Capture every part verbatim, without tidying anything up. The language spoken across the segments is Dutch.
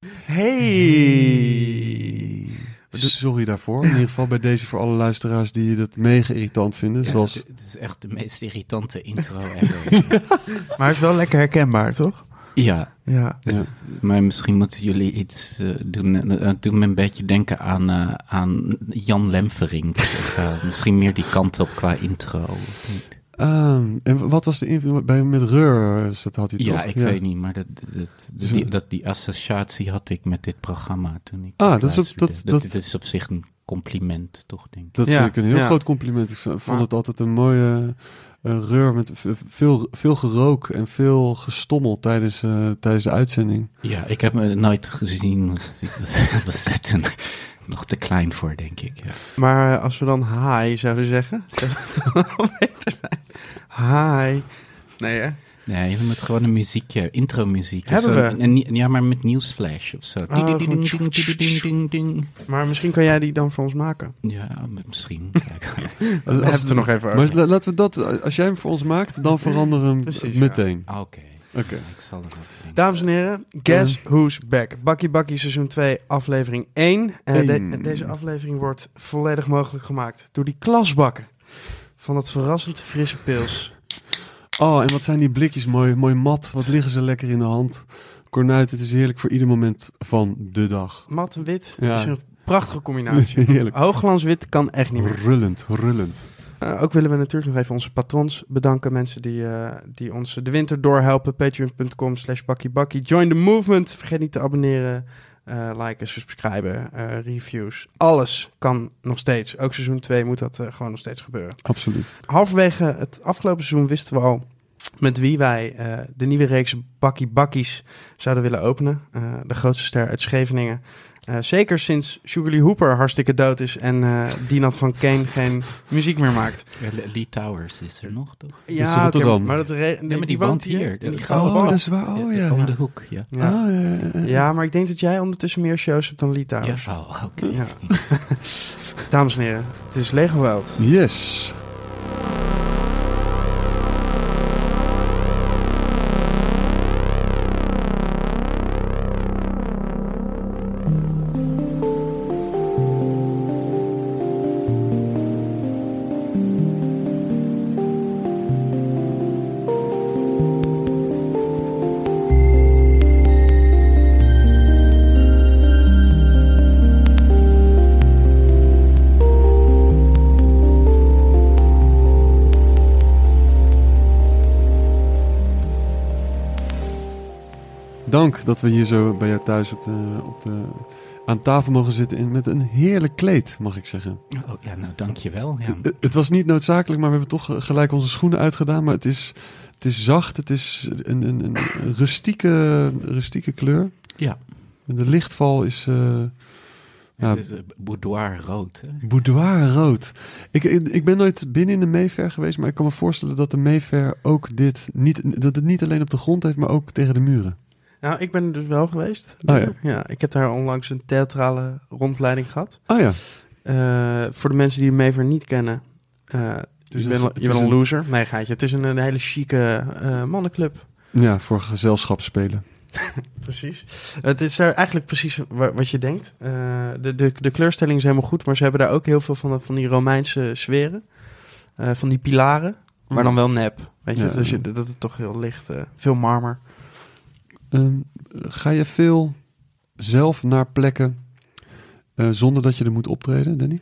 Hey! Sorry daarvoor. In ieder geval bij deze voor alle luisteraars die het mega irritant vinden. Ja, zoals... Het is echt de meest irritante intro ever. Maar het is wel lekker herkenbaar, toch? Ja. Ja. Ja. Maar misschien moeten jullie iets uh, doen. Het doet me een beetje denken aan, uh, aan Jan Lemferink. Dus, uh, misschien meer die kant op qua intro. Um, en wat was de invloed bij met Reur? Dat had hij toch? Ja, ik ja. weet niet, maar dat, dat, dat, die, dat, die associatie had ik met dit programma toen ik ah, dat is, op, dat, dat, dat, dat is op zich een compliment, toch, denk ik. Dat ja, vind ik een heel ja. groot compliment. Ik vond maar, het altijd een mooie uh, Reur met veel, veel gerook en veel gestommel tijdens, uh, tijdens de uitzending. Ja, ik heb me nooit gezien. Dat was daar toen nog te klein voor, denk ik. Ja. Maar als we dan hi zouden zeggen, zou het dan beter zijn. Hi. Nee, hè? Nee, je moet gewoon een muziekje, intro-muziek. Hebben zo, we? een, een, ja, maar met nieuwsflash of zo. Oh, ding, ding, ding, ding, ding, ding, ding. Maar misschien kan jij die dan voor ons maken. Ja, misschien. als, we hebben het er nog even maar over. Maar laten we dat, als jij hem voor ons maakt, dan veranderen we hem Precies, meteen. Ja. Oké. Okay. Okay. Ik zal er even denken. Dames en heren, guess uh. who's back? Bakkie Bakkie seizoen twee, aflevering één. Uh, de, deze aflevering wordt volledig mogelijk gemaakt door die klasbakken van het verrassend frisse pils. Oh, en wat zijn die blikjes mooi, mooi mat. Wat liggen ze lekker in de hand. Cornuit, het is heerlijk voor ieder moment van de dag. Mat en wit ja. is een prachtige combinatie. Heerlijk. Hoogglans-wit kan echt niet meer. Rullend, rullend. Uh, ook willen we natuurlijk nog even onze patrons bedanken. Mensen die, uh, die ons de winter doorhelpen. Patreon.com slash bakkiebakkie. Join the movement. Vergeet niet te abonneren. Uh, liken, subscriben, uh, reviews. Alles kan nog steeds. Ook seizoen twee moet dat uh, gewoon nog steeds gebeuren. Absoluut. Halverwege het afgelopen seizoen wisten we al met wie wij uh, de nieuwe reeks Bakkie Bakkies zouden willen openen. Uh, de grootste ster uit Scheveningen. Uh, zeker sinds Sugarly Hooper hartstikke dood is en uh, Dinant van Kane geen muziek meer maakt. Ja, Lee Towers is er nog, toch? Ja, okay, maar, dat re- nee, ja, maar die, die woont hier. hier. In die oh, dat is waar. Oh, ja. Om de hoek, ja. Ja. Oh, ja, ja, ja. ja, maar ik denk dat jij ondertussen meer shows hebt dan Lee Towers. Ja, oh, oké. Okay. Ja. Dames en heren, het is Lego World. Yes. Dank dat we hier zo bij jou thuis op de, op de, aan tafel mogen zitten in, met een heerlijk kleed, mag ik zeggen. Oh ja, nou dankjewel. Ja. Het, het was niet noodzakelijk, maar we hebben toch gelijk onze schoenen uitgedaan. Maar het is, het is zacht, het is een, een, een rustieke, rustieke kleur. Ja. En de lichtval is... Uh, ja, het is uh, boudoir rood. Hè? Boudoir rood. Ik, ik, ik ben nooit binnen in de Mayfair geweest, maar ik kan me voorstellen dat de Mayfair ook dit niet, dat het niet alleen op de grond heeft, maar ook tegen de muren. Nou, ik ben er dus wel geweest. Oh ja. Ja, ik heb daar onlangs een theatrale rondleiding gehad. Oh ja. Uh, voor de mensen die de Mayfair niet kennen. Uh, dus je bent een, een loser. Nee, gaatje. Het is een, een hele chique uh, mannenclub. Ja, voor gezelschapsspelen. Precies. Het is er eigenlijk precies wat je denkt. Uh, de, de, de kleurstelling is helemaal goed, maar ze hebben daar ook heel veel van, van die Romeinse sferen. Uh, van die pilaren, mm. maar dan wel nep. Weet je, ja, dus je, dat het toch heel licht, uh, veel marmer. Um, ga je veel zelf naar plekken uh, zonder dat je er moet optreden, Danny?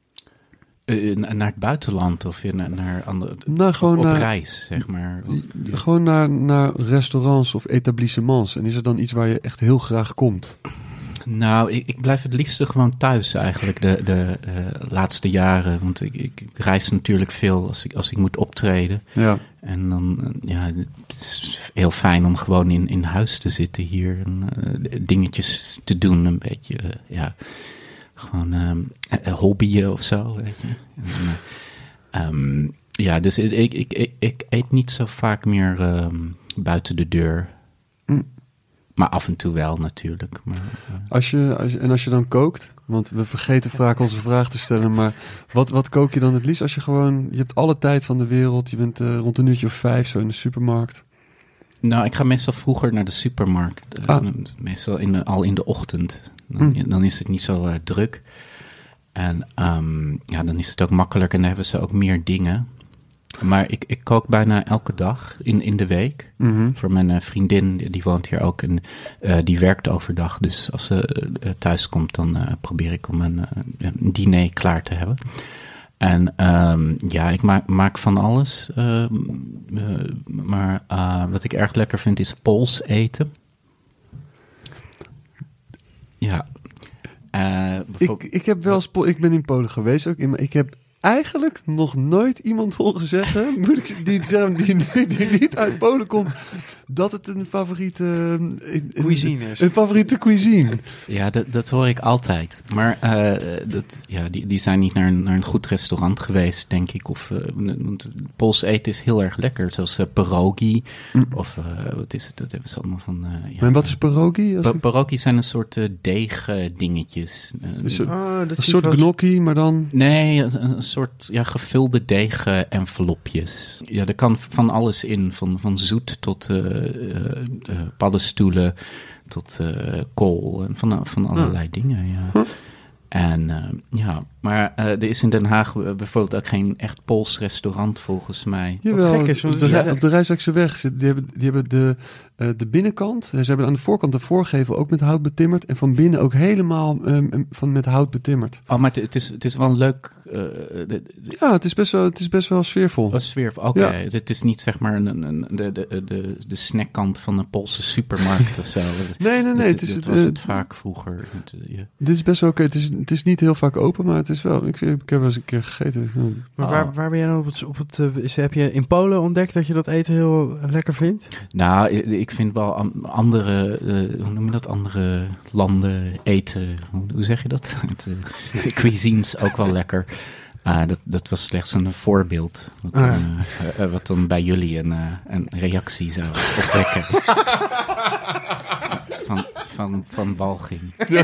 Uh, naar het buitenland of in, naar andere, nou, gewoon op, op naar, reis, zeg maar. Of, ja. Gewoon naar, naar restaurants of etablissements. En is er dan iets waar je echt heel graag komt? Nou, ik, ik blijf het liefste gewoon thuis eigenlijk de, de uh, laatste jaren. Want ik, ik reis natuurlijk veel als ik, als ik moet optreden. Ja. En dan, ja, het is heel fijn om gewoon in, in huis te zitten hier. En uh, dingetjes te doen, een beetje, uh, ja... Gewoon um, uh, hobbyen of zo, weet je. En, uh, um, ja, dus ik, ik, ik, ik eet niet zo vaak meer um, buiten de deur. Mm. Maar af en toe wel natuurlijk. Maar, uh, als je, als je, en als je dan kookt, want we vergeten vaak onze vraag te stellen, maar wat, wat kook je dan het liefst als je gewoon, je hebt alle tijd van de wereld, je bent uh, rond een uurtje of vijf zo in de supermarkt. Nou, ik ga meestal vroeger naar de supermarkt. Uh, Ah. Meestal in de, al in de ochtend. Dan, Mm. dan is het niet zo uh, druk. En um, ja, dan is het ook makkelijk en dan hebben ze ook meer dingen. Maar ik, ik kook bijna elke dag in, in de week. Mm-hmm. Voor mijn uh, vriendin, die, die woont hier ook en uh, die werkt overdag. Dus als ze uh, thuis komt, dan uh, probeer ik om een, uh, een diner klaar te hebben. En um, ja, ik maak, maak van alles. Uh, uh, maar uh, wat ik erg lekker vind is Pools eten. Ja. Uh, Ik, ik heb wel eens, Po- ik ben in Polen geweest ook, maar ik heb eigenlijk nog nooit iemand horen zeggen, moet ik, die, die, die, die niet uit Polen komt, dat het een favoriete een, Cuisine is. Een favoriete cuisine. Ja, dat, dat hoor ik altijd. Maar uh, dat, ja, die, die zijn niet naar een, naar een goed restaurant geweest, denk ik. Of, uh, want Pools eten is heel erg lekker, zoals uh, pierogi. Mm. Of uh, wat is het? Dat hebben ze allemaal van. Uh, ja. En wat is pierogi? Als Pa- ik- Pierogi zijn een soort uh, deegdingetjes. Uh, Is het- Oh, dat een zie ik soort wel- gnocchi, maar dan... Nee, een, een soort ja, gevulde deeg envelopjes. Ja, er kan van alles in. Van, van zoet tot uh, uh, uh, paddenstoelen tot uh, kool. En van, van allerlei Huh. dingen, ja. Huh. En uh, ja, maar uh, er is in Den Haag uh, bijvoorbeeld ook geen echt Pools restaurant volgens mij. Jawel, gek is, want op de, het is- Rij- op de Rijswijkse weg, zit- die hebben, die hebben de, uh, de binnenkant, ze hebben aan de voorkant de voorgevel ook met hout betimmerd en van binnen ook helemaal um, van met hout betimmerd. Oh, maar het, het, is, het is wel een leuk uh, de, de, Ja, het is best wel, het is best wel sfeervol. oh, sfeer. Oké, Ja. het is niet zeg maar een, een, een- de, de, de, de snackkant van een Poolse supermarkt of zo. Nee, nee, nee. Dat, Het is, dat het, was uh, het vaak vroeger. Het, uh, ja. Dit is best wel oké. Het is, het is niet heel vaak open, maar het is wel... Ik, ik heb wel eens een keer gegeten. Maar Oh. waar, waar ben jij dan op het... Op het uh, is, heb je in Polen ontdekt dat je dat eten heel lekker vindt? Nou, ik, ik vind wel an- andere, uh, hoe noem je dat, andere landen eten, hoe, hoe zeg je dat? Het, uh, cuisines ook wel lekker. Uh, dat, dat was slechts een voorbeeld, wat, Ah, ja. dan, uh, uh, wat dan bij jullie een, uh, een reactie zou opwekken. van, van, van walging.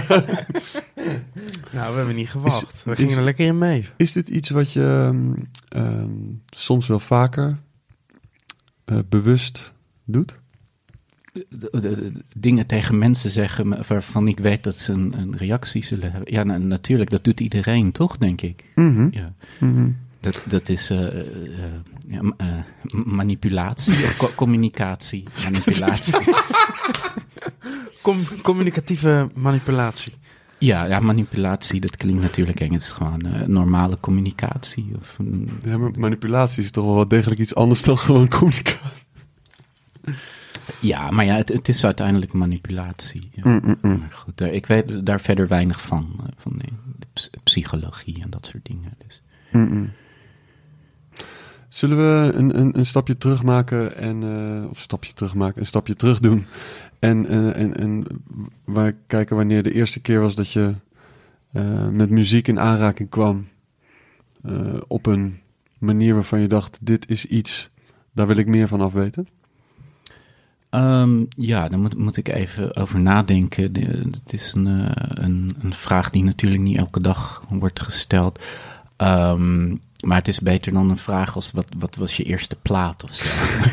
Nou, we hebben niet gewacht. Is- we is- gingen er lekker in mee. Is dit iets wat je um, um, soms wel vaker uh, bewust doet? De, de, de dingen tegen mensen zeggen waarvan ik weet dat ze een, een reactie zullen hebben. Ja, na- natuurlijk, dat doet iedereen, toch, denk ik. Mhm. Ja. Mhm. Dat, dat is uh, uh, ja, m- uh, manipulatie of co- communicatie. Manipulatie. Com- communicatieve manipulatie. ja, ja, manipulatie, dat klinkt natuurlijk eng. Het is gewoon uh, normale communicatie. Of een, Ja, maar manipulatie is toch wel wat degelijk iets anders dan gewoon communicatie. ja, maar ja, het, het is uiteindelijk manipulatie. Ja. Mm, mm, mm. Maar goed, uh, ik weet daar verder weinig van. Uh, van de, de ps- psychologie en dat soort dingen. Dus. Mm-mm. Zullen we een, een, een stapje terug maken en uh, of stapje terug maken, een stapje terug doen en, uh, en, en waar kijken wanneer de eerste keer was dat je uh, met muziek in aanraking kwam uh, op een manier waarvan je dacht, dit is iets, daar wil ik meer van afweten? Um, ja, daar moet, moet ik even over nadenken. De, het is een, uh, een, een vraag die natuurlijk niet elke dag wordt gesteld. Um, maar het is beter dan een vraag als wat, wat was je eerste plaat of zo.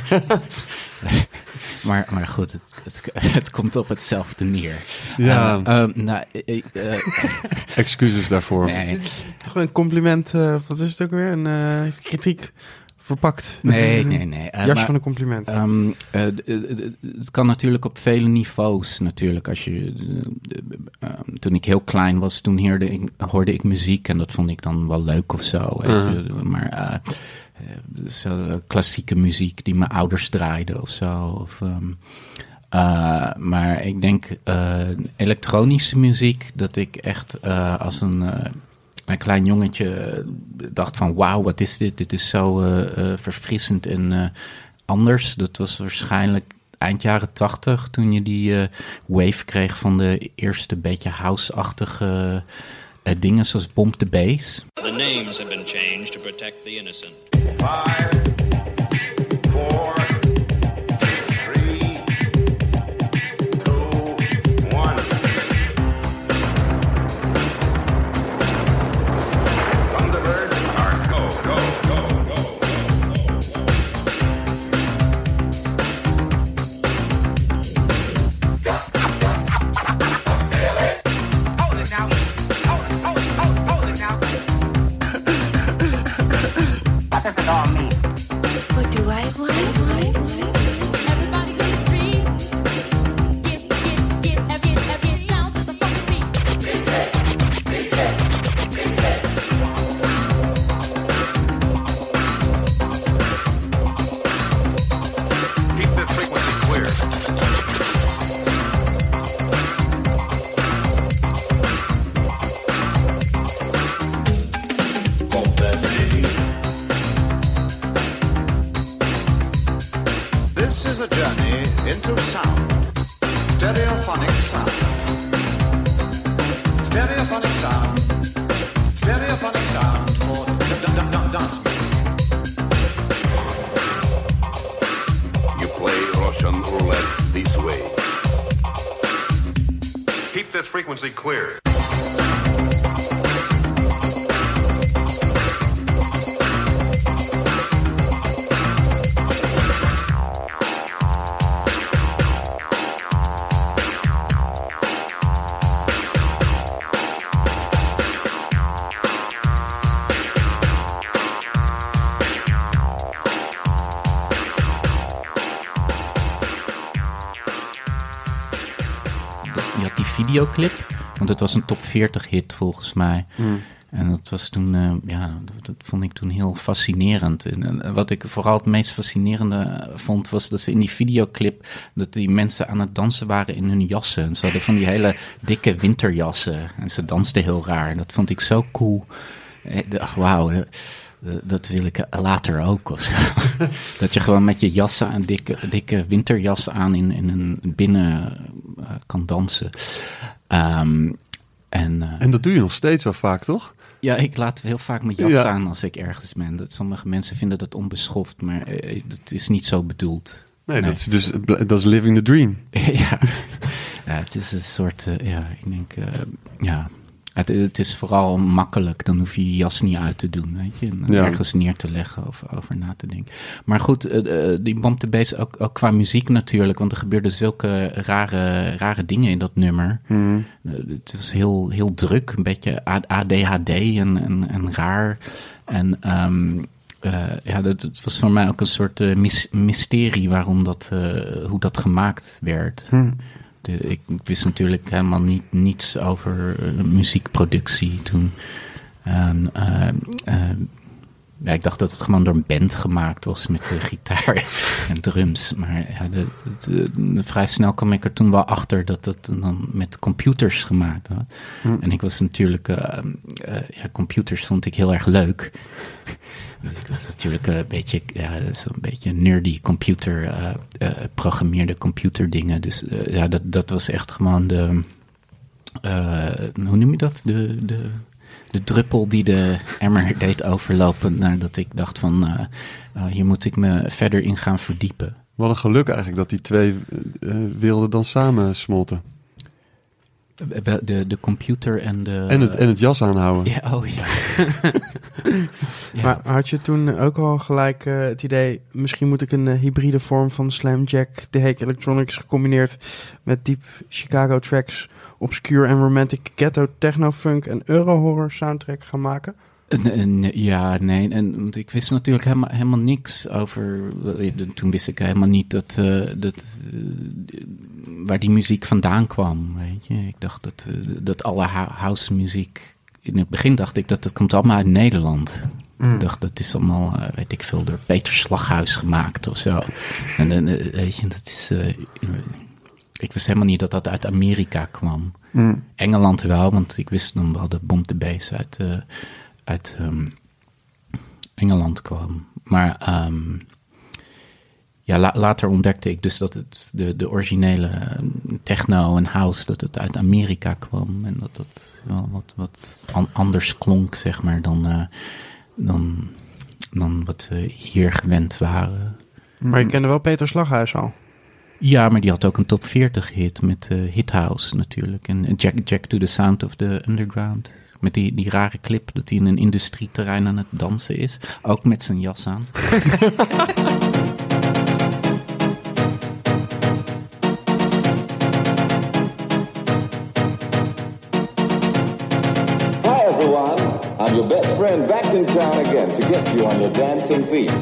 maar, maar goed, het, het, het komt op hetzelfde neer. Ja, Uh, um, nou, ik, uh, excuses daarvoor. nee, Toch een compliment, uh, wat is het ook weer? Een uh, kritiek verpakt. nee, nee. nee. Uh, Jas maar- van een compliment. Um, uh, d- d- d- het kan natuurlijk op vele niveaus natuurlijk. Als je, uh, uh, toen ik heel klein was, toen hoorde ik, hoorde ik muziek en dat vond ik dan wel leuk of zo. Weet je. Maar uh, uh, zo, klassieke muziek die mijn ouders draaiden of zo. Of, um, uh, maar ik denk uh, elektronische muziek, dat ik echt uh, als een... Uh, een klein jongetje dacht van wauw, wat is dit? Dit is zo uh, uh, verfrissend en uh, anders. Dat was waarschijnlijk eind jaren tachtig toen je die uh, wave kreeg van de eerste beetje house-achtige uh, dingen zoals Bomb the Bass. The names have been changed to protect the innocent. Five, four, three, two, one. Thunderbird, start. Go, go, go, go, go, go, go. Stereophonic sound. Stereophonic sound for d- d- d- dance music. You play Russian roulette this way. Keep this frequency clear. Je had die videoclip, want het was een top veertig hit volgens mij. Mm. En dat was toen, uh, ja, dat, dat vond ik toen heel fascinerend. En, en wat ik vooral het meest fascinerende vond, was dat ze in die videoclip, dat die mensen aan het dansen waren in hun jassen. En ze hadden van die hele dikke winterjassen. En ze dansten heel raar. Dat vond ik zo cool. Ik dacht, wauw, dat, dat wil ik later ook of zo. Dat je gewoon met je jassen aan, dikke, dikke winterjas aan in, in een binnen uh, kan dansen. Um, en, uh, En dat doe je nog steeds wel vaak, toch? ja, ik laat heel vaak mijn jas Ja. aan als ik ergens ben. Dat, sommige mensen vinden dat onbeschoft, maar uh, dat is niet zo bedoeld. Nee, Nee. dat is dus dat is living the dream. ja. ja, het is een soort, uh, ja, ik denk, uh, ja... Het, het is vooral makkelijk, dan hoef je je jas niet uit te doen, weet je. En Ja. ergens neer te leggen of over na te denken. Maar goed, uh, uh, die Bomb the Bass ook, ook qua muziek natuurlijk, want er gebeurden zulke rare, rare dingen in dat nummer. Mm. Uh, het was heel, heel druk, een beetje A D H D en, en, en raar. En um, uh, ja, dat, het was voor mij ook een soort uh, mis, mysterie waarom dat, uh, hoe dat gemaakt werd. Mm. De, ik, ik wist natuurlijk helemaal niet, niets over uh, muziekproductie toen. En, uh, uh, ja, ik dacht dat het gewoon door een band gemaakt was met de gitaar en drums. Maar ja, de, de, de, vrij snel kwam ik er toen wel achter dat het dan met computers gemaakt was. Hm. En ik was natuurlijk, uh, uh, ja, computers vond ik heel erg leuk. Dus ik was natuurlijk een beetje, ja, zo'n beetje nerdy computer, uh, uh, programmeerde computerdingen. Dus uh, ja, dat, dat was echt gewoon de, uh, hoe noem je dat? De, de, de druppel die de emmer deed overlopen. Nadat ik dacht van, uh, uh, hier moet ik me verder in gaan verdiepen. Wat een geluk eigenlijk dat die twee uh, werelden dan samen smolten. De, de computer en de... En het, en het jas aanhouden. Ja, oh ja. ja. Maar had je toen ook al gelijk uh, het idee, misschien moet ik een uh, hybride vorm van Slam Jack, The Hague Electronics, gecombineerd met Deep Chicago tracks, obscure en romantic ghetto, techno, funk en euro-horror soundtrack gaan maken? Ja, nee. En, want ik wist natuurlijk helemaal, helemaal niks over... Toen wist ik helemaal niet dat, uh, dat, uh, waar die muziek vandaan kwam. Weet je? Ik dacht dat, uh, dat alle house muziek... In het begin dacht ik dat dat komt allemaal uit Nederland. Mm. Ik dacht dat is allemaal, uh, weet ik veel, door Peter Slaghuis gemaakt of zo. En uh, weet je, dat is... Uh, ik wist helemaal niet dat dat uit Amerika kwam. Mm. Engeland wel, want ik wist dan wel dat Bomb the Bass uit... Uh, uit um, Engeland kwam. Maar um, ja, la- later ontdekte ik dus dat het de, de originele techno en house, dat het uit Amerika kwam. En dat het wel wat, wat an- anders klonk, zeg maar, dan, uh, dan, dan wat we hier gewend waren. Maar je kende wel Peter Slaghuis al? Ja, maar die had ook een top veertig hit met uh, Hit House natuurlijk. En Jack, Jack to the Sound of the Underground. Met die, die rare clip dat hij in een industrieterrein aan het dansen is. Ook met zijn jas aan. Hi everyone, I'm your best friend back in town again to get you on your dancing feet.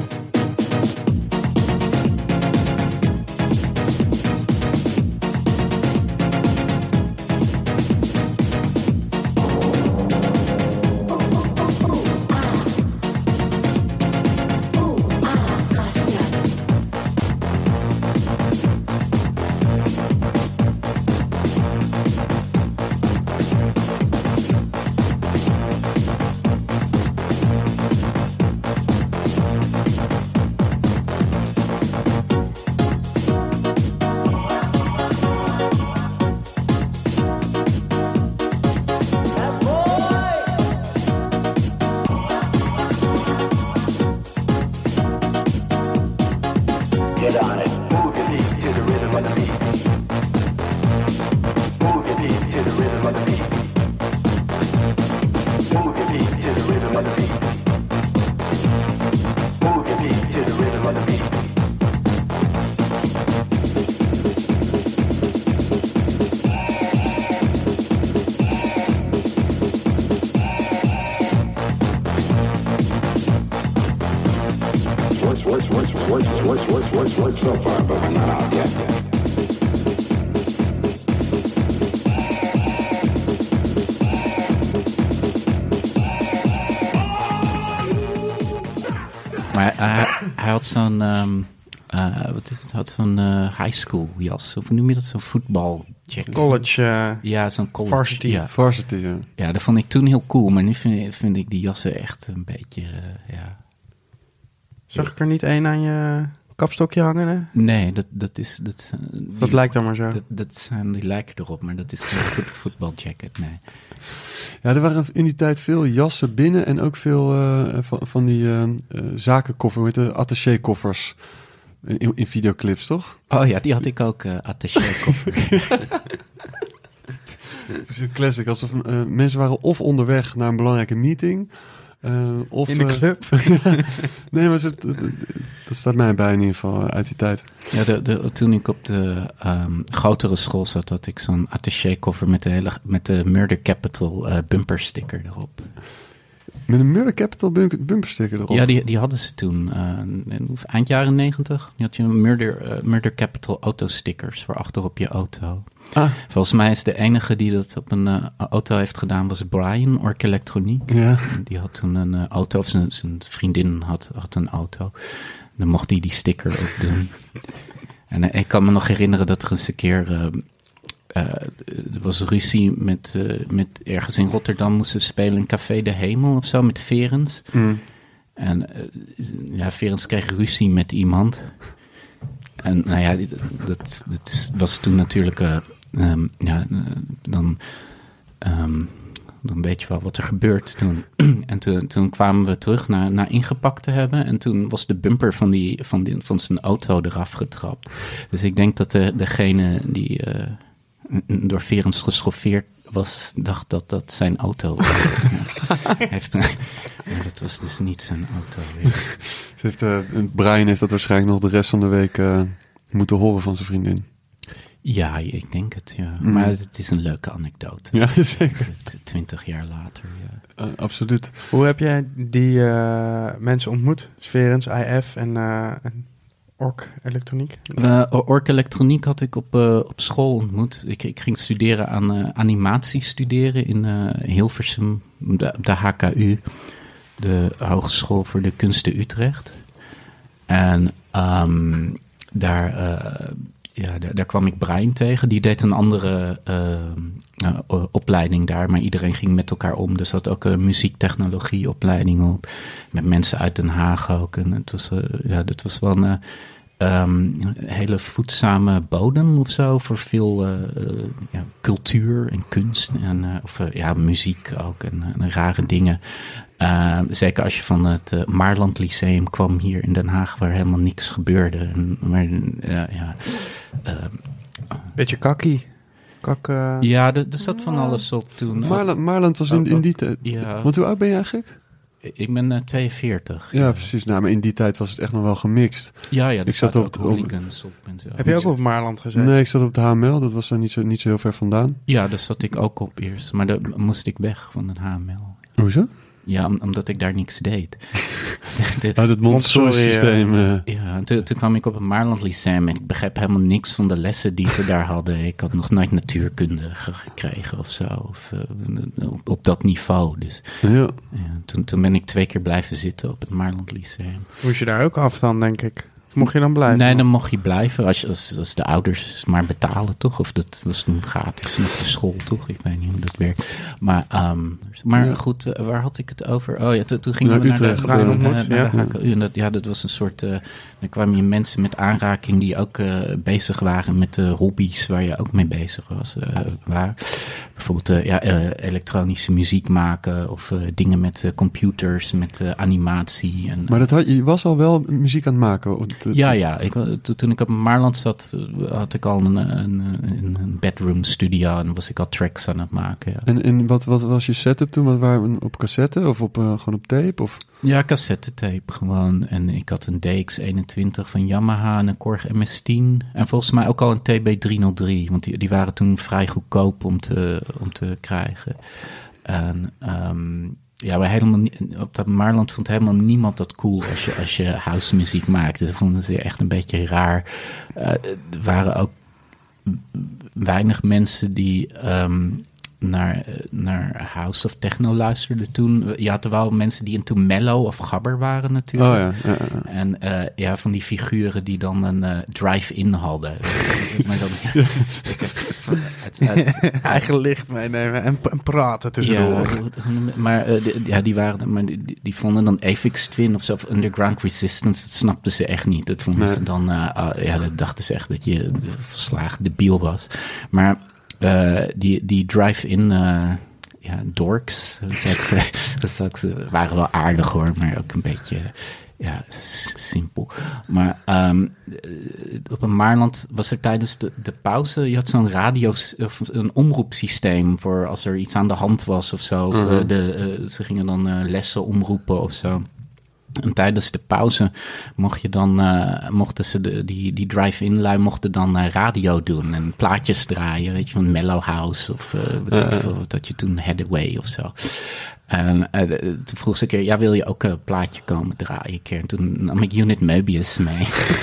Maar hij, hij had zo'n, um, uh, wat is het? Had zo'n uh, high school jas, of hoe noem je dat? Zo'n voetbaljacket. College. Uh, ja, zo'n college. Varsity. Ja. Varsity, ja. Ja, dat vond ik toen heel cool, maar nu vind, vind ik die jassen echt een beetje, uh, ja. Zag ik er niet één aan je kapstokje hangen? Hè? Nee, dat, dat is... Dat, die, dat lijkt dan maar zo. Dat, dat zijn, die lijken erop, maar dat is geen voet, voetbaljacket, nee. Ja, er waren in die tijd veel jassen binnen en ook veel uh, van, van die uh, uh, zakenkoffers, met de attaché-koffers in, in videoclips, toch? Oh ja, die had ik ook, uh, attaché-koffer. Zo'n classic, alsof uh, mensen waren of onderweg naar een belangrijke meeting... Uh, of, in de club? Uh, nee, maar ze, dat, dat staat mij bij in ieder geval uit die tijd. Ja, de, de, toen ik op de um, grotere school zat, had ik zo'n attaché-koffer met de, hele, met de Murder Capital uh, bumpersticker erop. Met een Murder Capital bumpersticker erop? Ja, die, die hadden ze toen. Uh, eind jaren negentig. Die had je een Murder, uh, Murder Capital autostickers voor achter op je auto. Ah. Volgens mij is de enige die dat op een uh, auto heeft gedaan, was Brian, Ork Elektroniek. Ja. Die had toen een uh, auto, of zijn, zijn vriendin had, had een auto. Dan mocht hij die sticker ook doen. En uh, ik kan me nog herinneren dat er eens een keer... Uh, Uh, er was ruzie met, uh, met ergens in Rotterdam moesten spelen in Café de Hemel of zo met Verens. Mm. En uh, ja, Verens kreeg ruzie met iemand. En nou ja, dat, dat is, was toen natuurlijk, uh, um, ja, uh, dan, um, dan weet je wel wat er gebeurt toen. En toen, toen kwamen we terug naar, naar ingepakt te hebben. En toen was de bumper van, die, van, die, van zijn auto eraf getrapt. Dus ik denk dat de, degene die... Uh, door Verens geschoffeerd was, dacht dat dat zijn auto was. heeft, maar dat was dus niet zijn auto. Weer. Ze heeft, uh, Brian heeft dat waarschijnlijk nog de rest van de week uh, moeten horen van zijn vriendin. Ja, ik denk het, ja. Mm. Maar het is een leuke anekdote. Ja, zeker. Twintig jaar later, ja. Uh, absoluut. Hoe heb jij die uh, mensen ontmoet? Sverens, I F en... Uh, en... Ork Elektroniek? Uh, Ork Elektroniek had ik op, uh, op school ontmoet. Ik, ik ging studeren aan uh, animatie studeren in uh, Hilversum, de, de H K U, de Hogeschool voor de Kunsten Utrecht. En um, daar, uh, ja, daar, daar kwam ik Brian tegen. Die deed een andere uh, uh, opleiding daar, maar iedereen ging met elkaar om. Dus had ook een muziektechnologieopleiding op, met mensen uit Den Haag ook. En het was, uh, ja, dat was wel een... Um, een hele voedzame bodem of zo voor veel uh, uh, ja, cultuur en kunst en uh, of, uh, ja, muziek ook en, en rare dingen. Uh, zeker als je van het uh, Maarland Lyceum kwam hier in Den Haag, waar helemaal niks gebeurde. En, maar, uh, ja, uh, beetje kakkie. Kak, uh... Ja, er zat van alles op toen. Maarland, Maarland was in, in die tijd. Ja. Want hoe oud ben je eigenlijk? Ik ben uh, tweeënveertig. Ja, ja, precies. Nou, maar in die tijd was het echt nog wel gemixt. Ja, ja. Ik zat op, op, op en zo. Heb je ook op Maarland gezeten? Nee, ik zat op de H M L. Dat was daar niet zo, niet zo heel ver vandaan. Ja, daar zat ik ook op eerst. Maar daar moest ik weg van het H M L. Hoezo? Ja, om, omdat ik daar niks deed. de, oh, dat Montessori-systeem. Uh. Ja, toen, toen kwam ik op het Maarland Lyceum en ik begreep helemaal niks van de lessen die ze daar hadden. Ik had nog nooit natuurkunde gekregen of zo, of uh, op, op dat niveau. Dus ja. Ja, toen, toen ben ik twee keer blijven zitten op het Maarland Lyceum. Moest je daar ook af dan, denk ik? Of mocht je dan blijven? Nee, dan mocht je blijven als, als, als de ouders maar betalen, toch? Of dat was toen gratis nog de school, toch? Ik weet niet hoe dat werkt. Maar, um, maar ja. goed, waar had ik het over? Oh ja, to, toen gingen naar we Utrecht, naar de, uh, naar, naar ja. de H K U. En dat, ja, dat was een soort... Uh, dan kwamen je mensen met aanraking die ook uh, bezig waren met de hobby's waar je ook mee bezig was. Uh, waar, bijvoorbeeld uh, ja, uh, elektronische muziek maken of uh, dingen met uh, computers, met uh, animatie. En, maar dat had, je was al wel muziek aan het maken? Het, ja, ja. Ik, toen ik op Maarland zat, had ik al een, een, een bedroom studio en was ik al tracks aan het maken. Ja. En, en wat, wat was je setup toen? Wat waren op cassette of op, uh, gewoon op tape? Of? Ja, cassettetape gewoon. En ik had een D X eenentwintig van Yamaha en een Korg M S tien. En volgens mij ook al een T B driehonderddrie, want die, die waren toen vrij goedkoop om te, om te krijgen. En... Um, ja, maar helemaal op dat Maarland vond helemaal niemand dat cool als je, als je housemuziek maakte. Dat vonden ze echt een beetje raar. Uh, er waren ook weinig mensen die um, naar, naar House of Techno luisterde toen. Je had er wel mensen die toen Mellow of Gabber waren natuurlijk. Oh ja. ja, ja. En uh, ja, van die figuren die dan een uh, drive-in hadden. maar dan, ja, ik heb, het, het, eigen licht meenemen en, en praten tussendoor. Ja, maar uh, die, ja, die, waren, maar die, die vonden dan Aphex Twin of zo, of Underground Resistance, dat snapten ze echt niet. Dat vonden nee. ze dan, uh, uh, ja, dat dachten ze echt dat je verslagen debiel was. Maar uh, die, die drive-in uh, ja, dorks, dat, dat waren wel aardig hoor, maar ook een beetje... Ja, simpel. Maar um, op een Maarland was er tijdens de, de pauze... je had zo'n radio... of een omroepsysteem... voor als er iets aan de hand was of zo. Of uh-huh. de, uh, ze gingen dan uh, lessen omroepen of zo. En tijdens de pauze mocht je dan... Uh, mochten ze de, die, die drive-in lui mochten dan uh, radio doen... en plaatjes draaien, weet je, van Mellow House... of uh, wat uh-huh. veel, dat je toen Hathaway of zo... En uh, toen vroeg ze een keer, ja, wil je ook een plaatje komen draaien een keer? En toen nam ik Unit Moebius mee.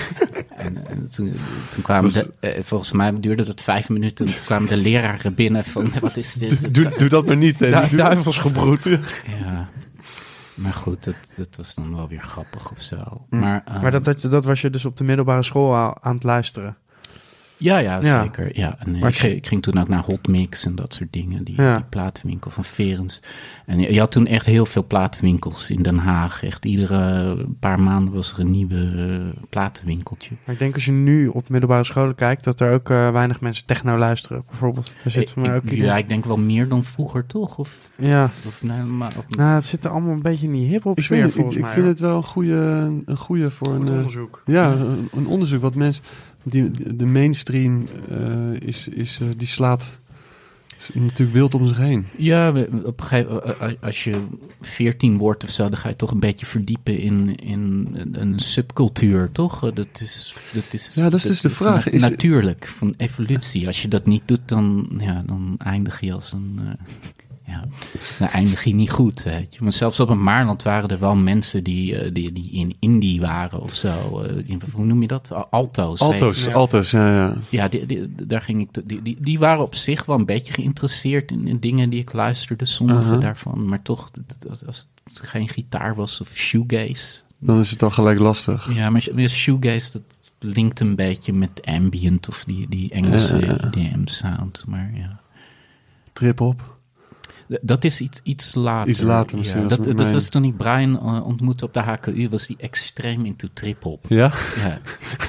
en uh, toen, toen kwamen de, uh, volgens mij duurde dat vijf minuten. En toen kwamen de leraren binnen van, wat is dit? Doe, doe dat maar niet, hè. Du- duivelsgebroed. Ja, maar goed, dat, dat was dan wel weer grappig of zo. Mm. Maar, um, maar dat, dat, dat was je dus op de middelbare school aan het luisteren? Ja, ja, ja, zeker. Ja. En ik, je... ik ging toen ook naar Hotmix en dat soort dingen. Die, ja. die platenwinkel van Verens. En je, je had toen echt heel veel platenwinkels in Den Haag. Echt iedere paar maanden was er een nieuwe uh, platenwinkeltje. Maar ik denk als je nu op middelbare scholen kijkt... dat er ook uh, weinig mensen techno luisteren. Bijvoorbeeld. Er zit ik, voor mij ook ik, iedereen... Ja, ik denk wel meer dan vroeger, toch? Of, ja. Of, nee, maar op... Nou, het zit er allemaal een beetje in die hip-hop sfeer, ik, volgens ik, mij. Ik vind het wel een goede, een goede voor Goed een... onderzoek. Ja, een, een onderzoek wat mensen... Die, de mainstream uh, is, is, uh, die slaat natuurlijk wild om zich heen. Ja, op een gegeven moment, als je veertien wordt of zo, dan ga je toch een beetje verdiepen in, in een subcultuur, toch? Dat is, dat is, ja, dat is dus de vraag. Na, is natuurlijk, van evolutie. Als je dat niet doet, dan, ja, dan eindig je als een... Uh, Ja, dan eindig je niet goed, weet je. Maar zelfs op een Maarland waren er wel mensen die, uh, die, die in indie waren of zo. Uh, in, hoe noem je dat? Alto's. Alto's, ja. Alto's, ja, ja. Ja, die, die, daar ging ik. Die, die, die waren op zich wel een beetje geïnteresseerd in, in dingen die ik luisterde, sommige uh-huh. daarvan. Maar toch, als het geen gitaar was of shoegaze. Dan is het al gelijk lastig. Ja, maar shoegaze, dat linkt een beetje met ambient of die, die Engelse ja, ja. D M-sound. Maar ja. Trip-hop. Dat is iets, iets later. Iets later misschien. Ja, was dat, dat was toen ik Brian uh, ontmoette op de H K U, was die extreem into trip-hop. Ja? Ja.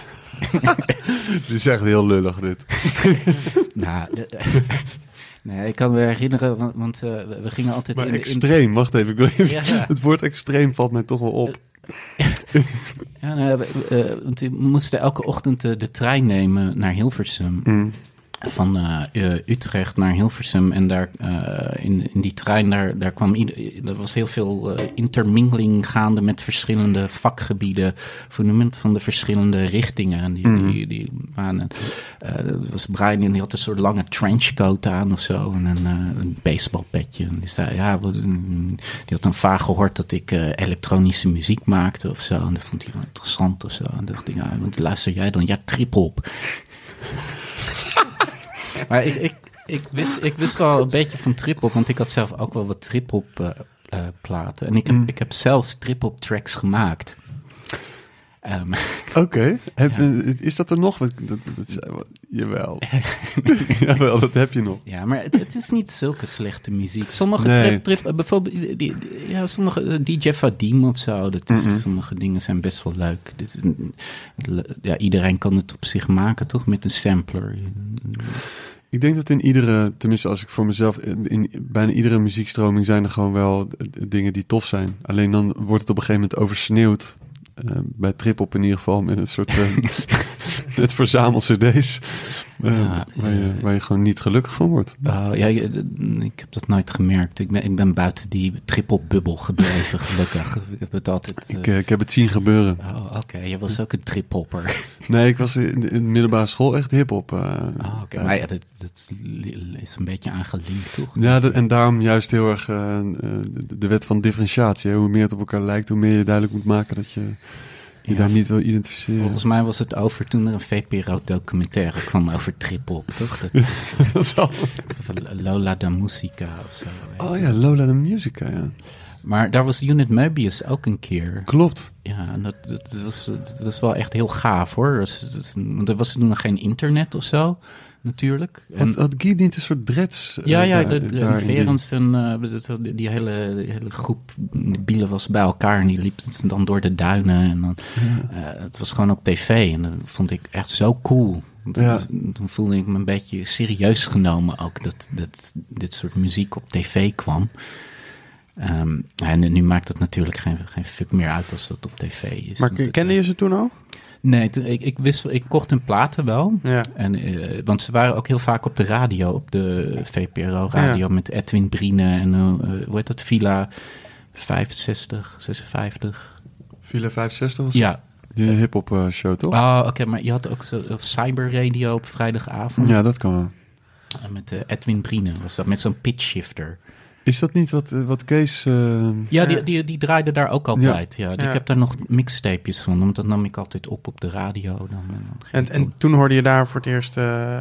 Dit is echt heel lullig, dit. nou, de, nee, ik kan me herinneren, want, want uh, we gingen altijd... Maar in de, extreem, in... wacht even. Ik wil eens, ja, ja. Het woord extreem valt mij toch wel op. ja, nou, uh, want we moesten elke ochtend uh, de trein nemen naar Hilversum. Mm. Van uh, uh, Utrecht naar Hilversum. En daar uh, in, in die trein, daar, daar kwam ieder, er was heel veel uh, intermingling gaande met verschillende vakgebieden. Voor van de verschillende richtingen. En die, mm. die, die waren, uh, dat was Brian, die had een soort lange trenchcoat aan of zo. En een, uh, een baseballpetje. En die zei, ja, die had dan vaag gehoord dat ik uh, elektronische muziek maakte of zo. En dat vond hij wel interessant of zo. En dacht ik, ja, wat luister jij dan? Ja, trip-hop. Maar ik, ik, ik, wist, ik wist wel een beetje van trip-hop, want ik had zelf ook wel wat trip-hop uh, uh, platen. En ik heb, mm. ik heb zelfs trip-hop tracks gemaakt. Um, Oké, okay. ja. Is dat er nog? Dat, dat, dat, jawel. Jawel, dat heb je nog. Ja, maar het, het is niet zulke slechte muziek. Sommige nee. trip, trip, bijvoorbeeld, die, die, ja, sommige D J Vadim of zo. Dat is, mm-hmm. Sommige dingen zijn best wel leuk. Dit is, ja, iedereen kan het op zich maken, toch? Met een sampler. Ik denk dat in iedere, tenminste als ik voor mezelf, in bijna iedere muziekstroming zijn er gewoon wel dingen die tof zijn. Alleen dan wordt het op een gegeven moment oversneeuwd. Uh, bij trip-hop in ieder geval met een soort uh, het verzamel cd's uh, ja, waar, je, waar je gewoon niet gelukkig van wordt. Uh, ja, ik heb dat nooit gemerkt. Ik ben, ik ben buiten die trip-hop bubbel gebleven, gelukkig. Ik heb het altijd. Uh... Ik, uh, ik heb het zien gebeuren. Oh, oké. Okay. Je was ook een trip-hopper. Nee, ik was in de, in de middelbare school echt hip-hop. Uh, oh, oké. Okay. Uh, maar ja, dat, dat is een beetje aangelinkt, toch? Ja, de, en daarom juist heel erg uh, de, de wet van differentiatie. Hè? Hoe meer het op elkaar lijkt, hoe meer je duidelijk moet maken dat je je daar niet wil identificeren. Volgens mij was het over toen er een V P R O-documentaire kwam over trip-hop, toch? Dat is Dat is al... Lola da Musica of zo. weet Oh je. ja, Lola de Musica, ja. Maar daar was Unit Möbius ook een keer. Klopt. Ja, en dat, dat, was, dat was wel echt heel gaaf, hoor. Dus, dus, want er was toen nog geen internet of zo, natuurlijk. En, Had, had Guy niet een soort dreads? ja, uh, ja, daar- de, de, daar in die- Verens en uh, die, die, hele, die hele groep de bielen was bij elkaar en die liep dan door de duinen. En dan, uh, het was gewoon op tv en dat vond ik echt zo cool. Toen, Ja. toen voelde ik me een beetje serieus genomen ook dat, dat dit soort muziek op tv kwam. Um, en nu maakt het natuurlijk geen, geen fuck meer uit als dat op tv is. Maar Want het- kende je ze toen al? Nee, toen, ik, ik, wist, ik kocht hun platen wel. Ja. En, uh, want ze waren ook heel vaak op de radio, op de V P R O-radio Ja. met Edwin Brine en uh, hoe heet dat, Villa vijfenzestig, zesenvijftig. Villa vijfenzestig was het? Ja. Die hip-hop uh, show, toch? Oh, oké, maar je had ook zo, of Cyber Radio op vrijdagavond. Ja, dat kan wel. En met uh, Edwin Brine was dat, met zo'n pitch shifter. Is dat niet wat, uh, wat Kees... Uh... Ja, die, die, die draaide daar ook altijd. Ja. Ja. Ik heb daar nog mixtapejes van, want dat nam ik altijd op op de radio. Dan, dan ging En, ik en dan- toen hoorde je daar voor het eerst uh,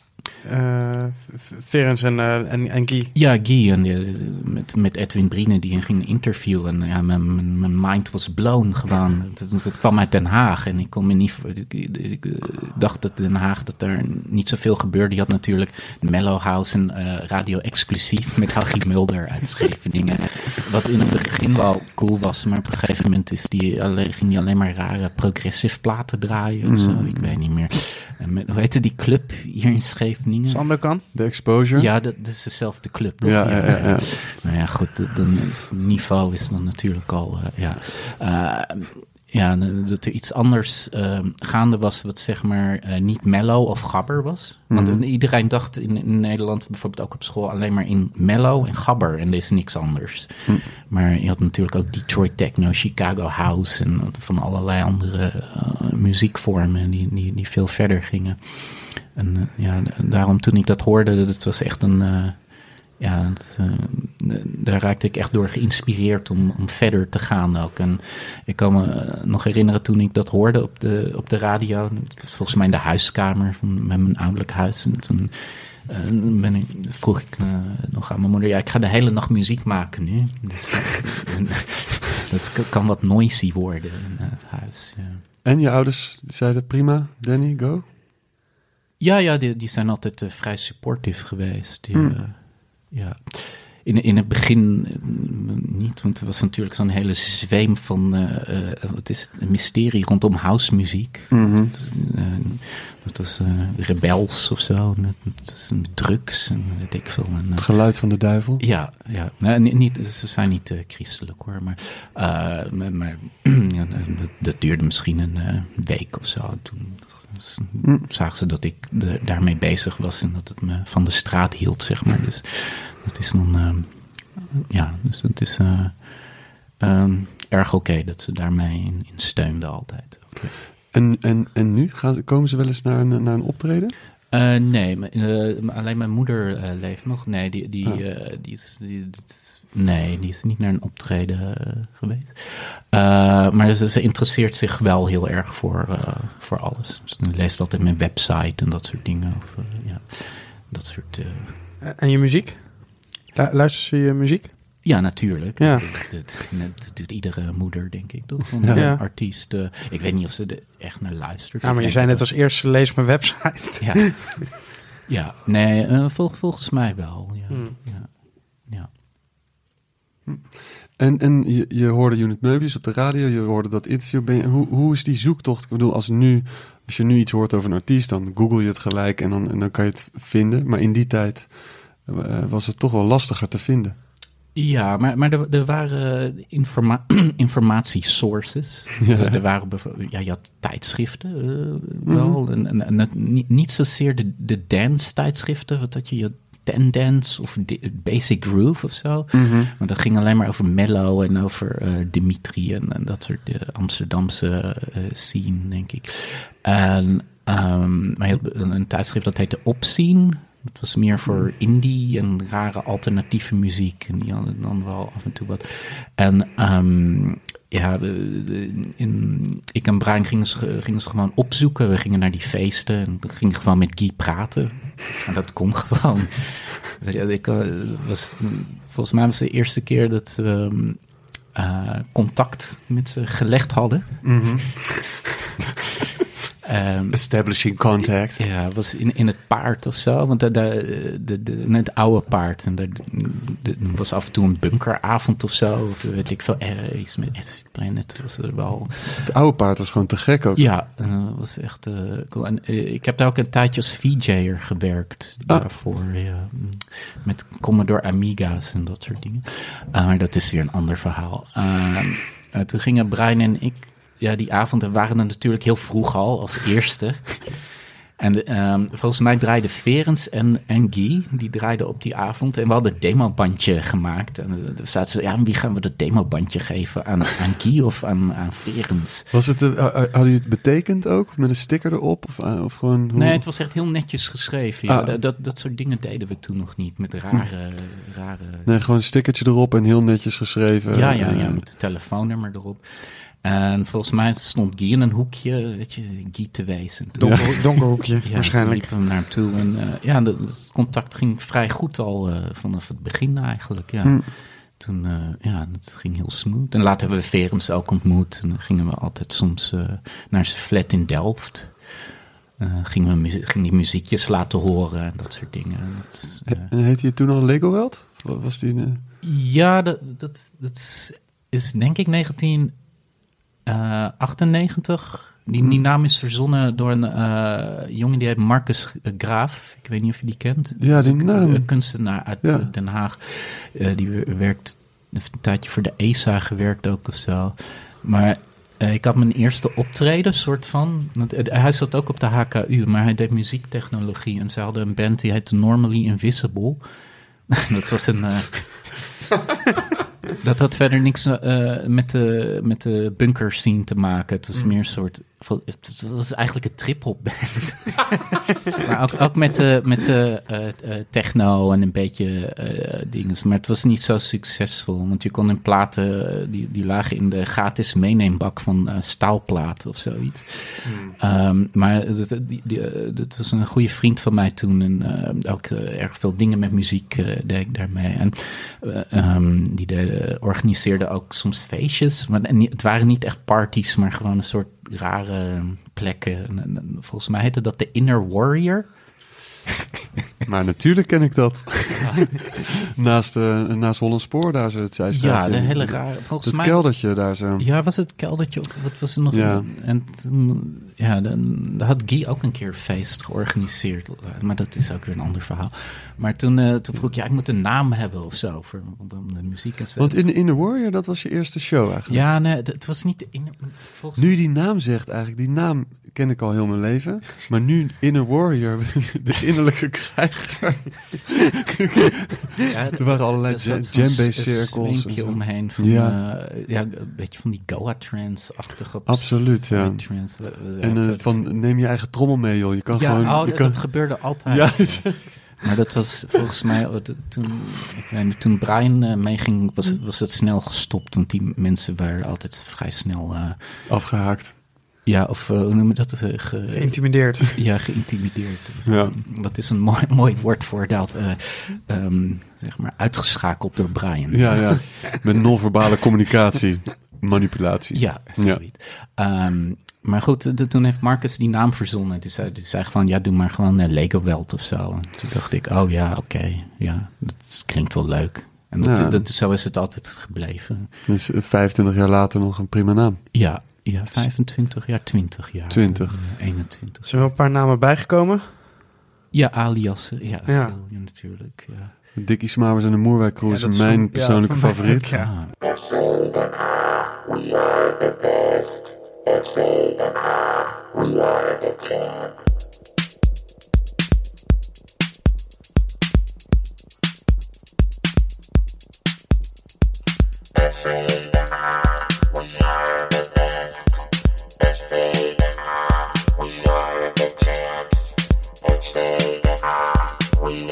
uh, Verens en, uh, en, en Guy. Ja, Guy en die, met, met Edwin Brine die ging interviewen. En ja, mijn, mijn, mijn mind was blown gewoon. Dat, dat kwam uit Den Haag en ik kon me niet... Ik, ik, ik dacht dat Den Haag, dat er niet zoveel gebeurde. Je had natuurlijk Mellow House en uh, Radio Exclusief met Haggie Mulder uit Scheveningen. Wat in het begin wel cool was, maar op een gegeven moment is die alleen, ging die alleen maar rare progressive platen draaien of zo. Mm. Ik weet niet meer. En met, hoe heette die club hier in Scheveningen? Sandokan? De Exposure? Ja, dat, dat is dezelfde club, toch? Ja, ja, ja, ja. Nou ja, goed, dan is het niveau is dan natuurlijk al, uh, ja... Uh, ja, dat er iets anders uh, gaande was wat zeg maar uh, niet mellow of gabber was. Want Mhm. iedereen dacht in, in Nederland, bijvoorbeeld ook op school, alleen maar in mellow en gabber. En er is niks anders. Mhm. Maar je had natuurlijk ook Detroit techno, Chicago house en van allerlei andere uh, muziekvormen die, die, die veel verder gingen. En uh, ja, daarom toen ik dat hoorde, dat was echt een... Uh, Ja, dat, uh, daar raakte ik echt door geïnspireerd om, om verder te gaan ook. En ik kan me uh, nog herinneren toen ik dat hoorde op de, op de radio. Het was volgens mij in de huiskamer van, met mijn ouderlijk huis. En toen uh, ben ik, vroeg ik uh, nog aan mijn moeder... Ja, ik ga de hele nacht muziek maken nu. Dus uh, en, dat kan wat noisy worden in het huis. Ja. En je ouders zeiden prima, Danny, go? Ja, ja die, die zijn altijd uh, vrij supportive geweest. Die, Hmm. uh, ja. In, in het begin uh, niet, want er was natuurlijk zo'n hele zweem van, uh, uh, wat is het, een mysterie rondom housemuziek. Mm-hmm. Dat, uh, dat was uh, rebels of zo, dat, met drugs en weet ik veel. En, uh, Het geluid van de duivel? ja, ja. Nee, niet, niet, ze zijn niet uh, christelijk hoor, maar, uh, maar, maar ja, dat, dat duurde misschien een uh, week of zo. Toen Mm. zagen ze dat ik de, daarmee bezig was en dat het me van de straat hield, zeg maar. Dus dat is dan, uh, ja, dus het is uh, um, erg oké okay dat ze daarmee in, in steunden altijd. Okay. En, en, en nu? Gaan, komen ze wel eens naar een, naar een optreden? Uh, nee, maar, uh, alleen mijn moeder uh, leeft nog. Nee, die, die, Oh. uh, die, is, die, dit, nee, die is niet naar een optreden uh, geweest. Uh, maar ze, ze interesseert zich wel heel erg voor, uh, voor alles. Ze leest altijd mijn website en dat soort dingen. Of, uh, ja, dat soort... Uh... En je muziek? Lu- luister ze je muziek? Ja, natuurlijk. Ja. Dat, dat, dat, dat doet iedere moeder, denk ik, toch? Van Ja. een Ja. artiest. Uh, ik weet niet of ze er echt naar luistert. Ja, maar je Ik zei denk net als eerste, lees mijn website. Ja, ja nee, uh, vol, volgens mij wel. Ja, Hmm. ja, ja. En, en je, je hoorde Unit Möbius op de radio, je hoorde dat interview. Ben je, hoe, hoe is die zoektocht? Ik bedoel, als, nu, als je nu iets hoort over een artiest, dan google je het gelijk en dan, en dan kan je het vinden. Maar in die tijd uh, was het toch wel lastiger te vinden. Ja, maar, maar er, er waren informa- informatiesources. Ja. Er, er waren bijvoorbeeld, ja, je had tijdschriften uh, wel. Mm-hmm. En, en, en het, niet, niet zozeer de, de dance-tijdschriften, wat dat je, je Ten Dance of de, Basic Groove of zo. Mm-hmm. Maar dat ging alleen maar over Mello en over uh, Dimitri en, en dat soort uh, Amsterdamse uh, scene, denk ik. En, um, maar je had een, een tijdschrift dat heette Opscene. Het was meer voor indie en rare alternatieve muziek. En die hadden dan wel af en toe wat. En um, ja, de, de, in, ik en Brian gingen ze, gingen ze gewoon opzoeken. We gingen naar die feesten en we gingen gewoon met Guy praten. En dat kon gewoon. Ik, uh, was, volgens mij was het de eerste keer dat we uh, contact met ze gelegd hadden. Mm-hmm. Um, Establishing contact. Ja, het was in, in het paard of zo. Want de, de, de, de, het oude paard. En er was af en toe een bunkeravond of zo. Of weet ik veel. Eh, iets met S Planet was er wel. Het oude paard was gewoon te gek ook. Ja, dat uh, was echt uh, cool. En uh, ik heb daar ook een tijdje als V J'er gewerkt. Ah. Daarvoor. Ja, met Commodore Amiga's en dat soort dingen. Uh, maar dat is weer een ander verhaal. Uh, uh, toen gingen Brian en ik. Ja, die avonden waren er natuurlijk heel vroeg al, als eerste. En um, volgens mij draaiden Ferens en, en Guy, die draaiden op die avond. En we hadden een demobandje gemaakt. En dan zaten ze, ja, wie gaan we dat demobandje geven? Aan, aan Guy of aan, aan Ferens? Was het, uh, hadden jullie het betekend ook? Of met een sticker erop? Of, uh, of gewoon, hoe... Nee, het was echt heel netjes geschreven. Ja. Ah. Dat, dat, dat soort dingen deden we toen nog niet, met rare... rare... Nee, gewoon een stickertje erop en heel netjes geschreven. Ja, ja, uh, ja, met het telefoonnummer erop. En volgens mij stond Guy in een hoekje, weet je, Guy te wezen. Donker, ja. Donker hoekje, ja, waarschijnlijk. Toen liepen we naar hem toe. En uh, ja, de, het contact ging vrij goed al uh, vanaf het begin eigenlijk. Ja. Hm. Toen, uh, ja, het ging heel smooth. En later hebben we Ferens ook ontmoet. En dan gingen we altijd soms uh, naar zijn flat in Delft. Uh, gingen we muzie- gingen die muziekjes laten horen en dat soort dingen. Dat, uh... En heette je toen al Lego Welt? Was die? Uh... Ja, dat, dat, dat is denk ik negentien achtennegentig. Die, die naam is verzonnen door een uh, jongen die heet Marcus Graaf. Ik weet niet of je die kent. Ja, die naam. Een kunstenaar uit ja. Den Haag. Uh, die werkt een tijdje voor de E S A gewerkt ook of zo. Maar uh, ik had mijn eerste optreden, soort van. Want, uh, hij zat ook op de H K U, maar hij deed muziektechnologie. En ze hadden een band die heette Normally Invisible. Dat was een... Uh, Dat had verder niks uh, met, de, met de bunker scene te maken. Het was meer een soort... Het was eigenlijk een trip-hop band. Maar ook, ook met de, met de uh, uh, techno en een beetje uh, dingen. Maar het was niet zo succesvol. Want je kon in platen... Uh, die, die lagen in de gratis meeneembak van uh, staalplaten of zoiets. Mm. Um, maar dat, die, die, uh, dat was een goede vriend van mij toen. En uh, ook uh, erg veel dingen met muziek uh, deed ik daarmee. En uh, um, die de, uh, organiseerde ook soms feestjes. Maar en, het waren niet echt parties, maar gewoon een soort rare plekken. Volgens mij heette dat de Inner Warrior. Maar natuurlijk ken ik dat. Ja. naast, uh, naast Hollandspoor, daar zo het zijstraatje. Ja, de hele rare... Volgens het mij, keldertje daar zo. Ja, was het keldertje of wat was er nog? Ja. En toen, ja, dan, dan had Guy ook een keer een feest georganiseerd. Maar dat is ook weer een ander verhaal. Maar toen, uh, toen vroeg ik, ja, ik moet een naam hebben of zo voor de muziek. En zo. Want in Inner Warrior, dat was je eerste show eigenlijk. Ja, nee, het was niet de Inner... Volgens... Nu je die naam zegt eigenlijk, die naam ken ik al heel mijn leven. Maar nu Inner Warrior, de innerlijke krijger. Ja, er waren allerlei djembe-cirkels. Een een omheen van, ja. Uh, ja, een beetje van die Goa-trance-achtige... Absoluut, ja. Trance. En uh, van, neem je eigen trommel mee, joh. Je kan ja, gewoon... Oh, je dat, kan... dat gebeurde altijd. Ja, ja. Maar dat was volgens mij... Toen, ik weet, toen Brian uh, meeging, was, was het snel gestopt. Want die mensen waren altijd vrij snel... Uh, afgehaakt. Ja, of uh, hoe noem je dat? Uh, ge, geïntimideerd. Ja, geïntimideerd. Ja. Wat is een mooi, mooi woord voor dat? Uh, um, zeg maar uitgeschakeld door Brian. Ja, ja. Met non-verbale communicatie. Manipulatie. Ja, zoiets. Ja. Um, maar goed, de, toen heeft Marcus die naam verzonnen. Die zei, die zei van, ja, doe maar gewoon uh, Lego Welt of zo. En toen dacht ik, oh ja, oké. Okay, ja, dat klinkt wel leuk. En dat, ja. dat, zo is het altijd gebleven. Dus vijfentwintig jaar later nog een prima naam. Ja. Ja, vijfentwintig jaar, twintig jaar. twintig. Uh, eenentwintig. Zijn er een paar namen bijgekomen? Ja, aliassen. Ja, ja. Veel, ja natuurlijk. Ja. Dickie Smavers en de Moerwijk Crew is ja, mijn van, persoonlijke ja, favoriet. Ook, ja. We are the best. We are the champ. We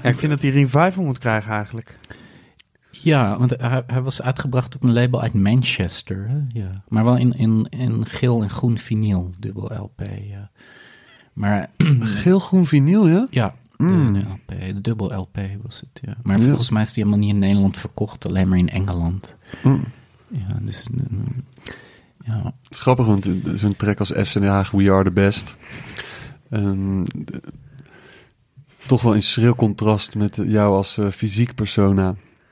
Ja, ik vind dat hij een revival moet krijgen eigenlijk. Ja, want hij, hij was uitgebracht op een label uit Manchester. Hè? Ja. Maar wel in, in, in geel en groen vinyl, dubbel L P. Ja. Maar, Geel-groen vinyl, ja? Ja, de, Mm. de L P, de dubbel L P was het, ja. Maar Ja. volgens mij is die helemaal niet in Nederland verkocht, alleen maar in Engeland. Mm. Ja, dus... uh, ja. Het is grappig, want zo'n track als F C Den Haag, We Are The Best... Um, de, toch wel in schril contrast met jou als uh, fysiek persona.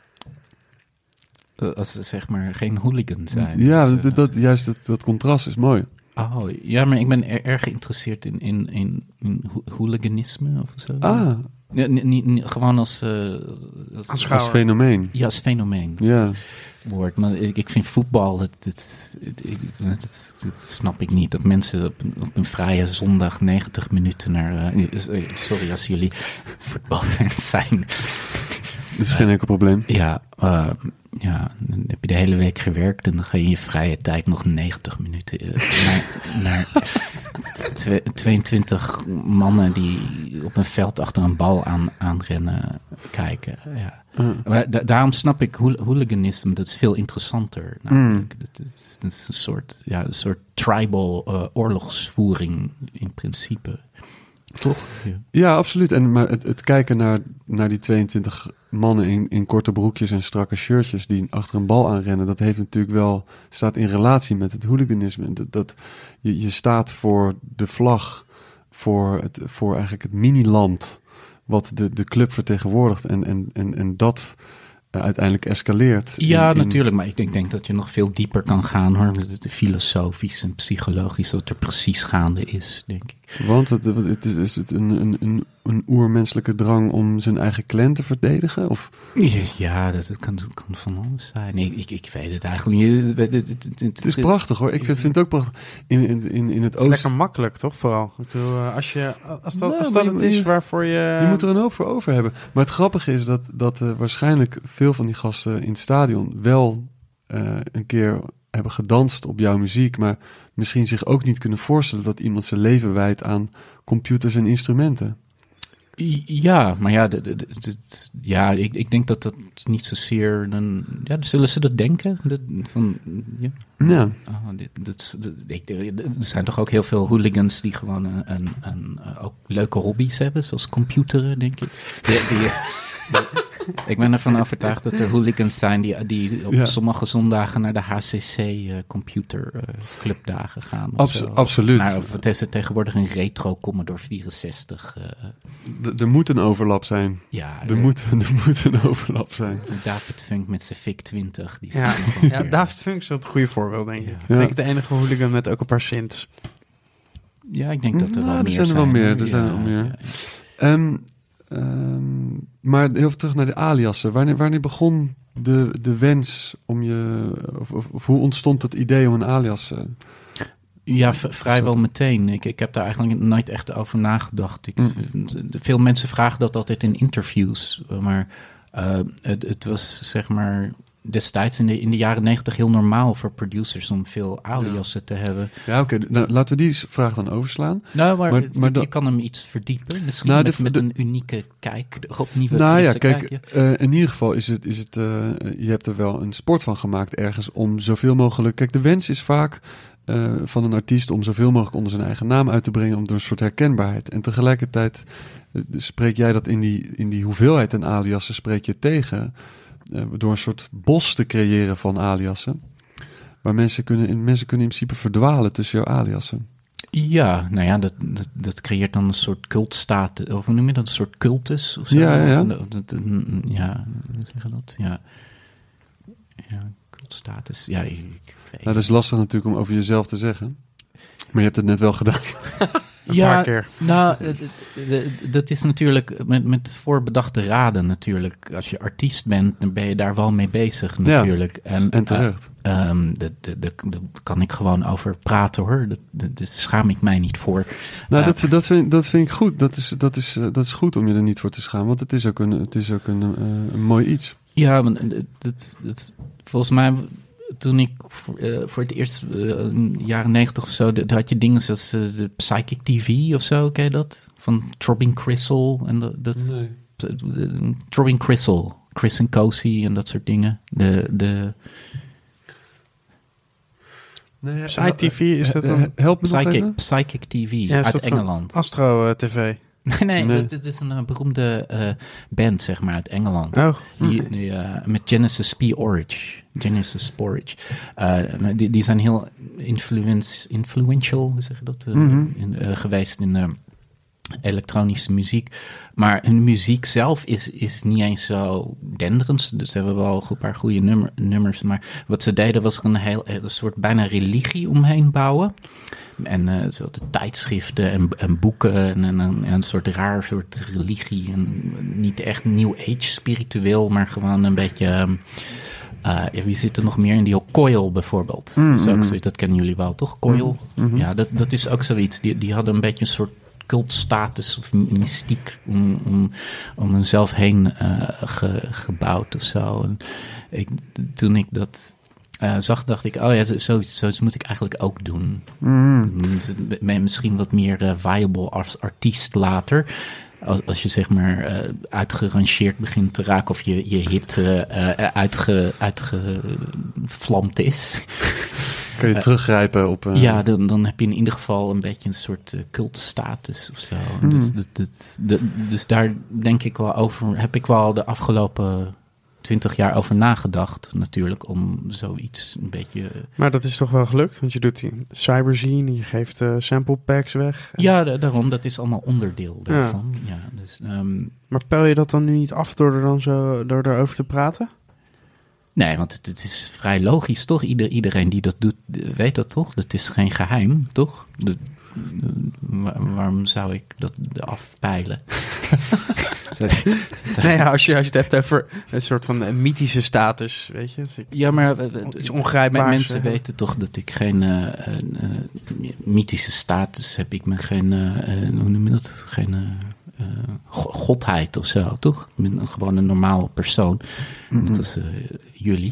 Als ze zeg maar geen hooligan zijn. Ja, dus, dat, uh, dat, juist dat, dat contrast is mooi. Oh, ja, maar ik ben er, erg geïnteresseerd in, in, in, in ho- hooliganisme of zo. Ah, Ja, n- n- n- gewoon als... Uh, als, Als als fenomeen. ja, als fenomeen. Ja. Woord. Maar ik, ik vind voetbal, dat, dat, dat, dat, dat snap ik niet. Dat mensen op, een- op een vrije zondag negentig minuten naar... Uh, sorry als jullie voetbalfans zijn. Dat is geen enkel probleem. Ja, uh, ja, dan heb je de hele week gewerkt en dan ga je in je vrije tijd nog negentig minuten uh, naar, naar twe- tweeëntwintig mannen die op een veld achter een bal aan, aanrennen kijken. Ja. Uh. Maar da- daarom snap ik hool- hooliganisme, dat is veel interessanter. Namelijk. Mm. Dat, is, dat is een soort, ja, een soort tribal uh, oorlogsvoering in principe. Toch? Ja. Ja, absoluut. En, maar het, het kijken naar, naar die tweeëntwintig mannen in, in korte broekjes en strakke shirtjes die achter een bal aanrennen, dat heeft natuurlijk wel, staat in relatie met het hooliganisme. Dat, dat je, je staat voor de vlag, voor, het, voor eigenlijk het miniland wat de, de club vertegenwoordigt. En, en, en, en dat uh, uiteindelijk escaleert. Ja, in, in, natuurlijk, maar ik denk, denk dat je nog veel dieper kan gaan, hoor. Met het filosofisch en psychologisch, wat er precies gaande is, denk ik. Want het, het is, is het een, een, een, een oermenselijke drang om zijn eigen clan te verdedigen? Of? Ja, dat, dat, kan, dat kan van alles zijn. Ik, ik, ik weet het eigenlijk niet. Het, het, het, het, Het is prachtig, hoor. Ik vind het ook prachtig. In, in, in, in het Het is oosten... lekker makkelijk, toch? Vooral. Ik bedoel, uh, als, je, als dat, Nou, als maar dat je- het is je- waarvoor je... Je moet er een hoop voor over hebben. Maar het grappige is dat, dat uh, waarschijnlijk veel van die gasten in het stadion wel uh, een keer hebben gedanst op jouw muziek, maar misschien zich ook niet kunnen voorstellen dat iemand zijn leven wijdt aan computers en instrumenten. Ja, maar ja, de, de, de, de- ja ik, ik denk dat dat niet zozeer... Een, ja, zullen ze dat denken? Dat, van, ja. Ja. Oh, dit, dit, is- dit- ik- er zijn toch ook heel veel hooligans die gewoon een, een, een, uh, ook leuke hobby's hebben, zoals computeren, denk ik. Die, die, die- ik ben ervan overtuigd dat er hooligans zijn die, die op Ja. sommige zondagen naar de H C C uh, computer uh, clubdagen gaan. of Abso- zo. Of- absoluut. Of, naar, of het is er tegenwoordig een retro Commodore vierenzestig. Uh, D- er moet een overlap zijn. ja, Er moet, er moet een overlap zijn. David Funk met zijn V I C twintig. Die Ja, staat nog een ja keer- David Funk is wel het goede voorbeeld, denk ik. Ja. Ik Ja. denk de enige hooligan met ook een paar synths. Ja, ik denk dat er Nou, wel er meer zijn zijn. er wel meer, hoor. er zijn er Ja, wel meer. ja, ja. Ehm, ehm, maar heel even terug naar de aliasen. Wanneer, wanneer begon de, de wens om je... Of, of, of hoe ontstond het idee om een alias... Uh, Ja, v- vrijwel meteen. Ik, ik heb daar eigenlijk nooit echt over nagedacht. Ik, Mm. Veel mensen vragen dat altijd in interviews. Maar uh, het, het was zeg maar destijds in de, in de jaren negentig heel normaal voor producers om veel aliasen te hebben. ja, oké. Okay. Nou, laten we die vraag dan overslaan. Nou, maar, Maar- het- maar je dat- kan hem iets verdiepen. Misschien Nou, met, de- met de- een unieke kijk op nieuwe Nou ja, frisse kijk, kijk, uh, in ieder geval is het, is het uh, je hebt er wel een sport van gemaakt ergens om zoveel mogelijk... Kijk, de wens is vaak uh, van een artiest om zoveel mogelijk onder zijn eigen naam uit te brengen, om door een soort herkenbaarheid. En tegelijkertijd uh, spreek jij dat in die, in die hoeveelheid aan aliasen spreek je tegen, uh, door een soort bos te creëren van aliasen, waar mensen kunnen, mensen kunnen in principe verdwalen tussen jouw aliasen. Ja, nou ja, dat, dat, dat creëert dan een soort cultstatus, of hoe noem je dat, een soort cultus of zo? Ja, ja, ja. Of een- dat- een- ja, hoe zeg je dat? Ja, ja cultstatus. Ja, ik, ik weet Nou, dat is lastig natuurlijk om over jezelf te zeggen, maar je hebt het net wel gedaan. Een ja, paar keer. Nou, eh, eh, eh, dat is natuurlijk met, met voorbedachte raden natuurlijk. Als je artiest bent, dan ben je daar wel mee bezig natuurlijk. En, En terecht. eh, ehm, dat- dat- dat- Daar kan ik gewoon over praten hoor. Dat- dat- Daar schaam ik mij niet voor. Nou, Eh, dat, dat, vind, dat vind ik goed. Dat is, dat, is, eh, dat is goed om je er niet voor te schamen, want het is ook een, het is ook een, eh, een mooi iets. Ja, maar dat, dat, volgens mij, toen ik voor, uh, voor het eerst, uh, in de jaren negentig of zo, daar had je dingen zoals uh, de Psychic T V of zo, ken je dat? Van Throbbing Crystal en dat. dat Nee. Drawing Crystal, Chris en Cozy en dat soort dingen. De, de Nee, Psy T V is dat dan? Help me nog Psychic, even. Psychic T V Ja, is uit dat van Engeland. Astro uh, T V. Nee, nee, Nee. Het, het is een uh, beroemde uh, band, zeg maar, uit Engeland. Oh, Die, die, uh, met Genesis Porridge. Genesis Porridge. Uh, die, die zijn heel influence, influential, hoe zeg je dat, uh, Mhm. in, uh, geweest in uh, elektronische muziek. Maar hun muziek zelf is, is niet eens zo denderend. Dus ze hebben wel een paar goede nummer, nummers. Maar wat ze deden was er een, heel, een soort bijna religie omheen bouwen. En uh, zo de tijdschriften en, en boeken en, en, en een soort raar soort religie. En niet echt New Age spiritueel, maar gewoon een beetje... Um, uh, wie zit er nog meer in die Coil bijvoorbeeld? Mm-hmm. Dat is ook zoiets, dat kennen jullie wel, toch? Coil? Mm-hmm. Ja, dat, dat is ook zoiets. Die, die hadden een beetje een soort cultstatus of mystiek om, om, om hunzelf heen uh, ge, gebouwd of zo. En ik, toen ik dat... Uh, zag, dacht ik, oh ja, zoiets, zoiets moet ik eigenlijk ook doen. Mm. Ben misschien wat meer uh, viable als artiest later. Als, als je zeg maar uh, uitgerangeerd begint te raken of je, je hit uh, uh, uitge, uitgevlamd is. Kun je Uh, teruggrijpen op... Uh, Ja, dan, dan heb je in ieder geval een beetje een soort uh, cultstatus of zo. Mm. Dus, dat, dat, dat, dus daar denk ik wel over, heb ik wel de afgelopen twintig jaar over nagedacht natuurlijk, om zoiets een beetje... maar dat is toch wel gelukt? Want je doet die cyberzine, je geeft uh, sample packs weg. Ja, da- daarom, dat is allemaal onderdeel daarvan. Ja. Ja, dus, um, maar pel je dat dan nu niet af door er dan zo door erover te praten? nee, want het, het is vrij logisch, toch? Ieder, iedereen die dat doet, weet dat toch? Dat is geen geheim, toch? De, de, waar- waarom zou ik dat afpeilen? Nee, ja, als je, als je het hebt over een soort van een mythische status, weet je. Dus ik, Ja, maar uh, iets ongrijpbaars. mensen uh, weten toch dat ik geen uh, uh, uh, mythische status heb. Ik ben geen, uh, uh, hoe noem je dat? Geen uh, uh, go- godheid of zo, toch? Ik ben een- gewoon een normale persoon. Mhm. Net als uh, jullie.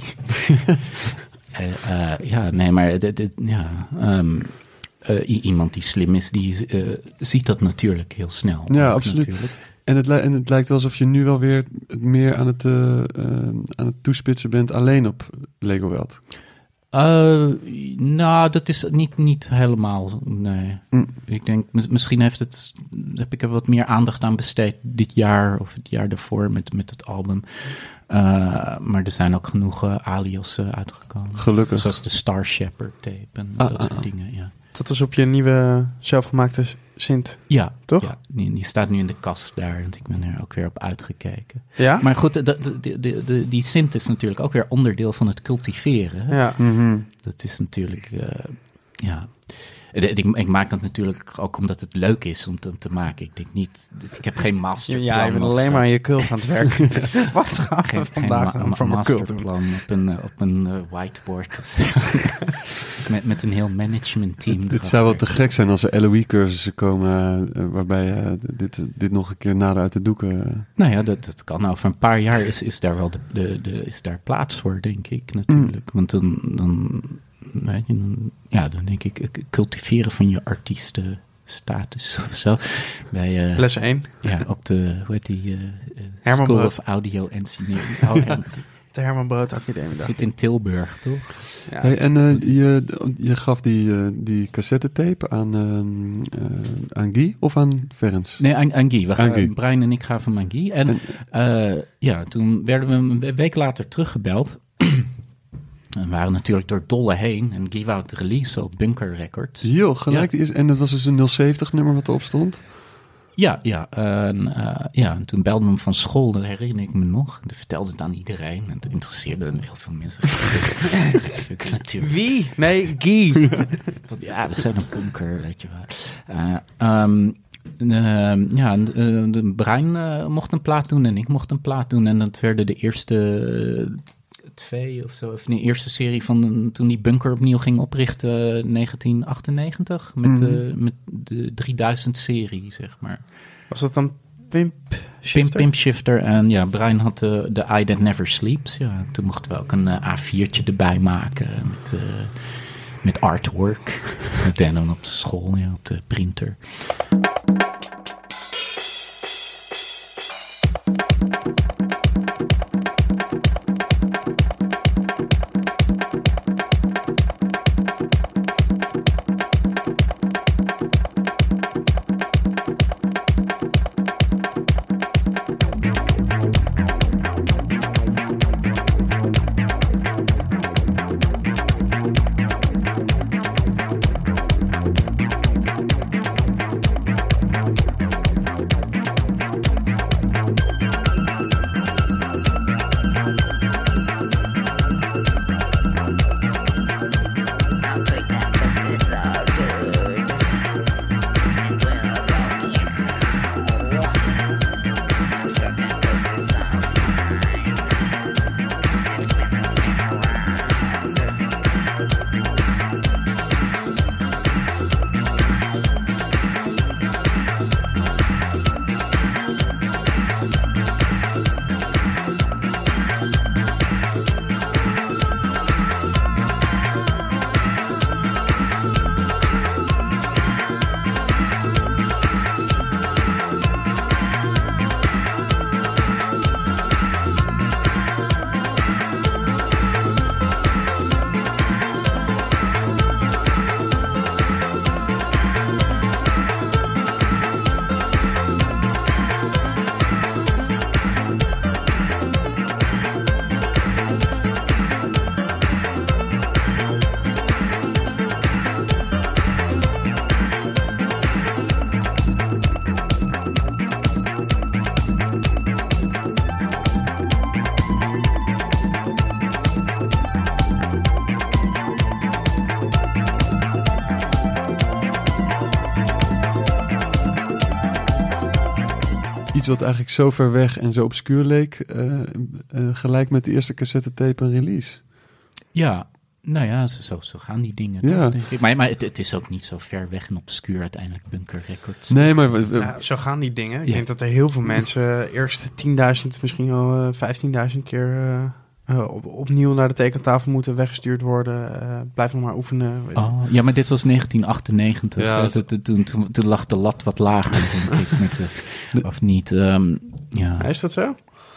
uh, uh, ja, nee, maar dit, dit, ja, um, uh, i- iemand die slim is, die uh, ziet dat natuurlijk heel snel. Ja, ook absoluut. natuurlijk. En het, li- en het lijkt wel alsof je nu wel weer meer aan het, uh, uh, aan het toespitsen bent alleen op Lego World. Uh, nou, dat is niet, niet helemaal, nee. Mm. Ik denk, mis- misschien heeft het, heb ik er wat meer aandacht aan besteed dit jaar of het jaar daarvoor met, met het album. Uh, maar er zijn ook genoeg uh, alias uh, uitgekomen. Gelukkig. Zoals de Star Shepherd tape en Ah, dat ah, soort ah. dingen, ja. Dat was op je nieuwe zelfgemaakte synth, Ja, toch? ja die, die staat nu in de kast daar en ik ben er ook weer op uitgekeken. Ja? Maar goed, de, de, de, de, de- die synth is natuurlijk ook weer onderdeel van het cultiveren. Hè? Ja. Mhm. Dat is natuurlijk, uh, ja. Ik, ik, ik maak dat natuurlijk ook omdat het leuk is om te, te maken. Ik denk niet, ik heb geen masterplan. Ja, je bent of alleen zo. maar aan je cult aan het werken. Wat gaan we Geen, geen vandaag ma- aan ma- van mijn cult doen? masterplan op een, uh, op een uh, whiteboard of zo. met, met een heel managementteam. Het zou wel te gek zijn als er L O E-cursussen komen uh, waarbij uh, dit, dit nog een keer nader uit de doeken... Uh, Nou ja, dat, dat kan. Over een paar jaar is, is daar wel de, de, de, is daar plaats voor, denk ik natuurlijk. Want dan, dan, weet je, dan, ja, dan denk ik, het cultiveren van je artiestenstatus of zo. Bij, uh, Les één. ja, op de, hoe heet die, uh, uh, Herman School Brood. of Audio Engineering. Oh, en, De Herman Brood Academie. dat dacht zit ik. in Tilburg, toch? Ja. Hey, en uh, je, je gaf die, uh, die cassettetape aan, um, uh, aan Guy of aan Ferens? Nee, aan, aan Guy. We gaan, Aan Guy. Brian en ik gaven hem aan Guy. En uh, ja, toen werden we een week later teruggebeld. En we waren natuurlijk door Dolle heen. En Guy wou het release op Bunker Records. Jo, gelijk. Ja. Die is, en dat was dus een nul zeventig nummer wat erop stond. Ja, ja, en, uh, ja. En toen belde we hem van school, dat herinner ik me nog. Dat vertelde het aan iedereen. En het interesseerde heel veel mensen. Fuck, natuurlijk. Wie? Nee, Guy. Van, ja, we zijn een bunker, weet je wel. Uh, um, uh, ja, uh, de Brian uh, mocht een plaat doen en ik mocht een plaat doen. En dat werden de eerste uh, twee of zo, of de eerste serie van uh, toen die bunker opnieuw ging oprichten, uh, negentien achtennegentig. Met, Mhm. uh, met de drieduizend serie, zeg maar. Was dat dan Pimp Pimp, Shifter? Pimp Shifter. En ja, Brian had de, de Eye That Never Sleeps. Ja, toen mochten we ook een uh, A viertje erbij maken met, uh, met artwork. Met dan op school, ja, op de printer. iets wat eigenlijk zo ver weg en zo obscuur leek, uh, uh, gelijk met de eerste cassettetape en release. Ja, nou ja, zo, zo gaan die dingen. Ja. Toch, denk ik. Maar, maar het, het is ook niet zo ver weg en obscuur uiteindelijk Bunker Records. Nee, maar... Uh, Ja, zo gaan die dingen. Ik Ja. denk dat er heel veel mensen eerst tienduizend, misschien wel uh, vijftienduizend keer uh, uh, op, opnieuw naar de tekentafel moeten weggestuurd worden. Uh, blijf nog maar oefenen. Weet je. Oh, ja, maar dit was negentien achtennegentig. Ja, Ja, dat- toen, toen, toen, toen lag de lat wat lager, denk ik. Met, uh, of niet. Um, ja. Ja, is dat zo?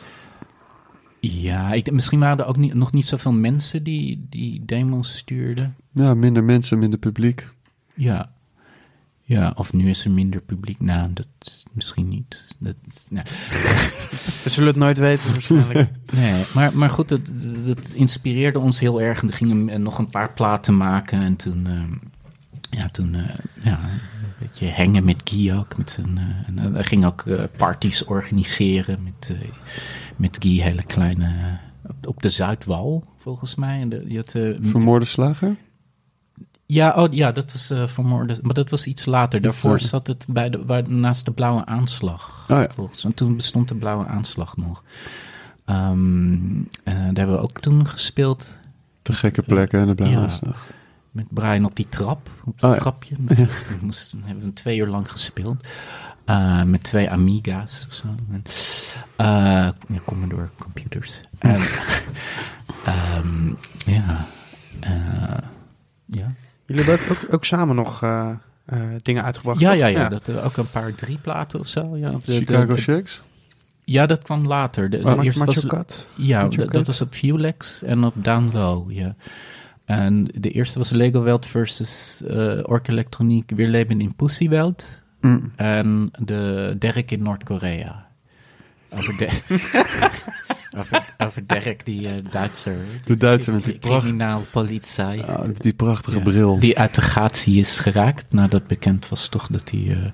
Ja, ik, misschien waren er ook niet, nog niet zoveel mensen die, die demo's stuurden. ja, minder mensen, minder publiek. Ja. Ja, of nu is er minder publiek. Nou, dat is misschien niet. Dat, nou. We zullen het nooit weten waarschijnlijk. Nee, maar, maar goed, het, het inspireerde ons heel erg. En we gingen nog een paar platen maken. En toen, uh, ja, toen uh, ja, een beetje hangen met Guy ook. Met zijn, uh, en, uh, hij ging ook uh, parties organiseren met, uh, met Guy, hele kleine... Uh, op, op de Zuidwal, volgens mij. En de, je had, uh, Vermoorde slager? Ja, oh, ja, dat was uh, vermoorde, maar dat was iets later. Daarvoor later. zat het bij de, bij, naast de Blauwe Aanslag. Oh ja. Volgens, en toen bestond de Blauwe Aanslag nog. Um, uh, daar hebben we ook toen gespeeld. De gekke plekken en de blauwe Ja. aanslag. Met Brian op die trap, op dat Oh ja. trapje. Dat was- dat moest, dat hebben we twee uur lang gespeeld. Uh, met twee Amiga's of zo. En, uh, ja, Commodore computers. En, um, ja. Uh, ja. Jullie hebben ook, ook samen nog uh, uh, dingen uitgebracht. Ja, toch? ja, ja, dat uh, ook een paar drie platen of zo. Ja, de, Chicago de, de, Shacks? ja, dat kwam later. De, de Ma- eerste Macho was, Cat? ja, Macho d- Cat? dat was op Vulex en op Down Low, ja. En de eerste was Lego Welt versus uh, Ork Elektroniek Weerleben in Pussywelt. Mm. En de Derek in Noord-Korea. Over, de, over, over Derek, die uh, Duitser. De Duitser met die cri- pracht- Criminaalpolitie. Ah, die prachtige Ja, bril. Die uit de gratie is geraakt nadat bekend was toch dat hij uh,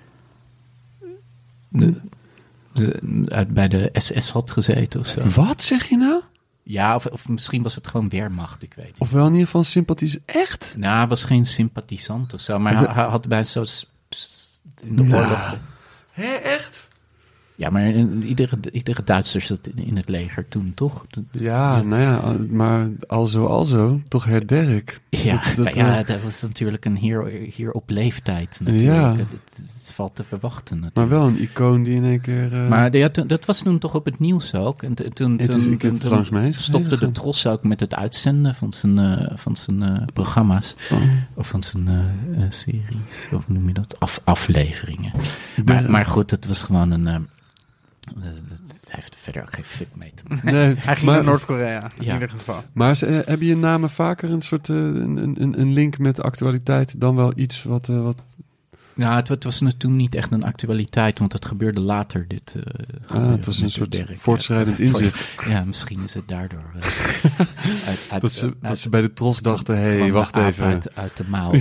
de, de, uit, bij de S S had gezeten of zo. Wat zeg je nou? Ja, of, of misschien was het gewoon Wehrmacht, ik weet niet. Ofwel in ieder geval sympathisch. Echt? Nou, hij was geen sympathisant of zo, maar hij, hij had bij zo'n s- s- in de Nou. oorlog... Hé, echt? Ja, maar in- iedere, iedere Duitser zat in, in het leger toen, toch? Dat- Ja, nou ja, maar alzo, alzo, toch herderk. Ja, Dat- dat, nou ja, eh, dat was natuurlijk een heer, heer op leeftijd natuurlijk. Ja. Het, het valt te verwachten Maar natuurlijk. wel een icoon die in één keer... uh, Maar ja, toen- dat was toen toch op het nieuws ook. En t- toen, Het is- toen, ik heb toen- het langs me heen toen stopte de gegaan. Tros ook met het uitzenden van zijn, uh, van zijn uh, programma's. Oh. Of van zijn uh, uh, series. Of hoe noem je dat? Af, afleveringen. De- Maar, maar goed, het was gewoon een... Uh, uh, het heeft er verder ook geen fuck mee te maken. Nee, Hij ging maar, naar Noord-Korea, in Ja. ieder geval. maar ze, eh, hebben je namen vaker een soort uh, een, een, een link met de actualiteit dan wel iets wat... Uh, wat Nou, het, het was nu toen niet echt een actualiteit, want het gebeurde later. Dit, uh, ah, het was een soort voortschrijdend inzicht. Ja, misschien is het daardoor... Uh, uit, uit, Dat ze, uit- dat ze bij de Tros dachten, hé, Kwam hey, de wacht aap even. Uit, uit de mouw.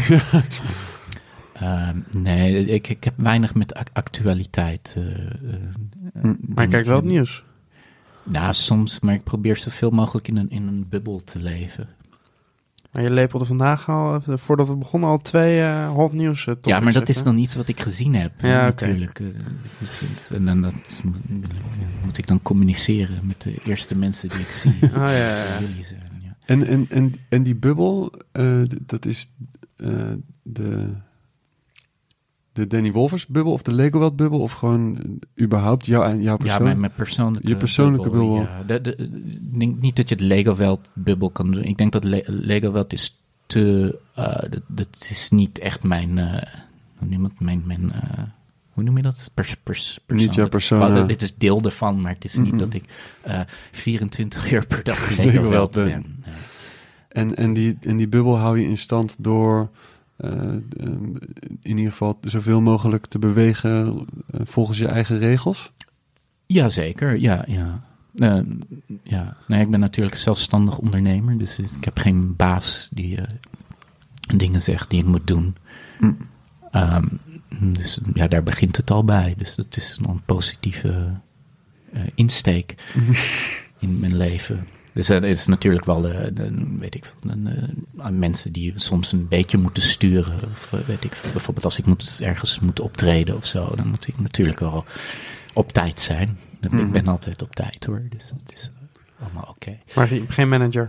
Um, nee, ik, ik heb weinig met ac- actualiteit. Uh, uh, Maar je kijkt wel het nieuws. Nou, soms, maar ik probeer zoveel mogelijk in een, in een bubbel te leven. Maar je lepelde vandaag al, eh, voordat we begonnen, al twee uh, hot nieuws. Uh, Ja, maar dat is hè? dan iets wat ik gezien heb. Ja, hè, oké. natuurlijk. Uh, dus het- en dan dat moet ik dan communiceren met de eerste mensen die ik zie. Oh, ja, ja, ja. Jullie zijn, ja. En, en, en, en die bubbel, uh, d- dat is uh, de, de Danny Wolfers bubbel of de Lego World bubbel of gewoon uh, überhaupt jouw, jouw Ja, persoon? mijn, mijn persoonlijke Je persoonlijke bubbel. Ja. De, de, ik denk niet dat je het Lego Welt bubbel kan doen. Ik denk dat Le- Lego Welt is te... Uh, dat, dat is niet echt mijn... Uh, hoe noem je dat? Mijn... mijn uh, hoe noem je dat? Pers, pers, Niet jouw persoon. Well, uh, dit is deel ervan, maar het is niet Mm-mm. dat ik uh, vierentwintig uur per dag Lego Lego Welt Welt ben. ben. Ja. En, en, die, en die bubbel hou je in stand door uh, um, in ieder geval zoveel mogelijk te bewegen uh, volgens je eigen regels? Jazeker, ja, ja. Uh, ja. Nee, ik ben natuurlijk zelfstandig ondernemer, dus ik heb geen baas die uh, dingen zegt die ik moet doen. Mm. Um, dus ja, daar begint het al bij. Dus dat is een positieve uh, insteek in mijn leven. Dus er is natuurlijk wel, de, de, weet ik veel, de, de, mensen die soms een beetje moeten sturen. Of weet ik veel. Bijvoorbeeld als ik moet, ergens moet optreden of zo, dan moet ik natuurlijk wel op tijd zijn. Ik Mhm. ben altijd op tijd hoor, dus het is uh, allemaal oké. Okay. Maar geen- geen manager.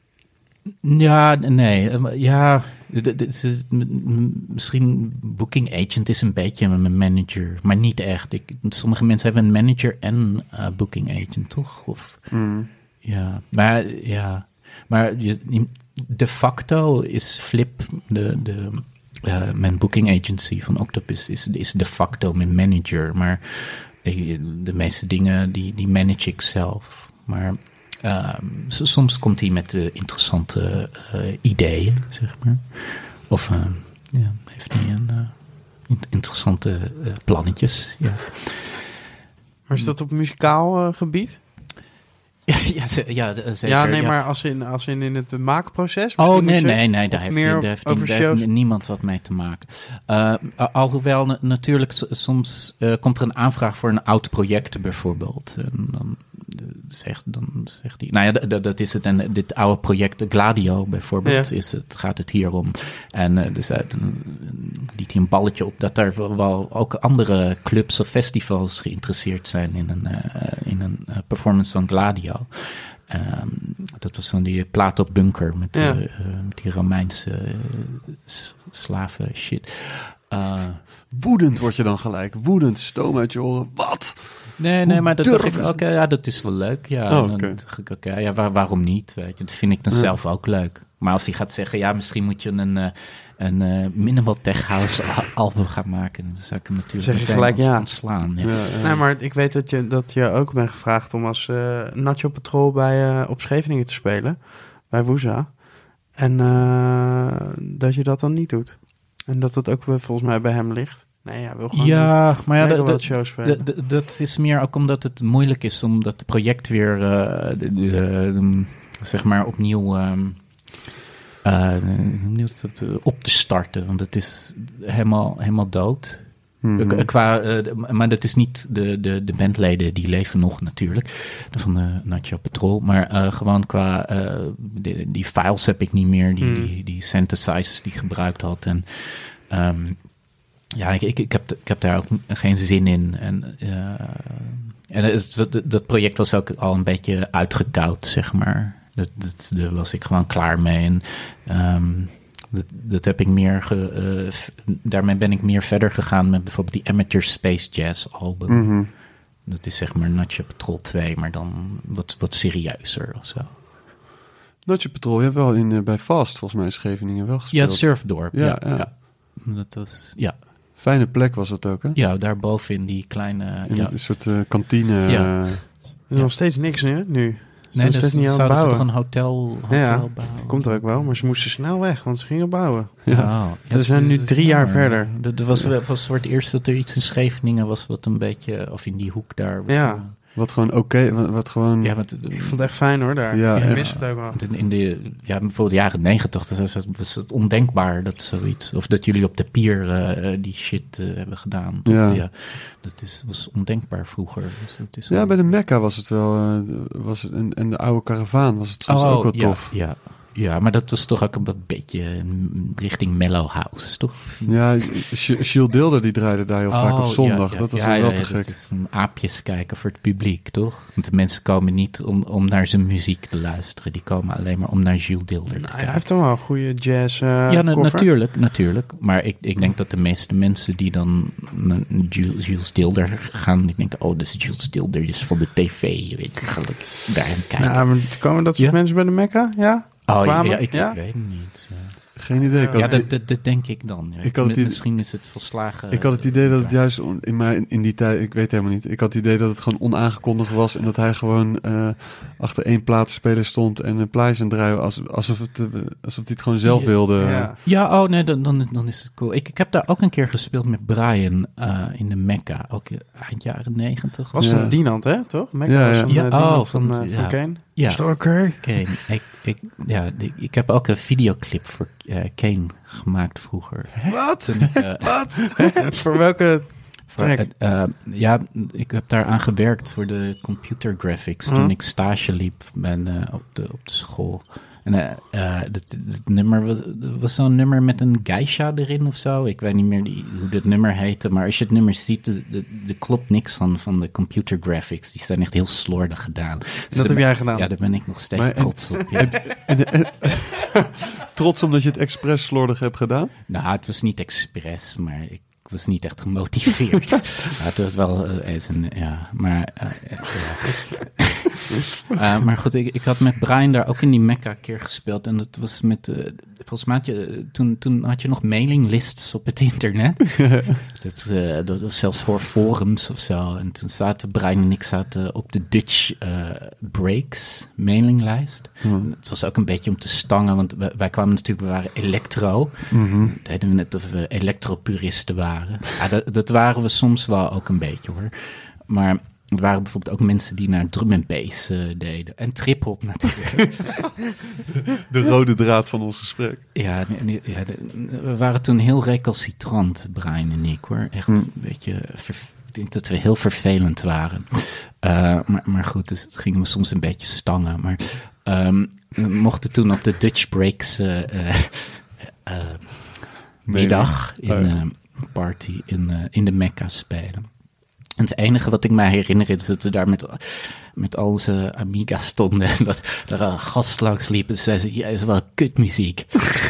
Ja, nee. eh, Ja, d- d- d- z- m- m- misschien booking agent is een beetje een manager, maar niet echt. Ik, sommige mensen hebben een manager en uh, booking agent, toch? Of, Mm. ja, maar ja, maar je, de facto is Flip, de, de, uh, mijn booking agency van Octopus, is, is de facto mijn manager. Maar eh, de meeste dingen, die, die manage ik zelf. Maar uh, soms komt hij met uh, interessante uh, ideeën, zeg maar. Of uh, ja, heeft hij een uh, interessante uh, plannetjes, ja. Maar is dat op muzikaal uh, gebied? ja, ze, ja, zeker. Ja, nee, ja. maar als in, als in, in het maakproces? Oh, misschien nee, moet je nee, nee, zeggen? daar Of heeft, meer daar heeft, over daar shows? heeft niemand wat mee te maken. Uh, alhoewel, na- natuurlijk, s- soms uh, komt er een aanvraag voor een oud project bijvoorbeeld. En dan uh, zegt, dan zegt hij, nou ja, d- d- dat is het. En dit oude project, de Gladio bijvoorbeeld, Ja. is het, gaat het hier om. En uh, dus uh, dan liet hij een balletje op dat er wel- wel ook andere clubs of festivals geïnteresseerd zijn in een, uh, in een uh, performance van Gladio. Um, dat was van die plaat op bunker met, Ja. uh, uh, met die Romeinse uh, s- slaven shit. Uh, Woedend word je dan gelijk. Woedend, stoom uit je oren. Wat? nee, nee, Hoe maar dat durf dacht ik, je? oké, ja, dat is wel leuk. Ja, Oh, en dan oké. dacht ik, oké, ja, waar- waarom niet? Weet je? Dat vind ik dan Ja. zelf ook leuk. Maar als hij gaat zeggen, ja, misschien moet je een, uh, een uh, minimal tech house a- album gaan maken, dan zou ik hem natuurlijk Zeg je meteen gelijk ont- ja. ontslaan. Ja. Ja, ja. Nee, maar ik weet dat je, dat je ook bent gevraagd om als uh, Nacho Patrol bij, uh, op Scheveningen te spelen. Bij Woeza. En uh, dat je dat dan niet doet. En dat dat ook weer volgens mij bij hem ligt. Nee, hij wil gewoon Ja, maar ja, mega dat- wat dat- shows spelen. D- d- dat is meer ook omdat het moeilijk is om dat project weer uh, de, de, de, zeg maar opnieuw, um, uh, opnieuw te- op te starten. Want het is helemaal, helemaal dood. Mhm. K- Qua, uh, de- maar dat is niet de, de, de bandleden, die leven nog natuurlijk, van de Nacho Patrol. Maar uh, gewoon qua, uh, die, die files heb ik niet meer, die, Hmm. die, die synthesizers die ik gebruikt had. En um, ja, ik, ik, ik, heb, ik heb daar ook geen zin in. En, uh, en het, is- dat, dat project was ook al een beetje uitgekoud, zeg maar. Dat, dat, daar was ik gewoon klaar mee. En um, dat, dat heb ik meer ge, uh, f- daarmee ben ik meer verder gegaan met bijvoorbeeld die Amateur Space Jazz album. Mhm. Dat is zeg maar Nacho Patrol twee, maar dan wat, wat serieuzer of zo. Nacho Patrol, je hebt wel in, uh, bij Fast volgens mij in Scheveningen wel Ja, gespeeld. Surfdorp. Ja, Ja, ja. ja. Dat was, ja. Fijne plek was het ook, hè? ja, daarboven in die kleine... In ja. een soort uh, kantine. Ja. uh, Er is nog steeds niks hè, nu. Ze Nee, zijn dus steeds niet aan het zouden ze bouwen. toch een hotel, hotel Ja, bouwen? Komt er ook wel, maar ze moesten snel weg, want ze gingen bouwen. ja. Oh, We zijn nu dat is drie jaar jammer. verder. Dat was, was voor het eerst dat er iets in Scheveningen was wat een beetje, of in die hoek daar. Wat, Ja. uh, Wat gewoon oké, wat, wat gewoon... ja, wat, Ik vond het echt fijn hoor, daar. Ja, ik echt. mis het ook wel. in, in de, ja, bijvoorbeeld jaren negentig was het, was het ondenkbaar dat zoiets, of dat jullie op de pier uh, die shit uh, hebben gedaan. Ja. ja, dat is, was ondenkbaar vroeger. Dus het is Ja, wel- bij de Mecca was het wel... Uh, was het, en, en de oude karavaan was het soms Oh, ook wel ja, tof. Ja, ja, maar dat was toch ook een beetje mm, richting mellow house, toch? Ja, Sh- Shield Dilder die draaide daar heel vaak op Oh, zondag. ja, ja, dat was ja, dan wel ja, te ja, gek. Dat is een aapjes kijken voor het publiek, toch? Want de mensen komen niet om, om naar zijn muziek te luisteren. Die komen alleen maar om naar Jules Dilder te Nou, hij kijken. heeft dan wel een goede jazz uh, ja, na- cover. natuurlijk, natuurlijk. Maar ik, ik denk dat de meeste mensen die dan naar Jules, Jules Dilder gaan, die denken, oh, dus Jules Dilder is voor de tv, weet je, ga ik daarheen kijken. Nou, maar komen dat soort Ja. mensen bij de Mecca? Ja? oh, ja, kwamen? ja, ik, Ja? ik weet het niet. Ja, Geen idee. Ik had, ja het, dat, dat, dat denk ik dan. Ja. Ik had het idee- Misschien is het volslagen... ik had het idee dat het ja. juist on- in, mijn, in die tijd... Ik weet helemaal niet. Ik had het idee dat het gewoon onaangekondigd was. En dat hij gewoon uh, achter één platenspeler stond. En een plaatje aan het draaien. Als, alsof, het, uh, alsof hij het gewoon zelf Ja. wilde. Ja. Ja, oh nee, dan, dan, dan is het cool. Ik, ik heb daar ook een keer gespeeld met Brian uh, in de Mecca, ook eind jaren negentig. Was Ja. het Dinant, hè? Toch? Mecca Ja, was ja. van, Ja, uh, Dinant oh, van, van- uh, ja. van Kane. Ja, Stalker. Kane. Ik, ik, ja, ik, ik heb ook een videoclip voor uh, Kane gemaakt vroeger. Wat? Toen ik, uh, Voor welke Trek. Uh, ja, ik heb daar aan gewerkt voor de computer graphics Hm. toen ik stage liep ben, uh, op, de, op de school. En uh, uh, dat, dat nummer was, was zo'n nummer met een geisha erin of zo. Ik weet niet meer die, hoe dat nummer heette. Maar als je het nummer ziet, er klopt niks van, van de computer graphics. Die zijn echt heel slordig gedaan. Dus dat heb ben, jij gedaan? Ja, daar ben ik nog steeds Maar, trots op. Ja. En, en, en, trots omdat je het expres slordig hebt gedaan? Nou, het was niet expres, maar ik was niet echt gemotiveerd. Ja, het was wel uh, eens een, ja, maar... Uh, ja. Uh, maar goed, ik, ik had met Brian daar ook in die Mecca een keer gespeeld. En dat was met, uh, volgens mij had je, toen, toen had je nog mailinglists op het internet. dat, uh, dat was zelfs voor forums of zo. En toen zaten Brian en ik zaten op de Dutch uh, Breaks mailinglijst. Hmm. Het was ook een beetje om te stangen, want wij, wij kwamen natuurlijk, we waren electro. Mm-hmm. Dat deden we net of we elektropuristen waren. Ja, dat, dat waren we soms wel ook een beetje hoor. Maar... Er waren bijvoorbeeld ook mensen die naar drum en bass uh, deden. En trip-hop natuurlijk. De rode draad van ons gesprek. Ja, nee, ja de, we waren toen heel recalcitrant, Brian en ik, hoor. Echt hmm. een beetje... Ver, ik denk dat we heel vervelend waren. Uh, maar, maar goed, dus het ging me soms een beetje stangen. Maar um, we mochten toen op de Dutch Breaks uh, uh, uh, middag in uh, party in, uh, in de Mecca spelen. En het enige wat ik mij herinner is dat we daar met, met al onze amiga's stonden. En dat er een gast langs liep en zei ze, ja, is wel kutmuziek.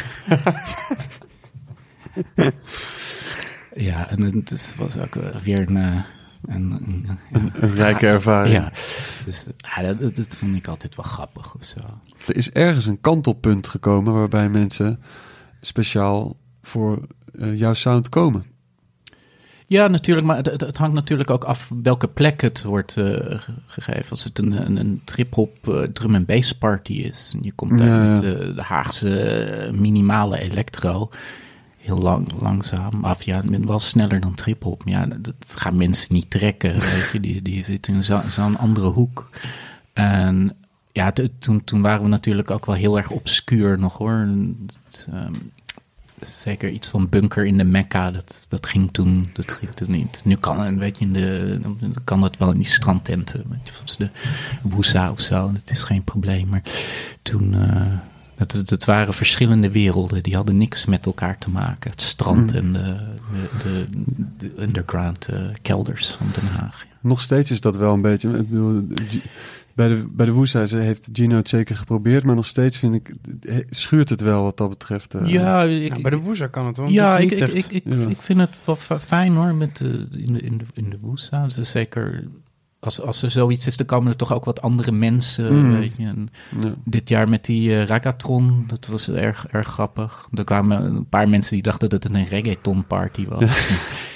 Ja, en het was ook weer een... Een, een, ja, een, een rijke ervaring. Ja, dus ja, dat, dat vond ik altijd wel grappig of zo. Er is ergens een kantelpunt gekomen waarbij mensen speciaal voor uh, jouw sound komen. Ja, natuurlijk, maar het, het hangt natuurlijk ook af welke plek het wordt uh, gegeven. Als het een, een, een trip-hop uh, drum en bass party is. En je komt daar ja, met uh, de Haagse uh, minimale electro. Heel lang, langzaam. Of ja, wel sneller dan trip-hop. Ja, dat gaan mensen niet trekken, weet je. Die, die zitten in zo, zo'n andere hoek. En ja, t- toen, toen waren we natuurlijk ook wel heel erg obscuur nog, hoor. Het, um, Zeker iets van bunker in de Mecca, dat, dat ging toen, dat ging toen niet. Nu kan, een beetje in de, kan dat wel in die strandtenten, zoals de Woesa of zo, dat is geen probleem. Maar toen, uh, het, het waren verschillende werelden, die hadden niks met elkaar te maken. Het strand mm. en de, de, de, de underground uh, kelders van Den Haag. Ja. Nog steeds is dat wel een beetje... Ik bedoel, Bij de, bij de Woesa heeft Gino het zeker geprobeerd, maar nog steeds vind ik, schuurt het wel wat dat betreft. Uh, ja, ik, ja, bij de Woesa kan het wel. Ja, het ik, echt, ik, ik, ja. ik vind het wel fijn hoor, met uh, in de, in de, in de Woesa. Dus zeker, als, als er zoiets is, dan komen er toch ook wat andere mensen. Mm. Weet je. En ja. Dit jaar met die uh, Raggathon, dat was erg, erg grappig. Er kwamen een paar mensen die dachten dat het een reggaeton party was. Ja.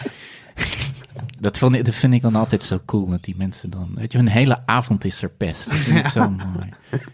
Dat, vond ik, dat vind ik dan altijd zo cool, dat die mensen dan... Weet je, een hele avond is verpest. Dat vind ik zo mooi.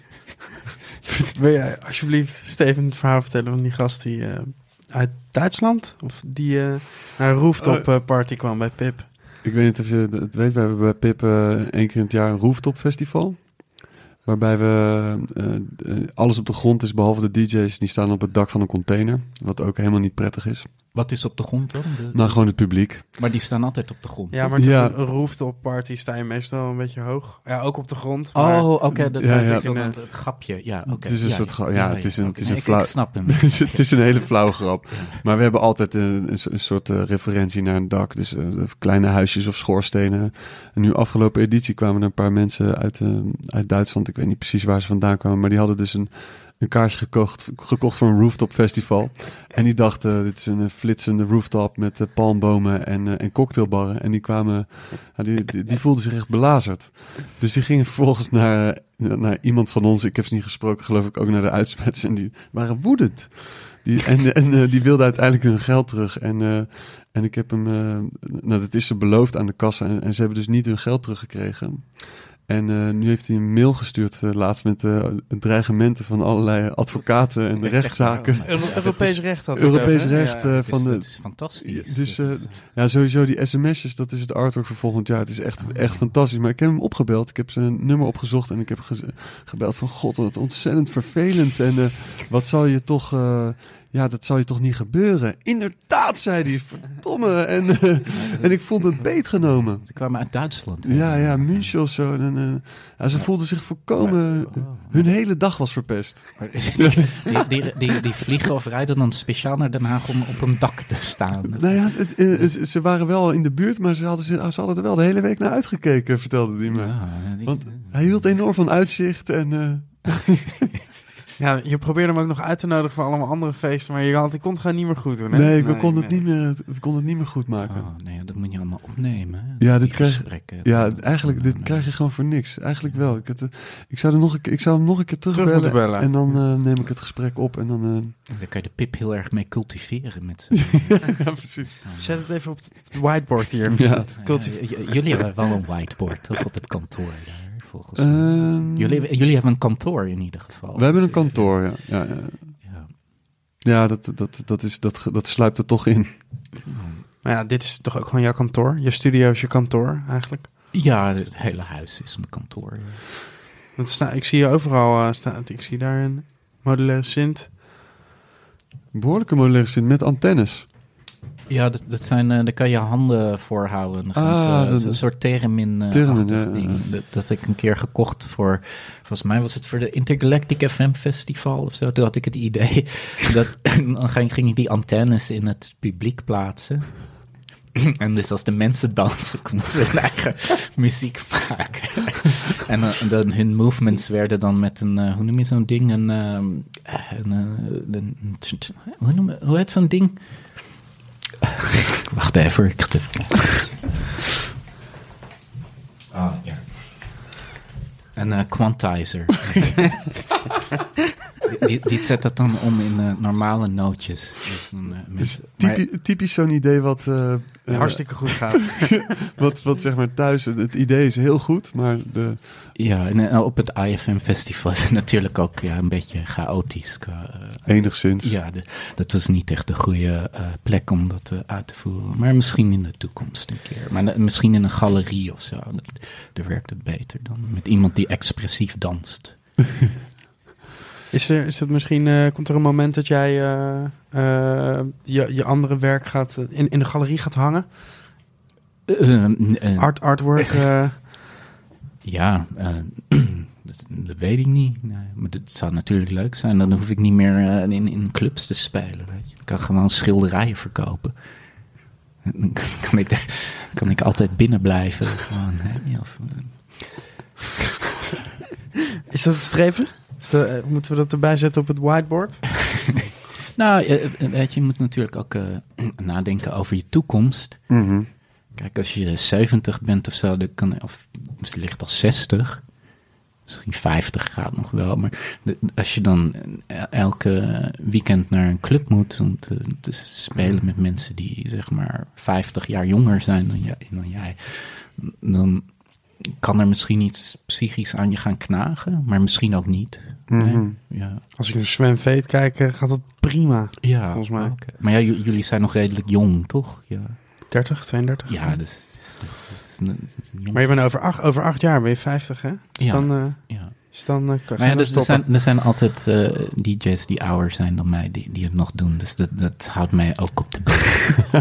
Wil jij alsjeblieft, Steven, het verhaal vertellen van die gast die uh, uit Duitsland... of die uh, naar een rooftop uh, party kwam bij Pip? Ik weet niet of je het weet, we hebben bij Pip uh, één keer in het jaar een rooftop festival... waarbij we uh, uh, alles op de grond is, behalve de D J's... die staan op het dak van een container, wat ook helemaal niet prettig is. Wat is op de grond dan? De, nou, gewoon het publiek. Maar die staan altijd op de grond. Ja, maar ja. een rooftop party sta je meestal een beetje hoog. Ja, ook op de grond. Maar... Oh, oké. Okay, dat ja, ja, ja. is dan het, het grapje. Ja, oké. Okay. Het is een ja, soort grap. Ja, ja, het is een, okay. het is een nee, flauw... Ik snap hem. Het is een hele flauwe grap. Ja. Maar we hebben altijd een, een, een soort uh, referentie naar een dak. Dus uh, kleine huisjes of schoorstenen. En nu afgelopen editie kwamen er een paar mensen uit, uh, uit Duitsland. Ik weet niet precies waar ze vandaan kwamen. Maar die hadden dus een... een kaartje gekocht, gekocht voor een rooftop festival. En die dachten, dit is een uh, flitsende rooftop met uh, palmbomen en, uh, en cocktailbarren. En die kwamen, uh, die, die, die voelden zich echt belazerd. Dus die gingen vervolgens naar, uh, naar iemand van ons, ik heb ze niet gesproken, geloof ik ook naar de uitsmets. En die waren woedend. Die, en en uh, die wilden uiteindelijk hun geld terug. En, uh, en ik heb hem, uh, nou dat is ze beloofd aan de kassa. En, en ze hebben dus niet hun geld teruggekregen. En uh, nu heeft hij een mail gestuurd uh, laatst met uh, dreigementen van allerlei advocaten en rechtszaken. Euro- Europees recht had Europees recht uh, ja, van dus, de. Dat is fantastisch. Dus uh, ja, sowieso die sms'jes, dat is het artwork voor volgend jaar. Het is echt, echt fantastisch. Maar ik heb hem opgebeld. Ik heb zijn nummer opgezocht en ik heb ge- gebeld van God, wat ontzettend vervelend. En uh, wat zal je toch uh, ja, dat zou je toch niet gebeuren? Inderdaad, zei hij, verdomme. En, uh, en ik voel me beetgenomen. Ze kwamen uit Duitsland. Ja, ja, München of zo. En, uh, ja, ze voelden zich volkomen... Oh, hun hele dag was verpest. Die, die, die, die vliegen of rijden dan speciaal naar Den Haag om op een dak te staan. Nou ja, het, uh, ze waren wel in de buurt, maar ze hadden, ze hadden er wel de hele week naar uitgekeken, vertelde hij me. Ja, die, Want hij hield enorm van uitzicht en... Uh, Ja, je probeerde hem ook nog uit te nodigen voor allemaal andere feesten, maar je, had, je kon het gewoon niet meer goed doen. Hè? Nee, we, nee, konden het niet meer, we konden het niet meer goed maken. Oh, nee, dat moet je allemaal opnemen. Hè? Ja, dit krijg, ja eigenlijk dit krijg je gewoon voor niks. Eigenlijk wel. Ik, het, ik, zou, er nog een, ik zou hem nog een keer terugbellen Terug bellen. En dan uh, neem ik het gesprek op. En dan, uh... dan kan je de Pip heel erg mee cultiveren met z'n. Ja, precies. Zet het even op het whiteboard hier. Ja. Ja, j- jullie hebben wel een whiteboard, toch, op het kantoor daar. Volgens uh, jullie, jullie hebben een kantoor in ieder geval. We hebben een kantoor, ja. Ja, ja. ja. ja dat, dat, dat, is, dat, dat sluipt er toch in. Maar ja, dit is toch ook gewoon jouw kantoor? Je studio is je kantoor eigenlijk? Ja, het hele huis is mijn kantoor. Ja. Dat sta, ik zie je overal, uh, sta, ik zie daar een modulaire synth. Behoorlijke modulaire synth met antennes. Ja, dat, dat zijn, uh, daar kan je handen voor houden. Dan gaan ah, ze, dat, een soort theremin, uh, theremin ja, ding. Ja. Dat, dat ik een keer gekocht voor... Volgens mij was het voor de Intergalactic F M Festival of zo. Toen had ik het idee dat... dan ging, ging ik die antennes in het publiek plaatsen. En dus als de mensen dansen, konden ze hun eigen muziek maken. En uh, dan hun movements werden dan met een... Uh, hoe noem je zo'n ding? Een... Uh, een, uh, een, een hoe, noem, hoe heet zo'n ding? Wacht even. Ik ga even ah, ja. Een uh, quantizer. die, die, die zet dat dan om in uh, normale nootjes. Dus, uh, met, dus typisch, maar, typisch zo'n idee wat... Uh, uh, hartstikke goed gaat. wat, wat zeg maar thuis... Het idee is heel goed, maar de... Ja, en uh, op het I F M Festival is het natuurlijk ook ja, een beetje chaotisch. Uh, Enigszins. Ja, de, dat was niet echt de goede uh, plek om dat uh, uit te voeren. Maar misschien in de toekomst een keer. Maar uh, misschien in een galerie of zo. Dat, daar werkt het beter dan met iemand die expressief danst. Is er, is het misschien, uh, komt er een moment dat jij uh, uh, je, je andere werk gaat, uh, in, in de galerie gaat hangen? Uh, uh, Art, artwork? Uh... Ja, uh, dat, dat weet ik niet. Nee, maar het zou natuurlijk leuk zijn. Dan hoef ik niet meer uh, in, in clubs te spelen. Weet je. Ik kan gewoon schilderijen verkopen. Dan kan ik, kan ik altijd binnen blijven. Gewoon, hè? Of, uh... Is dat het streven? De, uh, moeten we dat erbij zetten op het whiteboard? Nou, uh, weet je, je moet natuurlijk ook uh, nadenken over je toekomst. Mm-hmm. Kijk, als je zeventig bent of zo, dan kan, of het ligt al zestig, misschien vijftig gaat nog wel. Maar de, als je dan elke weekend naar een club moet om te, te spelen met mensen die zeg maar vijftig jaar jonger zijn dan jij, dan jij dan kan er misschien iets psychisch aan je gaan knagen, maar misschien ook niet. Mm-hmm. Nee? Ja. Als ik naar Sven Veet kijk, gaat het prima. Ja, volgens mij. Okay. Maar ja, j- jullie zijn nog redelijk jong, toch? Ja. dertig, tweeëndertig? Ja, dus... Het is, het is, het is maar je bent over acht, over acht jaar, ben je vijftig, hè? Dus ja. dan... Uh, ja. Dus dan uh, maar ja, dus er, zijn, er zijn altijd uh, D J's die ouder zijn dan mij, die, die het nog doen. Dus dat, dat houdt mij ook op de been.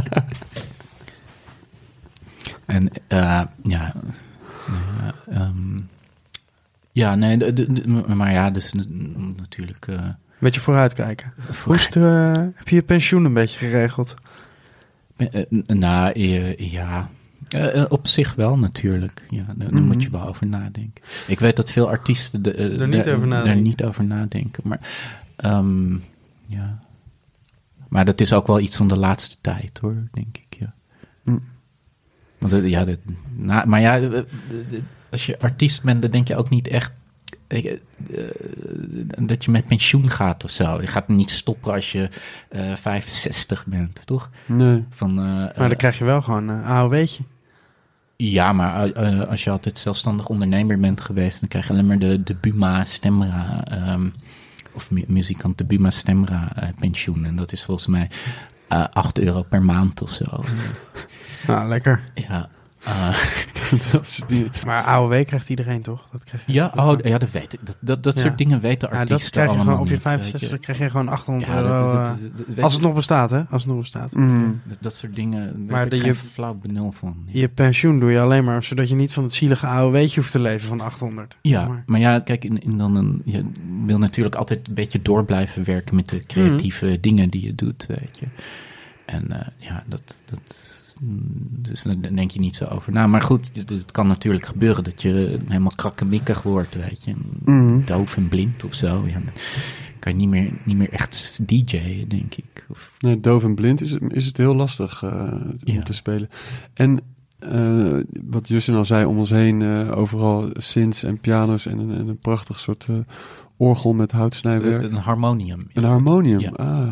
En uh, ja... Uh, um, ja, nee, de, de, de, maar ja, dus natuurlijk... Uh, beetje vooruitkijken. Vooruit. Hoe uh, heb je je pensioen een beetje geregeld? Uh, uh, nou, uh, ja... Uh, op zich wel natuurlijk. Ja, daar, mm-hmm. daar moet je wel over nadenken. Ik weet dat veel artiesten de, uh, er niet de, over nadenken. er niet over nadenken. Maar, um, ja. maar dat is ook wel iets van de laatste tijd, hoor, denk ik. Ja. Mm. Want, uh, ja, dat, na, maar ja, uh, uh, uh, als je artiest bent, dan denk je ook niet echt uh, uh, dat je met pensioen gaat of zo. Je gaat niet stoppen als je uh, vijfenzestig bent, toch? Nee. Van, uh, maar dan uh, krijg je wel gewoon een A O W'tje. Ja, maar uh, als je altijd zelfstandig ondernemer bent geweest, dan krijg je alleen maar de, de Buma Stemra, um, of mu- muzikant de Buma Stemra uh, pensioen. En dat is volgens mij uh, acht euro per maand of zo. Nou, lekker. Ja. Uh, dat is die... Maar A O W krijgt iedereen toch? Dat krijg je Ja, oh, ja, dat weet ik. Dat, dat, dat Ja. soort dingen weten Ja, artiesten dat krijg je allemaal gewoon op je niet, vijfenzestig weet je. krijg je gewoon achthonderd Ja, dat- euro. dat- eh, dat- dat- weet als je- het nog bestaat, hè? Als het nog bestaat. Mm. Dat, dat soort dingen, daar Maar heb de- ik je- geen flauw benul van. Je pensioen doe je alleen maar zodat je niet van het zielige A O W'tje hoeft te leven van achthonderd. Ja, Maar- maar ja, kijk, in, in dan een, je wil natuurlijk altijd een beetje door blijven werken met de creatieve Mhm. dingen die je doet, weet je. En uh, ja, dat, dat, dus daar denk je niet zo over na. Maar goed, het, het kan natuurlijk gebeuren dat je helemaal krakkemikkig wordt, weet je. Mhm. Doof en blind of zo. Ja, dan kan je niet meer, niet meer echt D J'en, denk ik. Of, Nee, doof en blind is, is het heel lastig uh, Ja. om te spelen. En uh, wat Justin al zei, om ons heen uh, overal synths en piano's en een, en een prachtig soort uh, orgel met houtsnijwerk. een harmonium. is Een het. harmonium, Ja. ah.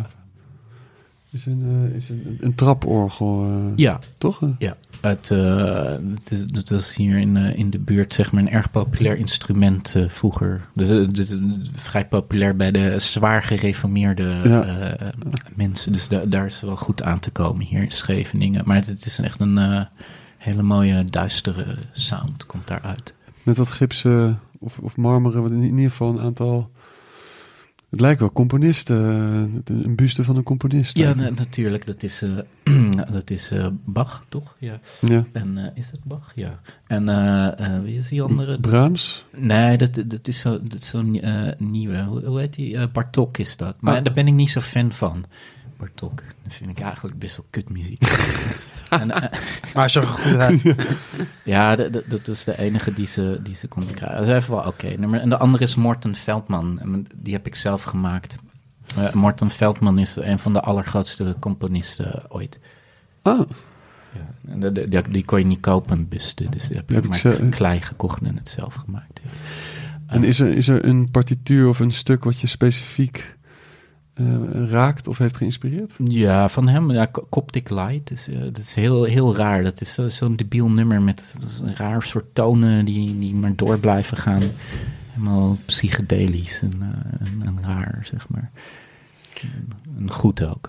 Is een, uh, is een, een traporgel, uh, Ja. toch? Ja, het, uh, het, is- het was hier in, uh, in de buurt zeg maar een erg populair instrument uh, vroeger. Dus uh, het is uh, vrij populair bij de zwaar gereformeerde Ja. uh, mensen. Dus da- daar is het wel goed aan te komen hier in Scheveningen. Maar het, het is echt een uh, hele mooie duistere sound komt daaruit. Met wat gipsen of, of marmeren, wat in ieder geval een aantal... Het lijkt wel componisten, uh, een buste van een componist. Ja, eigenlijk. na- natuurlijk. Dat is, uh, dat is uh, Bach, toch? Ja. Ja. En uh, is het Bach? Ja. En uh, uh, wie is die andere? Brahms? Nee, dat, dat is zo'n zo zo'n, uh, nieuwe. Hoe, hoe heet die? Uh, Bartok is dat. Maar Ah. daar ben ik niet zo fan van. Bartok. Dat vind ik eigenlijk best wel kutmuziek. en, uh, Maar hij zag er goed uit. ja, dat, dat, dat was de enige die ze, die ze konden krijgen. Dat is even wel oké. Okay. En de andere is Morten Veldman. En die heb ik zelf gemaakt. Uh, Morten Veldman is een van de allergrootste componisten ooit. Ah, Ja, en de- de- die, die kon je niet kopen, busten. Dus die heb Die ik heb ik maar zelf- klei gekocht en het zelf gemaakt. Ja. en is er, is er een partituur of een stuk wat je specifiek uh, raakt of heeft geïnspireerd? Ja, van hem, ja, Co- Coptic Light. Dus, uh, dat is heel, heel raar. Dat is zo, zo'n debiel nummer met een raar soort tonen die, die maar door blijven gaan. Helemaal psychedelisch en, uh, en, en raar, zeg maar. En, en goed ook.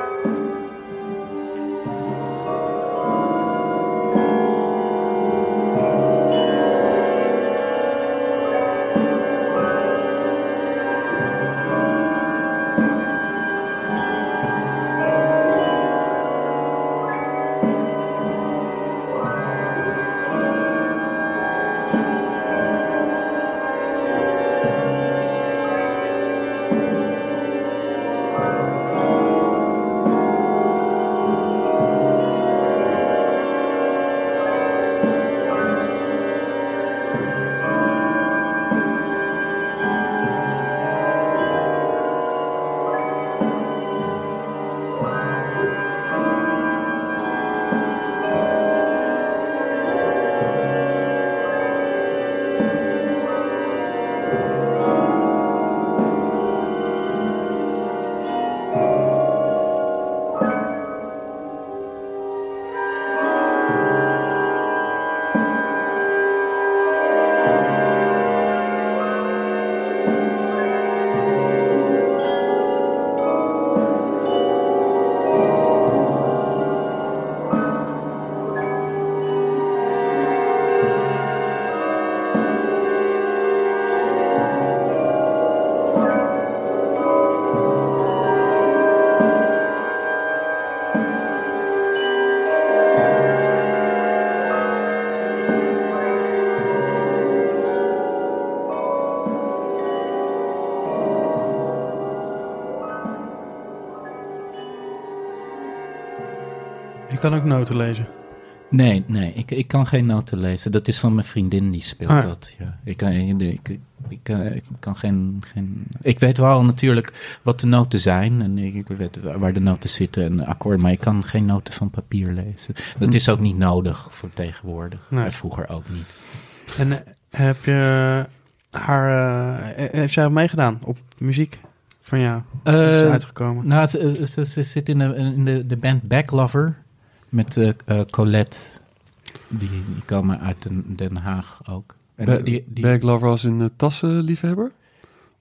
Je kan ook noten lezen. Nee, nee, ik, ik kan geen noten lezen. Dat is van mijn vriendin, die speelt Ah. dat. Ja. Ik, kan, ik, ik, ik, ik kan geen, geen... Ik weet wel natuurlijk wat de noten zijn. En ik, ik weet waar de noten zitten en akkoord. Maar ik kan geen noten van papier lezen. Dat is ook niet nodig voor tegenwoordig. Nee. En vroeger ook niet. En uh, heb je haar... Uh, heeft zij ook meegedaan op muziek van jou? Uh, is ze uitgekomen? Nou, ze, ze, ze zit in de, in de, de band Backlover. Met uh, uh, Colette. Die, die komen uit Den, Den Haag ook. En Ba- die, die, Baglover als een uh, tassenliefhebber?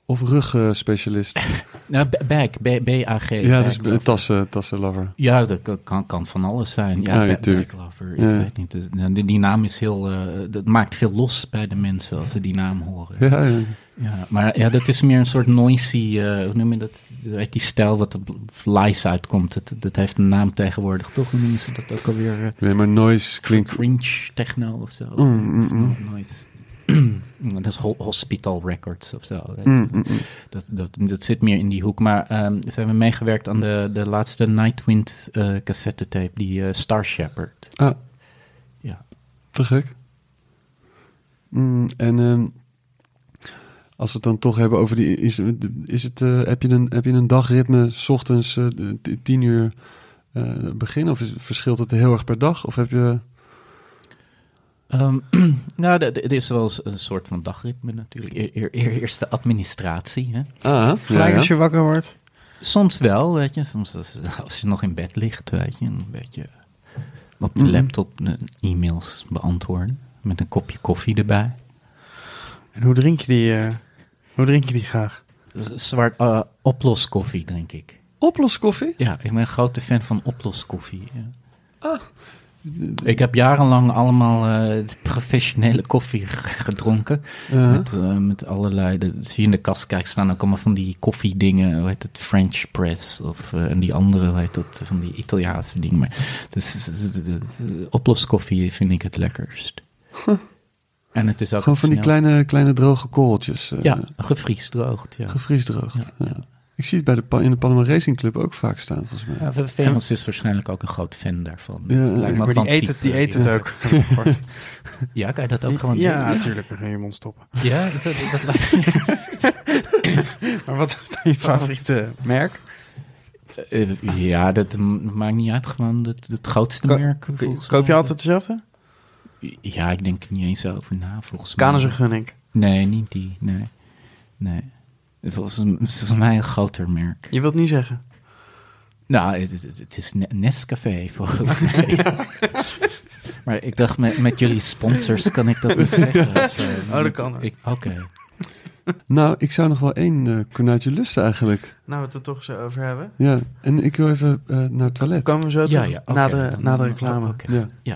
of rugspecialist? Nou, b- bag, B- B-A-G. Ja, dus bag lover. tassen, tassenlover. Ja, dat kan- kan, kan van alles zijn. Ja, Ja, ba- natuurlijk. bag lover, Ja. ik weet niet. De- Die, die naam is heel... uh, dat maakt veel los bij de mensen als ze die naam horen. Ja, ja. Ja, maar ja, dat is meer een soort noisy, uh, hoe noem je dat? Uit die stijl wat op Lies uitkomt. Dat, dat heeft een naam tegenwoordig, toch? Hoe noemen ze dat ook alweer? Uh, Nee, maar noise klinkt... Fringe techno of zo. Mm, mm, mm. Of noise. Dat is ho- Hospital Records of zo. weet je. Mm, mm, mm. Dat, dat, dat zit meer in die hoek. Maar um, ze hebben meegewerkt aan de, de laatste Nightwind uh, cassette-tape, die uh, Star Shepherd. Ah, Ja. te gek. Mm, en ehm, als we het dan toch hebben over die... Is, is het, uh, heb, je een, heb je een dagritme, 's ochtends uh, tien uur uh, beginnen? Of is, verschilt het heel erg per dag? Of heb je... Um, nou, er is wel een soort van dagritme natuurlijk. Eer, eer, eer, eerst de administratie, hè. Ah, Gelijk ja, als ja. je wakker wordt. Soms wel, weet je. Soms als, als je nog in bed ligt, weet je. Een beetje op de Mhm. laptop uh, e-mails beantwoorden. Met een kopje koffie erbij. En hoe drink je die, uh, hoe drink je die graag? Z- Zwart uh, oploskoffie, denk ik. Oploskoffie? Ja, ik ben een grote fan van oploskoffie. Ja. Ah. Ik heb jarenlang allemaal uh, professionele koffie g- gedronken. Ja. Met, uh, met allerlei... De, zie je in de kast kijken staan ook allemaal van die koffiedingen. Hoe heet het? French press. Of, uh, en die andere, hoe heet dat? Van die Italiaanse dingen. Maar, dus de, de, de, de oploskoffie vind ik het lekkerst. Huh. En het is ook Gewoon van die snel- kleine, kleine droge korreltjes. uh, Ja, gevriesdroogd, ja. Gevriesdroogd. Ja, Ja. Ik zie het bij de, Pa- in de Panama Racing Club ook vaak staan, volgens mij. Ja, Venus is waarschijnlijk ook een groot fan daarvan. Ja, Het lijkt me Maar ook die wel een eet het, type- die eet het ja. ook. Kort. Ja, kan je dat ook gewoon Ja, doen? natuurlijk. Dan ga je je mond stoppen. Ja, dat, dat, dat lijkt Maar wat is dan je favoriete merk? Uh, ja, dat m- maakt niet uit. Gewoon het, het grootste Ko- merk. Ko- volgens Koop je mij. altijd dezelfde? Ja, ik denk er niet eens over na, volgens mij. Canis en Gunning. Nee, niet die. Nee. Nee. Volgens, volgens mij een groter merk. Je wilt niet zeggen. Nou, het, het, het is Ne- Nescafé, volgens mij. Maar ik dacht, met, met jullie sponsors kan ik dat niet zeggen. of zo. Oh, dat kan. Ik- Oké. Nou, ik zou nog wel één uh, konijntje lusten eigenlijk. Nou, we het er toch zo over hebben. Ja, en ik wil even uh, naar het toilet. Komen we zo Ja, terug ja, oké. na, de, Dan- na de dan- reclame. oké. Ja. Ja.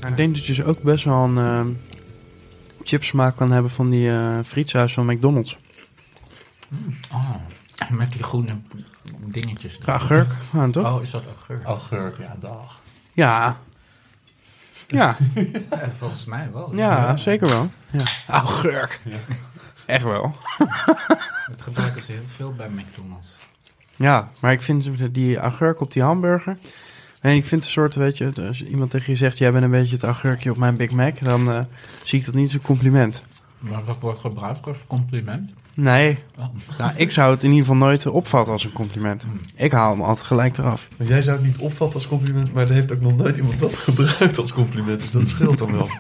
Ik denk dat je dus ook best wel een uh, chipsmaak kan hebben van die uh, frietsaus van McDonald's. Oh, met die groene dingetjes. Ja, agurk, ja, toch? Oh, is dat agurk? Agurk, ja, dag. Ja. Ja. Ja, volgens mij wel. Ja, zeker wel. Ja. Agurk. Ja. Echt wel. Dat gebruiken ze heel veel bij McDonald's. Ja, maar ik vind die agurk op die hamburger... En ik vind een soort, weet je, als iemand tegen je zegt... jij bent een beetje het agurkje op mijn Big Mac... dan uh, zie ik dat niet als een compliment. Maar dat wordt gebruikt als compliment? Nee. Oh. Nou, ik zou het in ieder geval nooit opvatten als een compliment. Hmm. Ik haal hem altijd gelijk eraf. Maar jij zou het niet opvatten als compliment... maar er heeft ook nog nooit iemand dat gebruikt als compliment. Dus dat scheelt dan wel.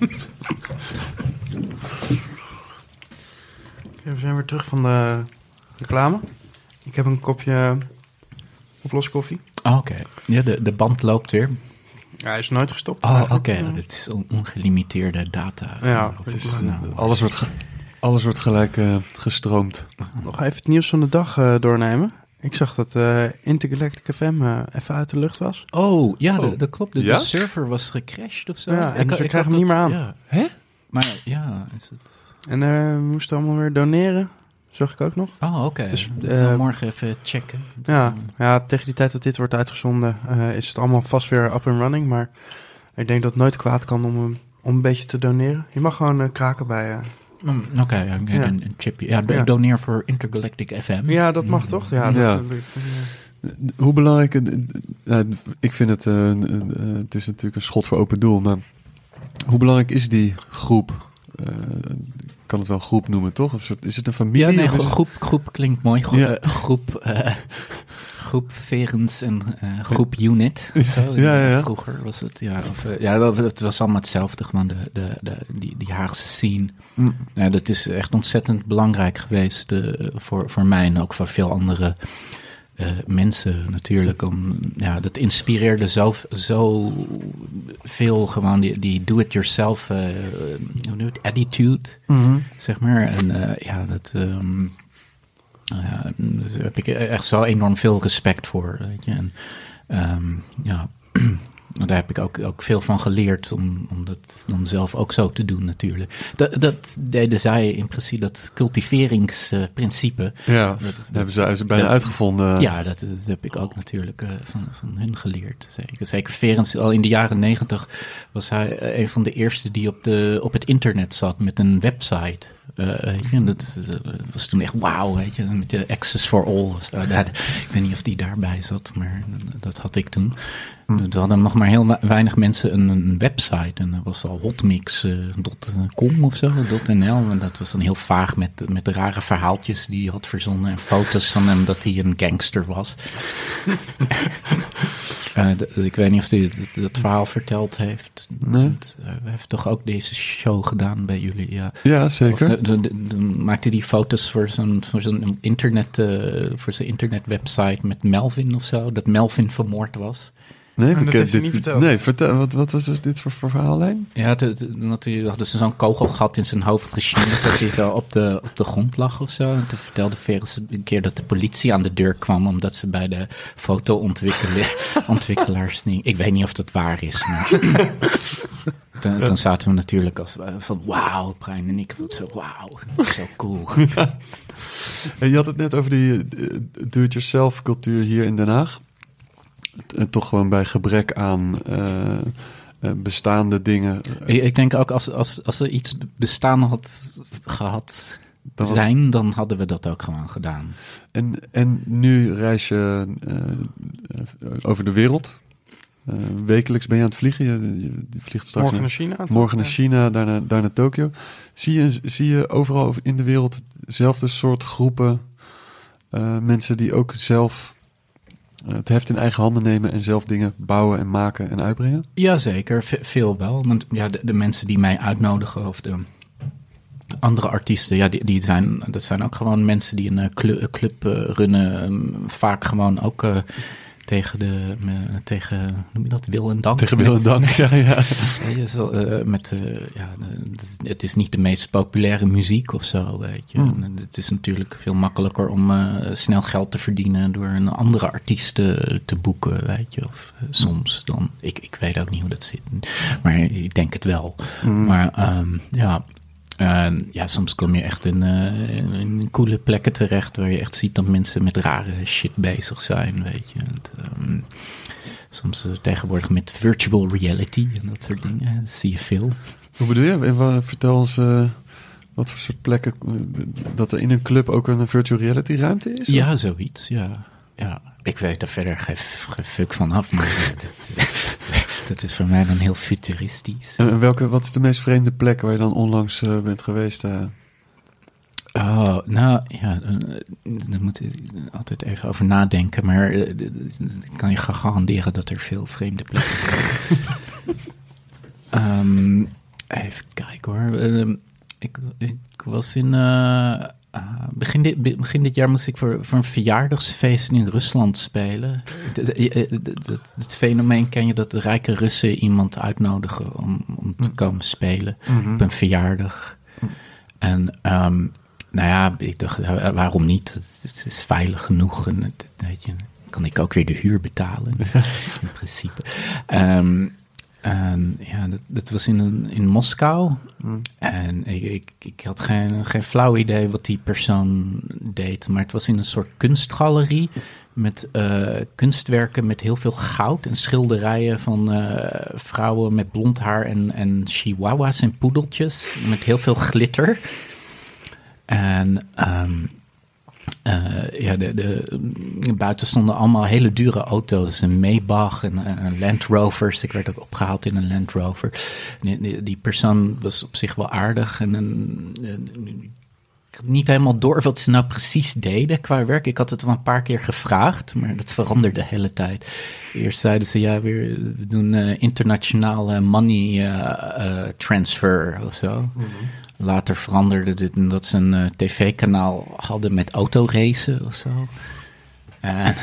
Okay, we zijn weer terug van de reclame. Ik heb een kopje oploskoffie. Oh, oké. Okay. Ja, de, de band loopt weer. Ja, hij is nooit gestopt. Oh, oké. Okay. Ja. Dit is on- ongelimiteerde data. Ja, het is, nou. alles, wordt ge- alles wordt gelijk uh, gestroomd. Nog even het nieuws van de dag uh, doornemen. Ik zag dat uh, Intergalactic F M uh, even uit de lucht was. Oh, ja, oh. Dat, dat klopt. De, ja? de server was gecrashed of zo. Ja, en ik, dus ik ik krijg hem niet meer aan. Ja. Hè? Maar ja, is het... En uh, we moesten allemaal weer doneren. Zag ik ook nog. Oh, oké. Okay. Dus, uh, morgen even checken. Ja, ja, tegen die tijd dat dit wordt uitgezonden uh, is het allemaal vast weer up and running. Maar ik denk dat het nooit kwaad kan om, um, om een beetje te doneren. Je mag gewoon uh, kraken bij... Uh, mm, Oké, okay, ja, ja. een, een chipje. Ja, do- ja, doneer voor Intergalactic F M. Ja, dat mag mm. toch? Ja. ja. Dat, uh, uh, Hoe belangrijk... Uh, uh, ik vind het... Uh, uh, uh, het is natuurlijk een schot voor open doel, maar... Hoe belangrijk is die groep... Uh, kan het wel een groep noemen, toch? Of is het een familie? Ja, nee, gro- groep, groep klinkt mooi. Gro- ja. uh, groep, uh, groep Verens en uh, groep Unit. Zo. Ja, ja, ja. Vroeger was het, ja. Of, uh, ja, het was allemaal hetzelfde, gewoon de, de, de, die, die Haagse scene. Mm. Ja, dat is echt ontzettend belangrijk geweest uh, voor, voor mij en ook voor veel andere uh, mensen natuurlijk. Om, ja, dat inspireerde zo, zo veel gewoon die, die do-it-yourself uh, attitude, mm-hmm. zeg maar. En uh, ja, dat... Um, uh, dus daar heb ik echt zo enorm veel respect voor, weet je. En um, ja... Daar heb ik ook, ook veel van geleerd om, om dat dan zelf ook zo te doen natuurlijk. Dat, dat deden zij in principe, dat cultiveringsprincipe. Uh, ja, dat, dat hebben ze, ze bijna dat, uitgevonden. Ja, dat, dat heb ik ook natuurlijk uh, van, van hun geleerd. Zeker, zeker Verens, al in de jaren negentig was hij uh, een van de eerste die op, de, op het internet zat met een website. Uh, en dat uh, was toen echt wauw, weet je, met de Access for All. Zo. Dat, ik weet niet of die daarbij zat, maar dat had ik toen. Hmm. Er hadden nog maar heel weinig mensen een, een website. En dat was al hotmix dot com uh, of zo, .nl. En dat was dan heel vaag met, met de rare verhaaltjes die hij had verzonnen. En foto's van hem dat hij een gangster was. uh, d- ik weet niet of hij dat, dat verhaal verteld heeft. Nee. Dat, uh, hij heeft toch ook deze show gedaan bij jullie? Ja, ja zeker. Of, uh, dan maakte hij foto's voor zo'n, voor zo'n internet, uh, voor zijn internetwebsite met Melvin of zo. Dat Melvin vermoord was. Nee, dat heeft dit, niet verteld. Nee, vertel, wat, wat was dus dit voor, voor verhaallijn? Ja, dat hij had dus zo'n kogelgat in zijn hoofd gesneden dat hij zo op de, op de grond lag of zo. En toen vertelde Verens een keer dat de politie aan de deur kwam omdat ze bij de foto-ontwikkelaars niet... Ik weet niet of dat waar is, maar... Dan, dan zaten we natuurlijk als van wauw, Brian en ik, zo wauw, dat is zo cool. Ja. En je had het net over die do-it-yourself cultuur hier in Den Haag. Toch gewoon bij gebrek aan uh, uh, bestaande dingen. Ik, ik denk ook als, als, als er iets bestaan had gehad dan zijn, was... dan hadden we dat ook gewoon gedaan. En, en nu reis je uh, uh, over de wereld. Uh, wekelijks ben je aan het vliegen. Je, je, je vliegt straks morgen naar China. Morgen naar China, daarna, daar naar Tokio. Zie je, zie je overal in de wereld dezelfde soort groepen uh, mensen die ook zelf... het heft in eigen handen nemen en zelf dingen bouwen en maken en uitbrengen? Jazeker, v- veel wel. Want ja, de, de mensen die mij uitnodigen of de andere artiesten, ja, die, die zijn, dat zijn ook gewoon mensen die een club, club uh, runnen. Um, vaak gewoon ook uh, tegen de, me, tegen, hoe noem je dat, wil en dank. Tegen wil en dank, ja, ja. Weet je, zo, uh, met, uh, ja, uh, het is niet de meest populaire muziek of zo, weet je. Hmm. En het is natuurlijk veel makkelijker om uh, snel geld te verdienen door een andere artiest te, te boeken, weet je. Of uh, soms dan, ik, ik weet ook niet hoe dat zit, maar ik denk het wel. Hmm. Maar um, ja... Uh, ja, soms kom je echt in, uh, in coole plekken terecht waar je echt ziet dat mensen met rare shit bezig zijn, weet je. Het, um, soms uh, tegenwoordig met virtual reality en dat soort dingen, dat zie je veel. Hoe bedoel je? Vertel ons uh, wat voor soort plekken, dat er in een club ook een virtual reality ruimte is? Ja, of? Zoiets, ja. ja. Ik weet daar verder geen, geen fuck van af, maar dat is voor mij dan heel futuristisch. En welke, wat is de meest vreemde plek waar je dan onlangs uh, bent geweest? Uh? Oh, nou ja, daar moet ik altijd even over nadenken. Maar uh, ik kan je garanderen dat er veel vreemde plekken zijn. um, even kijken hoor. Uh, ik, ik was in... Uh, Uh, begin, dit, begin dit jaar moest ik voor, voor een verjaardagsfeest in Rusland spelen. Het fenomeen ken je dat de rijke Russen iemand uitnodigen om, om te komen spelen mm-hmm. op een verjaardag. Mm. En um, nou ja, ik dacht, waarom niet? Het is veilig genoeg en het, weet je, kan ik ook weer de huur betalen in principe. Um, En ja, dat, dat was in, in Moskou. Mm. En ik, ik, ik had geen, geen flauw idee wat die persoon deed. Maar het was in een soort kunstgalerie met uh, kunstwerken met heel veel goud en schilderijen van uh, vrouwen met blond haar en, en chihuahuas en poedeltjes met heel veel glitter. En um, Uh, ja, de, de, buiten stonden allemaal hele dure auto's. Een Maybach en uh, Land Rovers. Ik werd ook opgehaald in een Land Rover. Die, die, die persoon was op zich wel aardig. En een, een, ik had niet helemaal door wat ze nou precies deden qua werk. Ik had het wel een paar keer gevraagd, maar dat veranderde de hele tijd. Eerst zeiden ze, ja, we doen uh, internationale money uh, uh, transfer of zo. Mm-hmm. Later veranderde dit dat ze een uh, tv-kanaal hadden met autoracen of zo. En,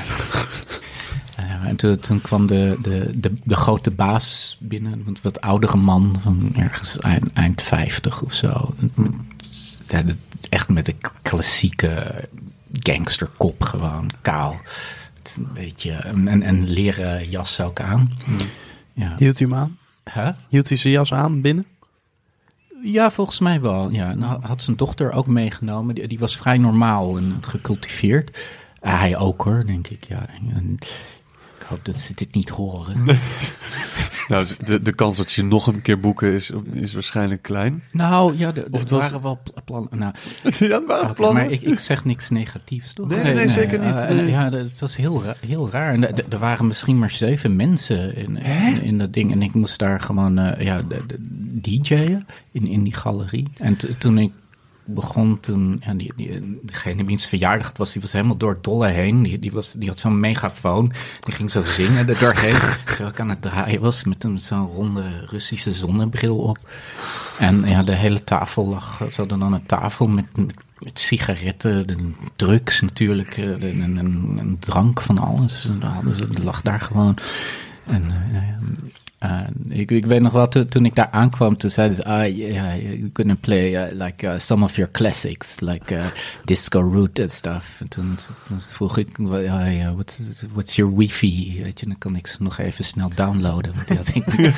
uh, en toen, toen kwam de, de, de, de grote baas binnen, een wat oudere man van ergens eind, eind vijftig of zo. Ja, echt met een klassieke gangsterkop gewoon, kaal. Een beetje een, een leren jas ook aan. Ja. Hield u hem aan? Huh? Hield hij zijn jas aan binnen? Ja, volgens mij wel. Ja. Nou, had zijn dochter ook meegenomen. Die, die was vrij normaal en gecultiveerd. Uh, hij ook hoor, denk ik. Ja. En ik hoop dat ze dit niet horen. Nee. Nou, de, de kans dat je nog een keer boeken is, is waarschijnlijk klein. Nou, ja, er was... waren wel plannen. Nou, ja, het waren plannen. Maar ik, ik zeg niks negatiefs, toch? Nee, nee, nee, nee zeker niet. Uh, nee. Ja, het was heel, ra- heel raar. En d- d- er waren misschien maar zeven mensen in, in, in dat ding. En ik moest daar gewoon uh, ja, de, de D J'en in, in die galerie. En t- toen ik begon, toen... Ja, die, die, degene wiens verjaardag het was, die was helemaal door het dolle heen. Die, die, was, die had zo'n megafoon. Die ging zo zingen er doorheen. Terwijl ik aan het draaien was met een, zo'n ronde Russische zonnebril op. En ja, de hele tafel lag... Ze hadden dan een tafel met, met, met sigaretten, de drugs natuurlijk, en, en, en drank van alles. En daar hadden ze, lag daar gewoon... En uh, nou ja... Uh, ik, ik weet nog wel, to, toen ik daar aankwam, toen zeiden ze, ah, yeah, you couldn't play uh, like uh, some of your classics, like uh, Disco Root and stuff. En toen, toen vroeg ik, uh, yeah, what's, what's your wifi? Weet je, dan kan ik ze nog even snel downloaden. Want die had ik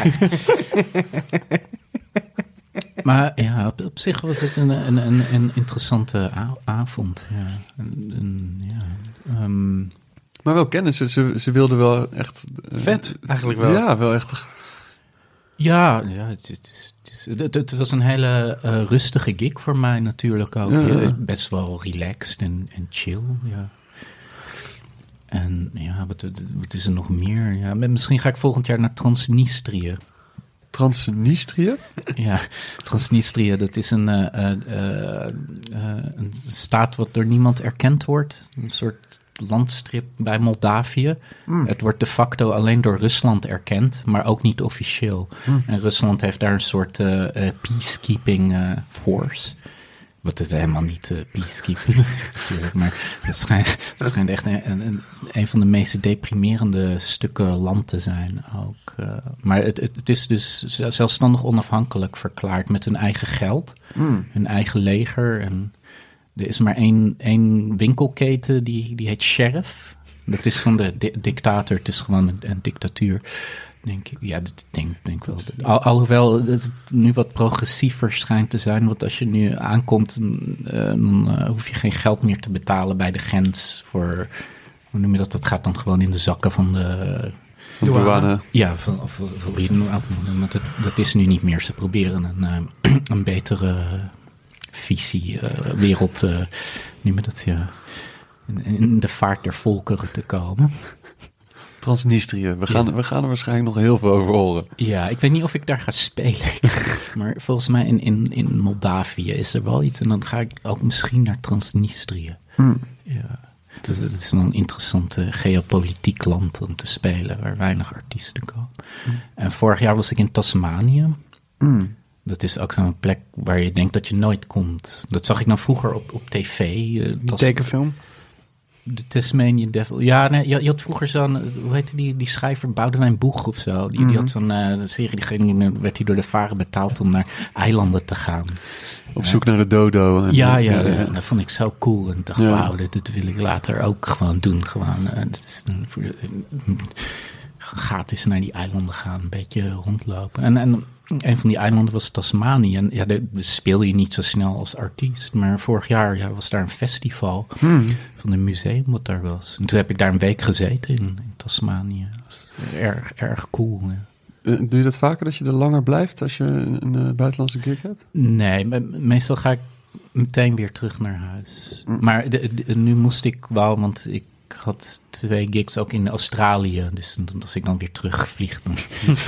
maar ja, op, op zich was het een, een, een, een interessante a- avond. Ja. En, en, ja, um, maar wel kennen ze, ze, ze wilden wel echt... Uh, Vet, eigenlijk wel. Ja, wel echt... Ja, ja het, het, is, het, is, het, het was een hele uh, rustige gig voor mij natuurlijk ook. Ja. Ja, best wel relaxed en, en chill, ja. En ja, wat, wat is er nog meer? Ja, misschien ga ik volgend jaar naar Transnistrië. Transnistrië? Ja, Transnistrië, dat is een, uh, uh, uh, een staat wat door niemand erkend wordt. Een soort landstrip bij Moldavië. Mm. Het wordt de facto alleen door Rusland erkend, maar ook niet officieel. Mm. En Rusland heeft daar een soort uh, uh, peacekeeping uh, force. Wat is helemaal niet uh, peacekeeping natuurlijk, maar het schijnt, het schijnt echt een, een, een van de meest deprimerende stukken land te zijn ook. Uh, maar het, het, het is dus zelfstandig onafhankelijk verklaard met hun eigen geld, mm. hun eigen leger. En er is maar één, één winkelketen, die, die heet Sheriff. Dat is van de di- dictator, het is gewoon een, een dictatuur. Denk ik, ja, dat denk, denk wel. Al, alhoewel het nu wat progressiever schijnt te zijn. Want als je nu aankomt, uh, dan uh, hoef je geen geld meer te betalen bij de grens. Voor, hoe noem je dat? Dat gaat dan gewoon in de zakken van de... Van de douane. Ja, van, of, of, hoe je het nou ook noemt. Dat, dat is nu niet meer. Ze proberen een, uh, een betere visie, uh, wereld, uh, noem je dat, ja, in, in de vaart der volkeren te komen. Transnistrië. We gaan, ja. we gaan er waarschijnlijk nog heel veel over horen. Ja, ik weet niet of ik daar ga spelen. Maar volgens mij in, in, in Moldavië is er wel iets. En dan ga ik ook misschien naar Transnistrië. Hmm. Ja. Dus het is wel een interessant uh, geopolitiek land om te spelen. Waar weinig artiesten komen. Hmm. En vorig jaar was ik in Tasmanië. Hmm. Dat is ook zo'n plek waar je denkt dat je nooit komt. Dat zag ik dan vroeger op, op tv. Uh, Tas- tekenfilm? De Tasmanian Devil. Ja, nee, je, je had vroeger zo'n, hoe heette die, die schrijver, Boudewijn Boeg of zo. Die, mm-hmm. die had zo'n uh, serie, die ging, werd hij door de varen betaald om naar eilanden te gaan. Op zoek uh, naar de dodo. En ja, ja, ja, dat vond ik zo cool. En ik dacht, ja. wauw, dit, dit wil ik later ook gewoon doen. Gewoon, uh, dit is een, voor de, uh, gratis naar die eilanden gaan, een beetje rondlopen. En, en een van die eilanden was Tasmanië. En ja, daar speel je niet zo snel als artiest. Maar vorig jaar ja, was daar een festival hmm. van een museum wat daar was. En toen heb ik daar een week gezeten in, in Tasmanië. Dat was erg, erg cool. Ja. Uh, doe je dat vaker, dat je er langer blijft als je een, een uh, buitenlandse gig hebt? Nee, me- meestal ga ik meteen weer terug naar huis. Hmm. Maar de, de, nu moest ik wel, want ik Ik had twee gigs ook in Australië. Dus als ik dan weer terugvlieg, dan,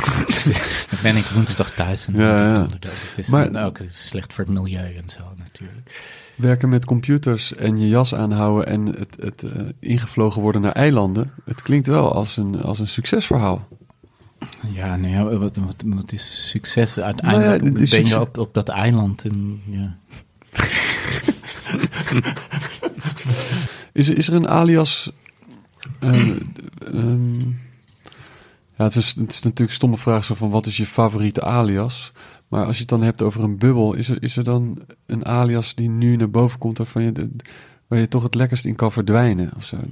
dan ben ik woensdag thuis. En ja, ja. Het is maar, dan ook het is slecht voor het milieu en zo natuurlijk. Werken met computers en je jas aanhouden en het, het uh, ingevlogen worden naar eilanden. Het klinkt wel als een, als een succesverhaal. Ja, nee, wat, wat, wat is succes? Uiteindelijk nou ja, ben succes... je op, op dat eiland. En, ja. Is, is er een alias... Uh, um, ja, het is, het is natuurlijk een stomme vraag zo van wat is je favoriete alias? Maar als je het dan hebt over een bubbel, is er, is er dan een alias die nu naar boven komt waarvan je, de, waar je toch het lekkerst in kan verdwijnen of zo?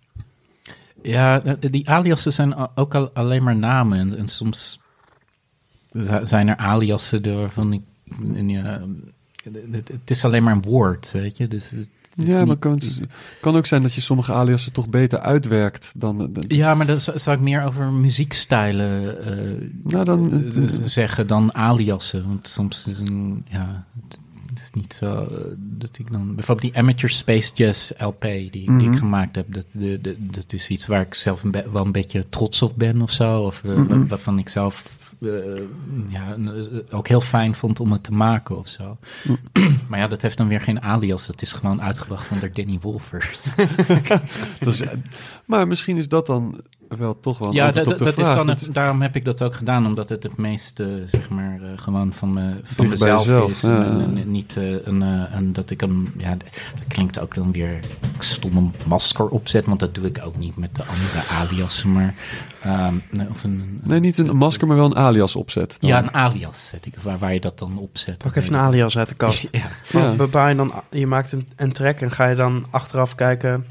Ja, die aliasen zijn ook al alleen maar namen. En, en soms zijn er aliasen waarvan ik... Ja, het is alleen maar een woord, weet je, dus... Ja, maar het kan, kan ook zijn dat je sommige aliasen toch beter uitwerkt dan... dan ja, maar dan zou ik meer over muziekstijlen uh, nou dan, uh, zeggen dan aliasen. Want soms is een... Ja, het is niet zo uh, dat ik dan... Bijvoorbeeld die Amateur Space Jazz L P die, mm-hmm. die ik gemaakt heb. Dat, de, de, dat is iets waar ik zelf een be- wel een beetje trots op ben of zo. Of uh, mm-hmm. waarvan ik zelf... Uh, ja, ook heel fijn vond om het te maken of zo. Mm. Maar ja, dat heeft dan weer geen alias. Dat is gewoon uitgebracht onder Danny Wolfers. dat is, maar misschien is dat dan wel toch wel ja, d- d- op de dat vraag. Is dan het, daarom heb ik dat ook gedaan. Omdat het het meest, uh, zeg maar, uh, gewoon van, me, van Dicht mezelf jezelf, is. Ja. En, en, en niet uh, een, uh, een, dat ik een... Ja, dat klinkt ook dan weer stomme masker opzet. Want dat doe ik ook niet met de andere aliasen. Maar... Um, of een, nee, niet een masker, maar wel een alias opzet. Dan. Ja, een alias zet ik, waar, waar je dat dan opzet. Pak even een alias uit de kast. Ja. Ja. Bepaal je, dan, je maakt een, een track en ga je dan achteraf kijken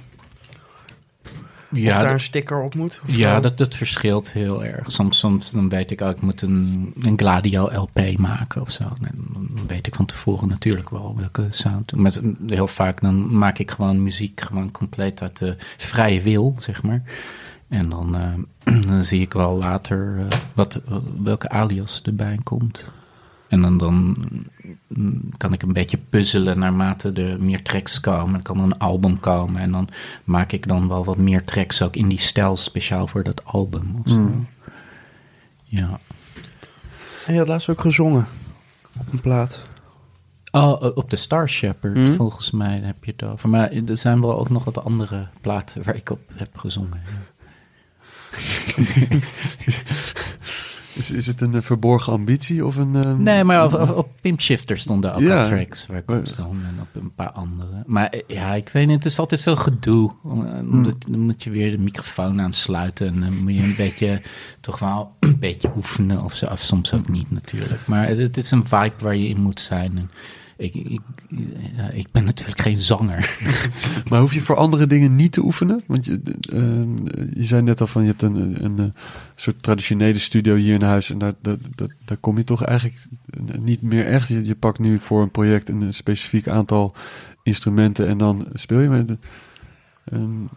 ja, of daar dat, een sticker op moet? Ja, dat, dat verschilt heel erg. Soms, soms dan weet ik ook, ik moet een, een Gladio L P maken of zo. En dan weet ik van tevoren natuurlijk wel welke sound. Met, heel vaak dan maak ik gewoon muziek gewoon compleet uit de vrije wil, zeg maar. En dan, uh, dan zie ik wel later uh, wat, welke alias erbij komt. En dan, dan kan ik een beetje puzzelen naarmate er meer tracks komen. Dan kan er een album komen. En dan maak ik dan wel wat meer tracks ook in die stijl speciaal voor dat album. Of zo. Mm. Ja. En je had laatst ook gezongen op een plaat. Oh, op de Star Shepherd, mm. volgens mij heb je het over. Maar er zijn wel ook nog wat andere platen waar ik op heb gezongen. Ja. Is, is het een uh, verborgen ambitie of een... Um, nee, maar op, op, op Pimp Shifter stonden ook ja. al tracks waar ik op stond en op een paar andere. Maar ja, ik weet niet, het is altijd zo gedoe. Omdat, dan moet je weer de microfoon aansluiten en dan moet je een beetje, toch wel een beetje oefenen of zo. Of soms ook niet natuurlijk. Maar het, het is een vibe waar je in moet zijn. En ik, ik, ja, ik ben natuurlijk geen zanger. Maar hoef je voor andere dingen niet te oefenen? Want je, uh, je zei net al van, je hebt een, een, een, een soort traditionele studio hier in huis. En daar, daar, daar, daar kom je toch eigenlijk niet meer echt. Je, je pakt nu voor een project een specifiek aantal instrumenten en dan speel je met... Um...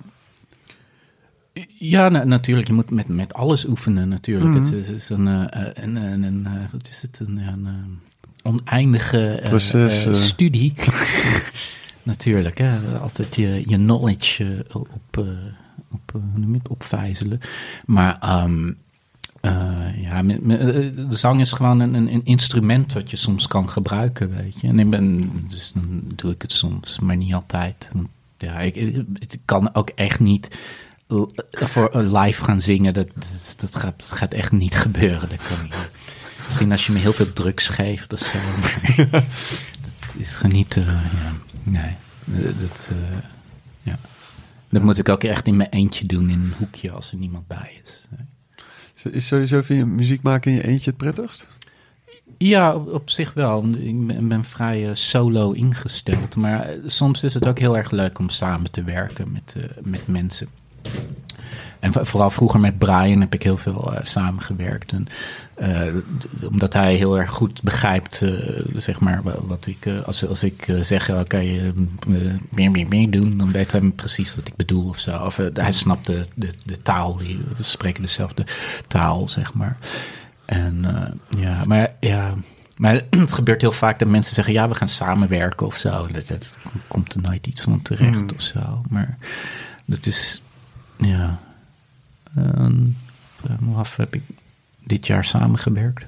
Ja, na, natuurlijk. Je moet met, met alles oefenen natuurlijk. Mm-hmm. Het is, het is een, uh, een, een, een, uh, wat is het? Een... een, een oneindige uh, Proces, uh, studie. Natuurlijk, hè? Altijd je, je knowledge uh, op, uh, op, uh, opvijzelen. Maar um, uh, ja, met, met, de zang is gewoon een, een instrument dat je soms kan gebruiken, weet je. En ik ben, dus dan doe ik het soms, maar niet altijd. Ja, ik, ik kan ook echt niet voor live gaan zingen. Dat, dat, dat gaat, gaat echt niet gebeuren. Dat kan niet. Misschien als je me heel veel drugs geeft of zo. Maar dat is gewoon niet... Uh, ja, nee, dat, uh, ja. dat moet ik ook echt in mijn eentje doen in een hoekje als er niemand bij is. Is sowieso, vind je muziek maken in je eentje het prettigst? Ja, op, op zich wel. Ik ben, ben vrij uh, solo ingesteld. Maar uh, soms is het ook heel erg leuk om samen te werken met, uh, met mensen. En vooral vroeger met Brian heb ik heel veel uh, samengewerkt. En, uh, d- omdat hij heel erg goed begrijpt, uh, zeg maar, wat ik... Uh, als, als ik uh, zeg, oké, okay, uh, meer, meer, meer doen... dan weet hij precies wat ik bedoel of zo. Of uh, hij snapt de, de, de taal. Die, we spreken dezelfde taal, zeg maar. En uh, ja, maar ja... Maar het gebeurt heel vaak dat mensen zeggen... ja, we gaan samenwerken of zo. Dat, dat komt er nooit iets van terecht mm. of zo. Maar dat is... Ja... Um, uh, af heb ik dit jaar samengewerkt.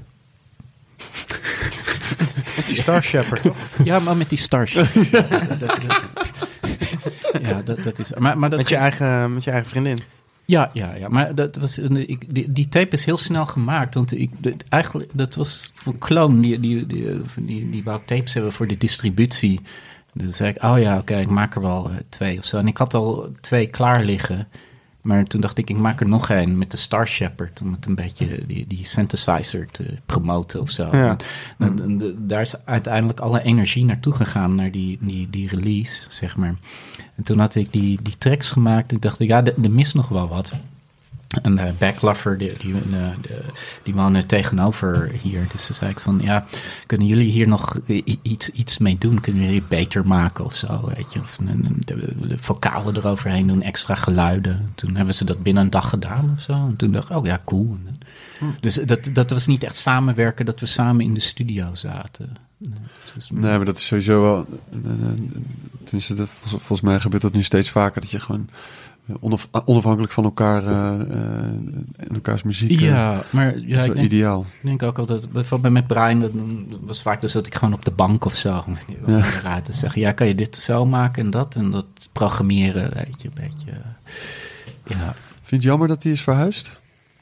Met die Star Shepherd, toch? Ja, maar met die Star Shepherd. ja, dat, dat, ja, dat, dat is... Maar, maar dat met, je eigen, met je eigen vriendin? Ja, ja, ja. Maar dat was, ik, die, die tape is heel snel gemaakt. Want ik, de, eigenlijk, dat was voor Kloon. Die, die, die, die, die wou tapes hebben voor de distributie. Dus zei ik, oh ja, oké, okay, ik maak er wel uh, twee of zo. En ik had al twee klaar liggen. Maar toen dacht ik, ik maak er nog een met de Star Shepherd. Om het een beetje die, die synthesizer te promoten of zo. Ja. En, en de, daar is uiteindelijk alle energie naartoe gegaan. Naar die, die, die release, zeg maar. En toen had ik die, die tracks gemaakt. Ik dacht, ja, er mist nog wel wat. En uh, Backluffer, die, die, uh, de, die woonde tegenover hier. Dus toen zei ik van, ja, kunnen jullie hier nog iets, iets mee doen? Kunnen jullie het beter maken of zo, weet je? Of de, de, de vocalen eroverheen doen, extra geluiden. Toen hebben ze dat binnen een dag gedaan of zo. En toen dacht ik, oh ja, cool. Hm. Dus dat, dat was niet echt samenwerken, dat we samen in de studio zaten. Nee, dus, nee maar dat is sowieso wel... Tenminste, de, vol, volgens mij gebeurt dat nu steeds vaker, dat je gewoon... Onaf, onafhankelijk van elkaar uh, uh, en elkaars muziek. Ja, maar ja, is ik denk, ideaal. Ik denk ook altijd, bijvoorbeeld met Brian, dat was vaak dus dat ik gewoon op de bank of zo ja. te zeggen, ja, kan je dit zo maken en dat en dat programmeren, weet je, een beetje. Ja. Vind je het jammer dat hij is verhuisd?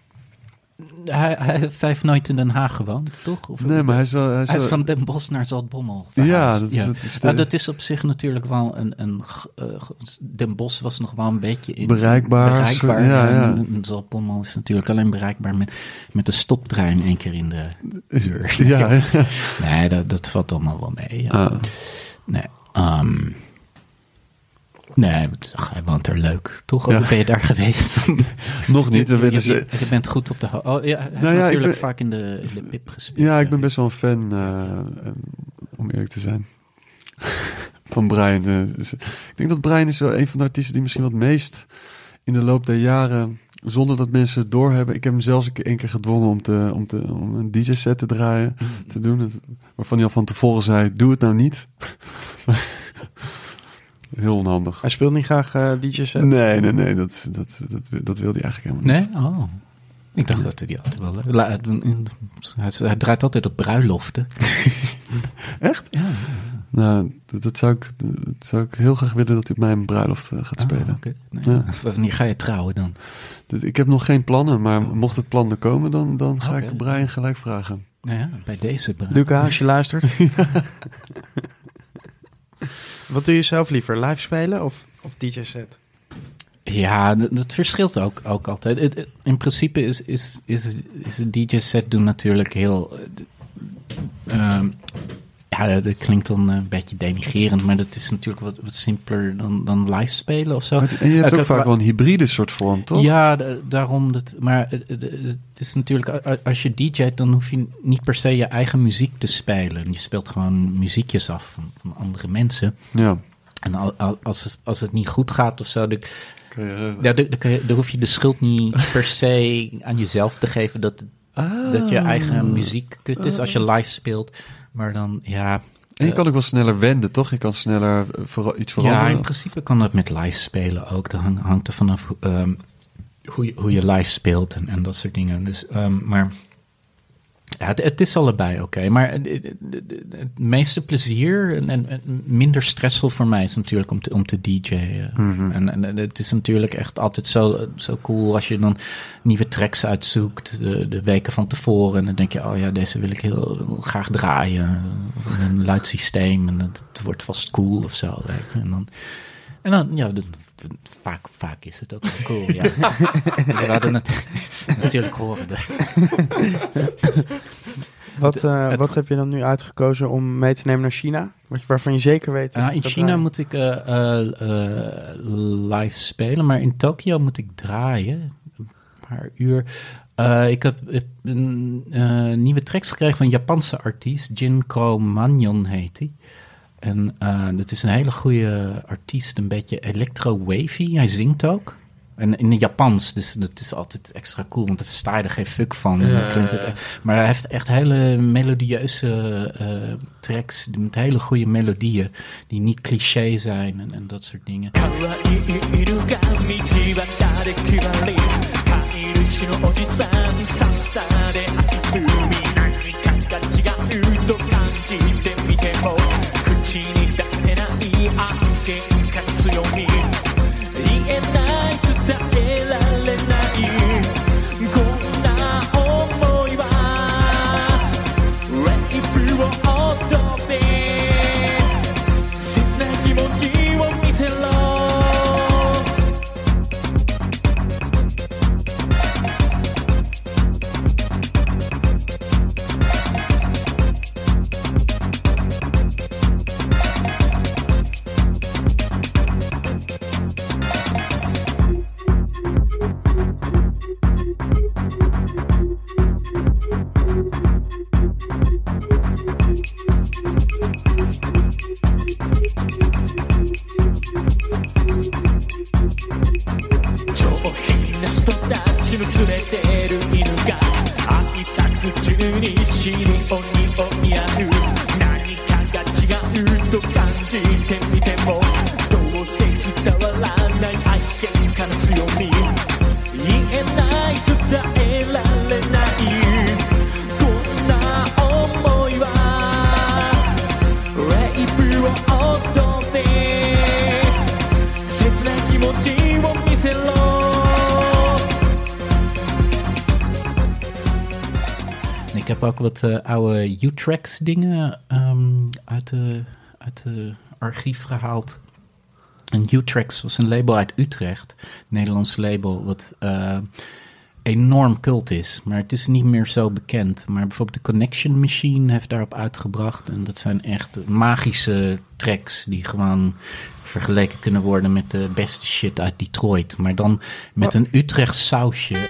Hij, hij heeft nooit in Den Haag gewoond, toch? Of nee, maar hij is wel... Hij is, hij is wel... van Den Bosch naar Zaltbommel verhuisd. Ja, dat is, ja. Het, is de... nou, dat is op zich natuurlijk wel een... een uh, Den Bosch was nog wel een beetje... In, bereikbaar. bereikbaar ja, ja. En, en Zaltbommel is natuurlijk alleen bereikbaar met, met de stoptrein één keer in de uur. Ja, ja. Nee, dat, dat valt allemaal wel mee. Ja. Ah. Nee, um, Nee, ach, hij woont er leuk. Toch? Ja. Ben je daar geweest? Nog niet. Je, we je, je, je bent goed op de... Ho- oh ja, hij heeft nou ja, natuurlijk ben, vaak in de, in de pip gespeeld. Ja, ik ben best wel een fan, uh, om eerlijk te zijn. Van Brian. Uh, dus, ik denk dat Brian is wel een van de artiesten die misschien wat meest in de loop der jaren, zonder dat mensen het doorhebben. Ik heb hem zelfs een keer, een keer gedwongen om, te, om, te, om een D J-set te draaien, mm. te doen. Het, waarvan hij al van tevoren zei, doe het nou niet. Heel onhandig. Hij speelt niet graag uh, D J-sets? Nee, nee, nee. Dat, dat, dat, dat wil hij eigenlijk helemaal niet. Nee? Oh. Ik dacht dat hij die altijd wel... La, hij, hij draait altijd op bruiloften. Echt? Ja. Nou, dat, dat, zou ik, dat zou ik heel graag willen dat hij op mijn bruiloft uh, gaat spelen. Oh, okay. nee, ja. Wanneer ga je trouwen dan? Dus ik heb nog geen plannen, maar mocht het plan er komen, dan, dan ga Okay. ik Brian gelijk vragen. Nou ja, bij deze Brian. Luca, als je luistert. Wat doe je zelf liever? Live spelen of, of D J-set? Ja, dat, dat verschilt ook, ook altijd. Het, het, in principe is, is, is, is een D J-set doen natuurlijk heel... Uh, um, ja, dat klinkt dan een beetje denigerend, maar dat is natuurlijk wat, wat simpeler dan, dan live spelen of zo. Maar, en je hebt uh, ook vaak wel een hybride soort vorm, toch? Ja, d- daarom. Dat, maar het, het, het is natuurlijk, als je D J't, dan hoef je niet per se je eigen muziek te spelen. Je speelt gewoon muziekjes af van, van andere mensen. Ja. En al, als, het, als het niet goed gaat of zo, dan, Kun je, ja, dan, dan, kun je, dan hoef je de schuld niet per se aan jezelf te geven dat, ah. dat je eigen muziek kut is als je live speelt. Maar dan, ja... En je kan ook wel sneller wenden, toch? Je kan sneller voor, iets veranderen. Ja, in principe kan dat met live spelen ook. Dat hang, hangt er vanaf um, hoe, je, hoe je live speelt en, en dat soort dingen. Dus, um, maar ja, het, het is allebei oké. Okay. Maar het, het, het, het meeste plezier en, en, en minder stressvol voor mij is natuurlijk om te, om te D J'en. Mm-hmm. En, en het is natuurlijk echt altijd zo, zo cool als je dan nieuwe tracks uitzoekt de, de weken van tevoren. En dan denk je, oh ja, deze wil ik heel, heel graag draaien. Een luid systeem en het, het wordt vast cool of zo. Weet je. En dan, en dan ja, dat, vaak, vaak is het ook wel cool, ja. We hadden het natuurlijk horen. Wat, uh, het, wat heb je dan nu uitgekozen om mee te nemen naar China? Wat, waarvan je zeker weet... Uh, in China moet ik uh, uh, uh, live spelen, maar in Tokio moet ik draaien. Een paar uur. Uh, ik heb, heb een uh, nieuwe tracks gekregen van een Japanse artiest. Jinko Manyon heet hij. En uh, dat is een hele goede artiest, een beetje electro-wavy. Hij zingt ook. En in het Japans, dus dat is altijd extra cool, want daar versta je er geen fuck van. Ja, en klinkt het, maar hij heeft echt hele melodieuze uh, tracks met hele goede melodieën, die niet cliché zijn en, en dat soort dingen. Ik heb ook wat uh, oude U-Tracks dingen um, uit de, uit de archief gehaald. En U-Tracks was een label uit Utrecht, een Nederlands label, wat uh, enorm cult is. Maar het is niet meer zo bekend. Maar bijvoorbeeld de Connection Machine heeft daarop uitgebracht. En dat zijn echt magische tracks die gewoon vergeleken kunnen worden met de beste shit uit Detroit. Maar dan met een Utrecht sausje.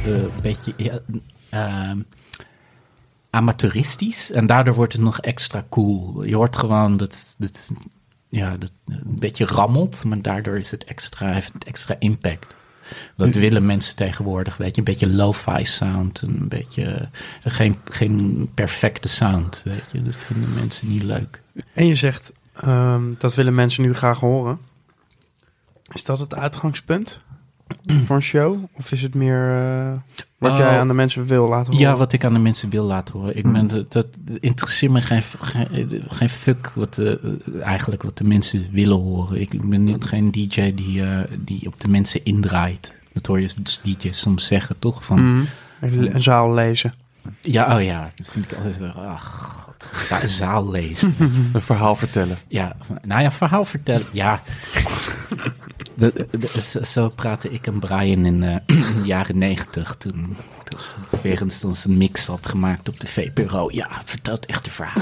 uh, een beetje ja, uh, amateuristisch. En daardoor wordt het nog extra cool. Je hoort gewoon dat, dat, ja, dat een beetje rammelt, maar daardoor is het extra, heeft het extra impact. Dat willen mensen tegenwoordig, weet je, een beetje lo-fi sound, een beetje, geen, geen perfecte sound, weet je. Dat vinden mensen niet leuk. En je zegt, um, dat willen mensen nu graag horen. Is dat het uitgangspunt voor een show? Of is het meer uh, wat oh, jij aan de mensen wil laten horen? Ja, wat ik aan de mensen wil laten horen. Ik ben, dat, dat interesseert me geen, geen, geen fuck wat, uh, eigenlijk wat de mensen willen horen. Ik ben geen D J die, uh, die op de mensen indraait. Dat hoor je D J's soms zeggen, toch? Van, mm, een, een zaal lezen. Ja, oh ja, dat vind ik altijd... Ach, God, za- zaal lezen. Een verhaal vertellen. Ja, nou ja, verhaal vertellen, ja... De, de, de, zo praatte ik en Brian in, uh, in de jaren negentig. Toen dus Verens ons een mix had gemaakt op de V P R O. Ja, vertelt echt een verhaal.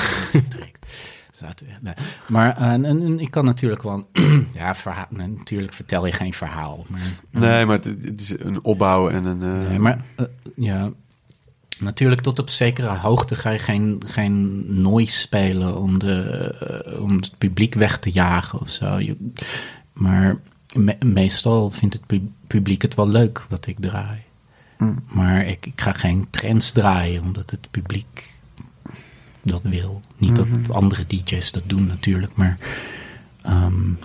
nee. Maar uh, en, en, ik kan natuurlijk wel... ja, verhaal, nee, natuurlijk vertel je geen verhaal. Maar, uh, nee, maar het, het is een opbouw en een... Uh... Nee, maar uh, ja... Natuurlijk, tot op zekere hoogte ga je geen, geen noise spelen om, de, uh, om het publiek weg te jagen of zo. Je, maar me, meestal vindt het pu- publiek het wel leuk wat ik draai. Mm. Maar ik, ik ga geen trends draaien omdat het publiek dat wil. Niet mm-hmm. dat andere D J's dat doen natuurlijk, maar um,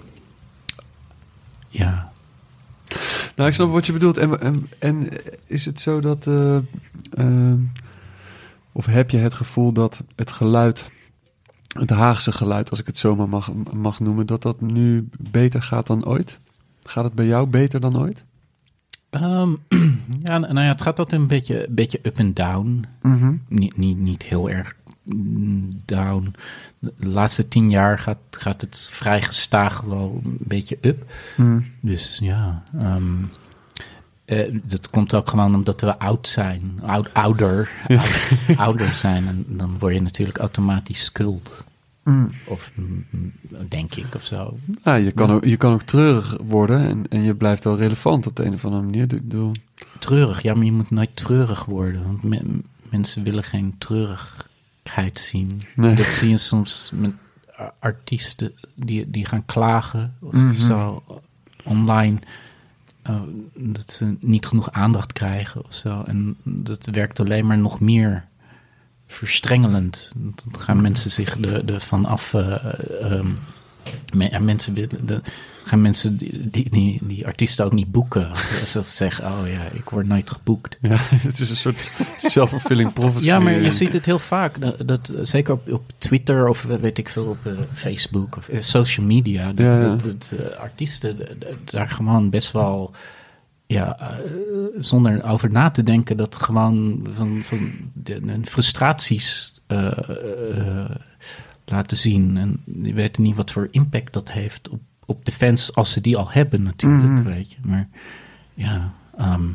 ja... Nou, ik snap wat je bedoelt. En, en, en is het zo dat... Uh, uh, of heb je het gevoel dat het geluid... het Haagse geluid, als ik het zo maar mag, mag noemen... dat dat nu beter gaat dan ooit? Gaat het bij jou beter dan ooit? Um, ja, nou ja, het gaat altijd een beetje, een beetje up en down. Mm-hmm. Niet, niet, niet heel erg down. De laatste tien jaar gaat, gaat het vrij gestaag wel een beetje up. Mm. Dus ja, um, uh, dat komt ook gewoon omdat we oud zijn. Oud, ouder, Ja. ouder, ouder zijn. En dan word je natuurlijk automatisch schuld. Mm. Of mm, denk ik, of zo. Ja, je kan, ja. ook, je kan ook treurig worden en, en je blijft wel relevant op de een of andere manier. Ik bedoel... Treurig, ja, maar je moet nooit treurig worden. Want me, mensen willen geen treurigheid zien. Nee. Dat zie je soms met artiesten die, die gaan klagen of Mm-hmm. zo online. Uh, dat ze niet genoeg aandacht krijgen of zo. En dat werkt alleen maar nog meer verstrengelend. Dan gaan mensen zich er, er van af... Uh, um, me, mensen willen... De, gaan mensen die, die, die, die artiesten ook niet boeken. Als ze zeggen, oh ja, ik word nooit geboekt. Ja, het is een soort self-fulfilling prophecy. Ja, maar je ziet het heel vaak. Dat, dat, zeker op, op Twitter of weet ik veel, op uh, Facebook of uh, social media. Dat, ja, ja. dat, dat uh, artiesten d- d- daar gewoon best wel... Ja, uh, zonder over na te denken, dat gewoon van, van de, de frustraties uh, uh, laten zien. En die weten niet wat voor impact dat heeft op, op de fans, als ze die al hebben natuurlijk, mm-hmm. weet je. Maar ja, um,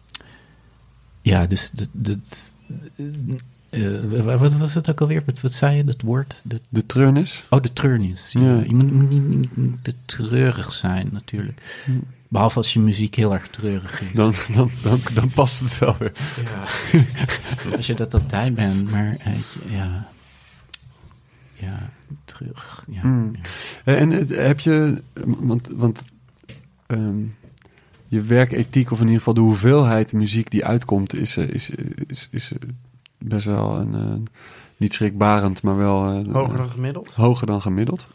ja, dus dat, dat uh, wat was het ook alweer? Wat, wat zei je, dat woord? De, de treurnis? Oh, de treurnis. Ja. Ja. Je moet, moet niet, niet, niet te treurig zijn natuurlijk. Mm. Behalve als je muziek heel erg treurig is. Dan, dan, dan, dan past het wel weer. Ja. Als je dat altijd bent, maar ja, ja, treurig. Ja, mm. ja. En heb je, want, want um, je werkethiek, of in ieder geval de hoeveelheid muziek die uitkomt, is, is, is, is best wel een, uh, niet schrikbarend, maar wel... Uh, hoger dan gemiddeld? Hoger dan gemiddeld.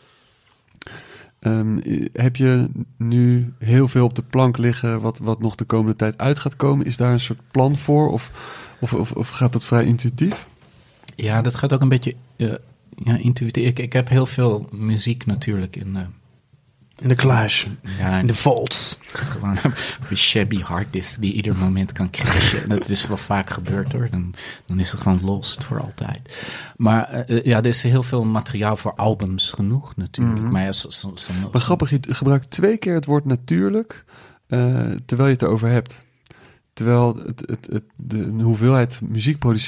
Um, heb je nu heel veel op de plank liggen wat, wat nog de komende tijd uit gaat komen? Is daar een soort plan voor of, of, of, of gaat dat vrij intuïtief? Ja, dat gaat ook een beetje uh, ja, intuïtief. Ik, ik heb heel veel muziek natuurlijk in... Uh, in de kluis, ja, in de vault. Gewoon op een shabby harddisk die ieder moment kan crashen. Dat is wel vaak gebeurd hoor. Dan, dan is het gewoon lost voor altijd. Maar uh, ja, er is heel veel materiaal voor albums genoeg natuurlijk. Mm-hmm. Maar, ja, so, so, so, so, maar grappig, je gebruikt twee keer het woord natuurlijk, uh, terwijl je het erover hebt. Terwijl het, het, het, de, de hoeveelheid muziek produceren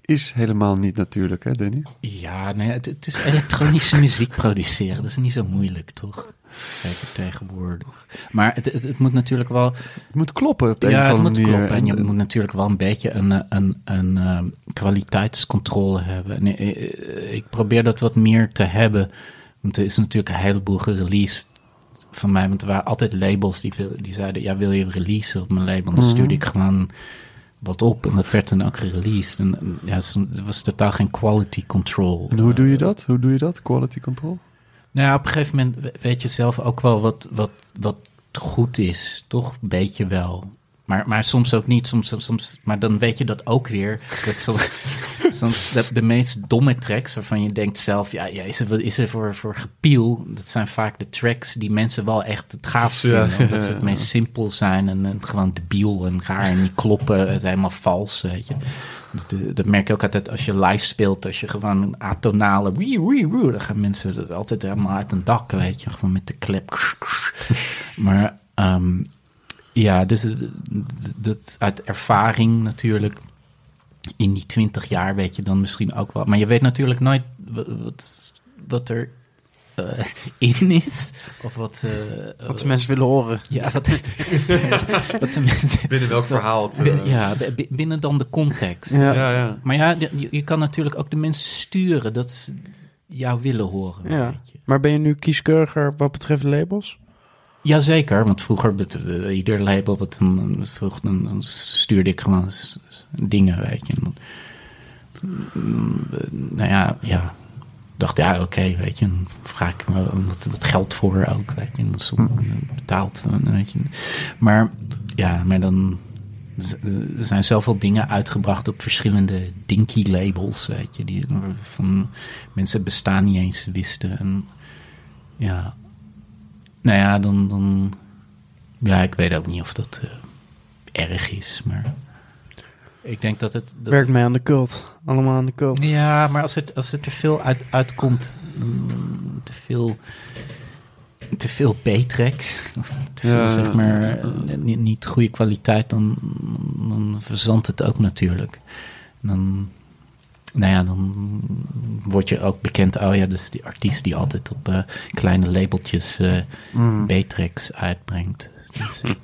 is helemaal niet natuurlijk, hè Danny? Ja, nee, het, het is elektronische muziek produceren. Dat is niet zo moeilijk, toch? Zeker tegenwoordig. Maar het, het, het moet natuurlijk wel... Het moet kloppen op de ja, een of het andere moet manier. kloppen. En je En- moet natuurlijk wel een beetje een, een, een, een uh, kwaliteitscontrole hebben. En ik, ik probeer dat wat meer te hebben. Want er is natuurlijk een heleboel gereleased van mij. Want er waren altijd labels die, die zeiden... ja, wil je releasen op mijn label? Dan stuurde ik gewoon wat op. En dat werd dan ook gereleased. En en ja, er was totaal geen quality control. En hoe doe je dat? Hoe doe je dat? Quality control? Nou ja, op een gegeven moment weet je zelf ook wel wat, wat, wat goed is. Toch een beetje wel. Maar, maar soms ook niet. Soms, soms, soms, maar dan weet je dat ook weer. Dat soms, soms de, de meest domme tracks waarvan je denkt zelf... ja, ja is er, wat is er voor, voor gepiel? Dat zijn vaak de tracks die mensen wel echt het gaafst Ja, vinden. Omdat ja, ze het ja. meest simpel zijn. En, en gewoon debiel en raar en niet kloppen. Het is helemaal vals, weet je. Dat, dat merk je ook altijd als je live speelt. Als je gewoon een atonale... Wii, wii, wii, dan gaan mensen het altijd helemaal uit een dak, weet je. Gewoon met de klep. Maar um, ja, dus dat uit ervaring natuurlijk. In die twintig jaar weet je dan misschien ook wel. Maar je weet natuurlijk nooit wat, wat, wat er uh, in is. Of wat... Uh, Wat de mensen willen horen. Ja, wat, wat de mensen... Binnen welk verhaal? Het, Bi- Ja, b- binnen dan de context. Ja. ja, ja. Maar ja, je, je kan natuurlijk ook de mensen sturen dat ze jou willen horen. Ja. Weet je. Maar ben je nu kieskeuriger wat betreft labels? Jazeker, want vroeger, bet- uh, ieder label wat dan, dan, dan, dan stuurde ik gewoon s- s- dingen, weet je. En dan, mm, nou ja, ja, dacht ja, oké, okay, weet je. Dan vraag ik me wat, wat geld voor ook, weet je. En dan soms betaald, weet je. Maar ja, maar dan... Er zijn zoveel dingen uitgebracht op verschillende dinky labels, weet je, die van mensen bestaan niet eens wisten. En ja, nou ja, dan, dan ja, ik weet ook niet of dat uh, erg is, maar ik denk dat het... Dat Werkt mee aan de cult. Allemaal aan de cult. ja, maar als het, als het er veel uit, uitkomt, te veel... te veel B-tracks, of te veel, Ja, zeg maar, uh, niet, niet goede kwaliteit, dan, dan verzandt het ook natuurlijk. Dan, nou ja, dan word je ook bekend, oh ja, dus die artiest die altijd op uh, kleine labeltjes uh, Mm. B-tracks uitbrengt. Dus, uh,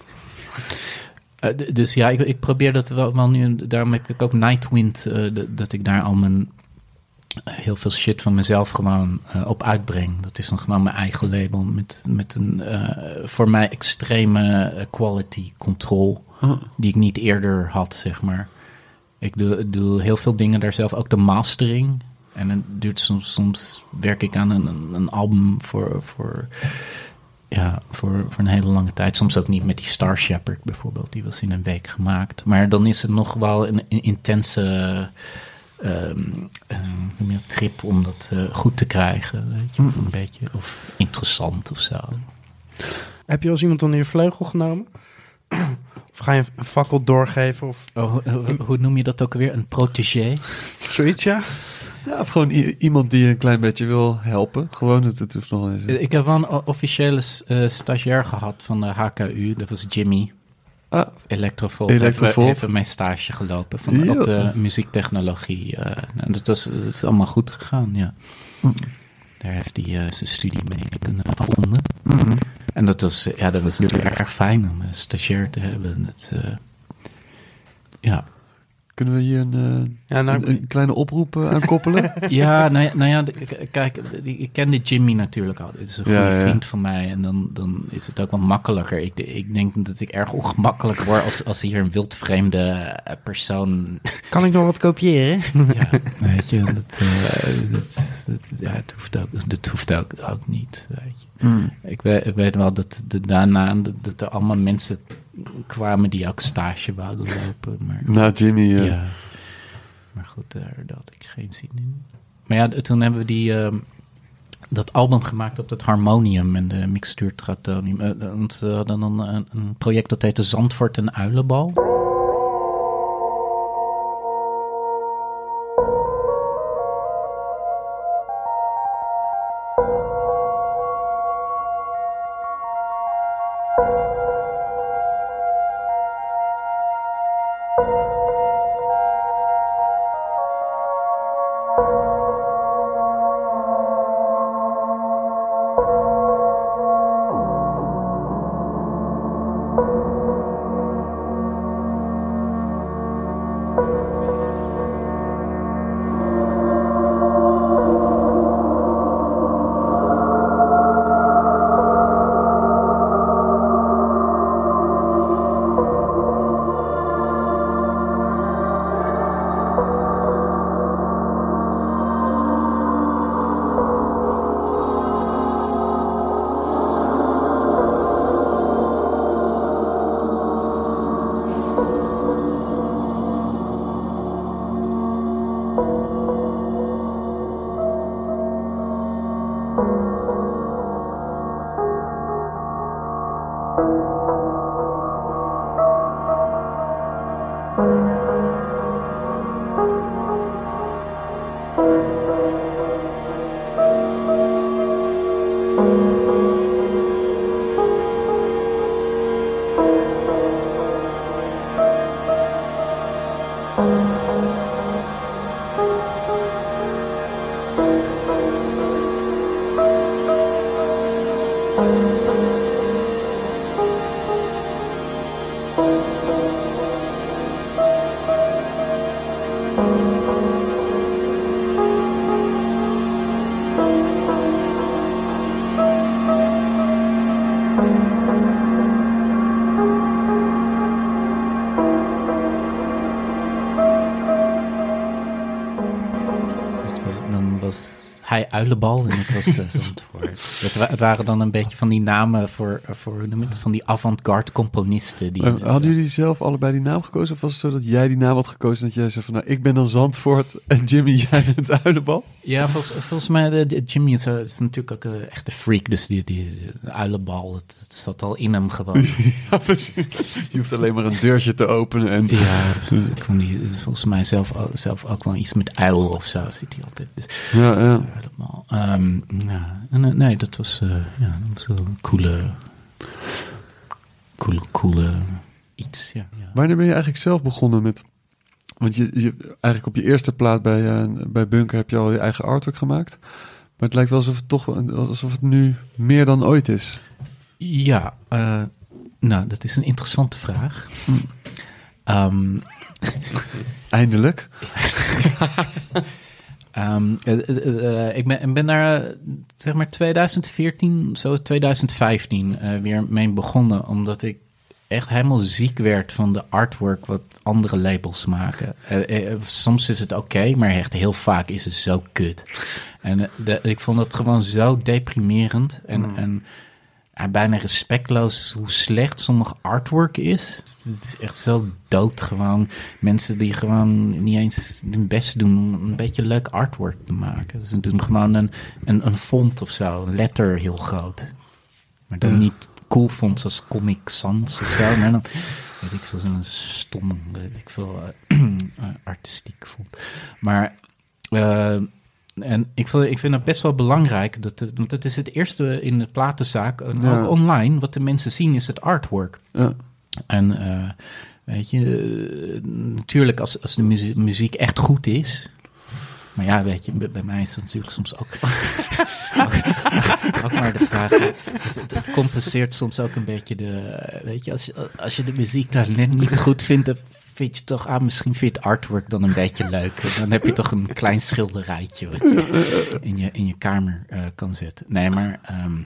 d- dus ja, ik, ik probeer dat wel, wel nu, daarom heb ik ook Nightwind, uh, d- dat ik daar al mijn heel veel shit van mezelf gewoon uh, op uitbreng. Dat is dan gewoon mijn eigen label met, met een uh, voor mij extreme uh, quality control Oh. die ik niet eerder had, zeg maar. Ik doe, doe heel veel dingen daar zelf, ook de mastering. En het duurt soms, soms werk ik aan een, een, een album voor, voor, ja, voor, voor een hele lange tijd. Soms ook niet met die Star Shepherd bijvoorbeeld. Die was in een week gemaakt. Maar dan is het nog wel een, een intense... Um, um, een trip om dat uh, goed te krijgen, weet je, of een beetje, of interessant of zo. Heb je al eens iemand onder je vleugel genomen? Of ga je een fakkel doorgeven? Of Oh, hoe, hoe, hoe noem je dat ook weer? Een protégé? zoiets, ja? Ja, of gewoon i- iemand die je een klein beetje wil helpen. Gewoon, het, het hoeft nog eens. Ik heb wel een o- officiële uh, stagiair gehad van de H K U, dat was Jimmy. Ah, Electrovolt. Electrovolt. Heeft, heeft mijn stage gelopen van, Ja. op de muziektechnologie. Uh, en dat, was, dat is allemaal goed gegaan, ja. Mm. Daar heeft hij uh, zijn studie mee kunnen afronden. mm. En dat was, ja, dat was natuurlijk erg fijn om een stagiair te hebben. Het, uh, ja. Kunnen we hier een, uh, Ja, nou, een, een kleine oproep uh, aan koppelen? Ja, nou ja, nou ja, de- k- kijk, de- ik kende Jimmy natuurlijk al. Het is een goede Ja, ja. vriend van mij. En dan, dan is het ook wel makkelijker. Ik, ik denk dat ik erg ongemakkelijk word als, als hier een wildvreemde eh, persoon... kan ik nog wat kopiëren? Ja, weet je, dat, uh, dat, dat, ja, het hoeft ook, dat hoeft ook, ook niet, weet je. Mm. Ik weet, ik weet wel dat de, daarna dat, dat er allemaal mensen kwamen die ook stage wouden lopen. Maar, Na Jimmy, uh, ja. Maar goed, daar, daar had ik geen zin in. Maar ja, toen hebben we die, uh, dat album gemaakt op het harmonium en de mixtuur Tratonium. Uh, want we hadden dan een, een project dat heette Zandvoort en Uilenbal. Hij Uilenbal en ik was uh, Zandvoort. Het, wa- het waren dan een beetje van die namen voor, voor hoe noem je het, van die avant-garde componisten. Die, Uh, hadden jullie zelf allebei die naam gekozen? Of was het zo dat jij die naam had gekozen en dat jij zei van nou, ik ben dan Zandvoort en Jimmy, jij bent Uilenbal? Ja, volgens, volgens mij, de, de Jimmy is, uh, is natuurlijk ook uh, echt een freak, dus die, die de Uilenbal, het, het zat al in hem gewoon. Ja, precies. Je hoeft alleen maar een deurtje te openen en... Ja, dus, ik vond die, volgens mij zelf, zelf ook wel iets met uil of zo, zit hij altijd. Dus, ja, ja. Helemaal. Um, ja, en, uh, nee, dat was, uh, ja, dat was wel een coole, coole, coole iets, ja, ja. Wanneer ben je eigenlijk zelf begonnen met... Want je, je eigenlijk op je eerste plaat bij, uh, bij Bunker heb je al je eigen artwork gemaakt. Maar het lijkt wel alsof het toch alsof het nu meer dan ooit is. Ja, uh, nou, dat is een interessante vraag. Mm. Um, Eindelijk. um, uh, uh, uh, ik ben, ben daar, uh, zeg maar, twintig veertien, zo twintig vijftien uh, weer mee begonnen. Omdat ik echt helemaal ziek werd van de artwork wat andere labels maken. Uh, uh, soms is het oké, okay, maar echt heel vaak is het zo kut. En uh, de, ik vond het gewoon zo deprimerend en... Mm. en Ja, bijna respectloos hoe slecht sommige artwork is. Het is echt zo dood gewoon. Mensen die gewoon niet eens hun best doen om een beetje leuk artwork te maken. Ze doen gewoon een, een, een font of zo, een letter heel groot. Maar dan ja. niet cool fonts zoals Comic Sans of zo. Maar dan weet ik veel, zo'n stom, weet ik veel, uh, artistiek font. Maar... Uh, En ik vind, ik vind het best wel belangrijk, dat het, want het is het eerste in de platenzaak, en ja. ook online, wat de mensen zien is het artwork. Ja. En uh, weet je, uh, natuurlijk als, als de muziek, muziek echt goed is, maar ja, weet je, bij, bij mij is het natuurlijk soms ook, ook, ook maar de vraag, dus het, het compenseert soms ook een beetje de, weet je, als je, als je de muziek daar net niet goed vindt, vind je toch, ah, misschien vind je het artwork dan een beetje leuk. Dan heb je toch een klein schilderijtje wat je in je, in je kamer uh, kan zetten. Nee, maar... Um,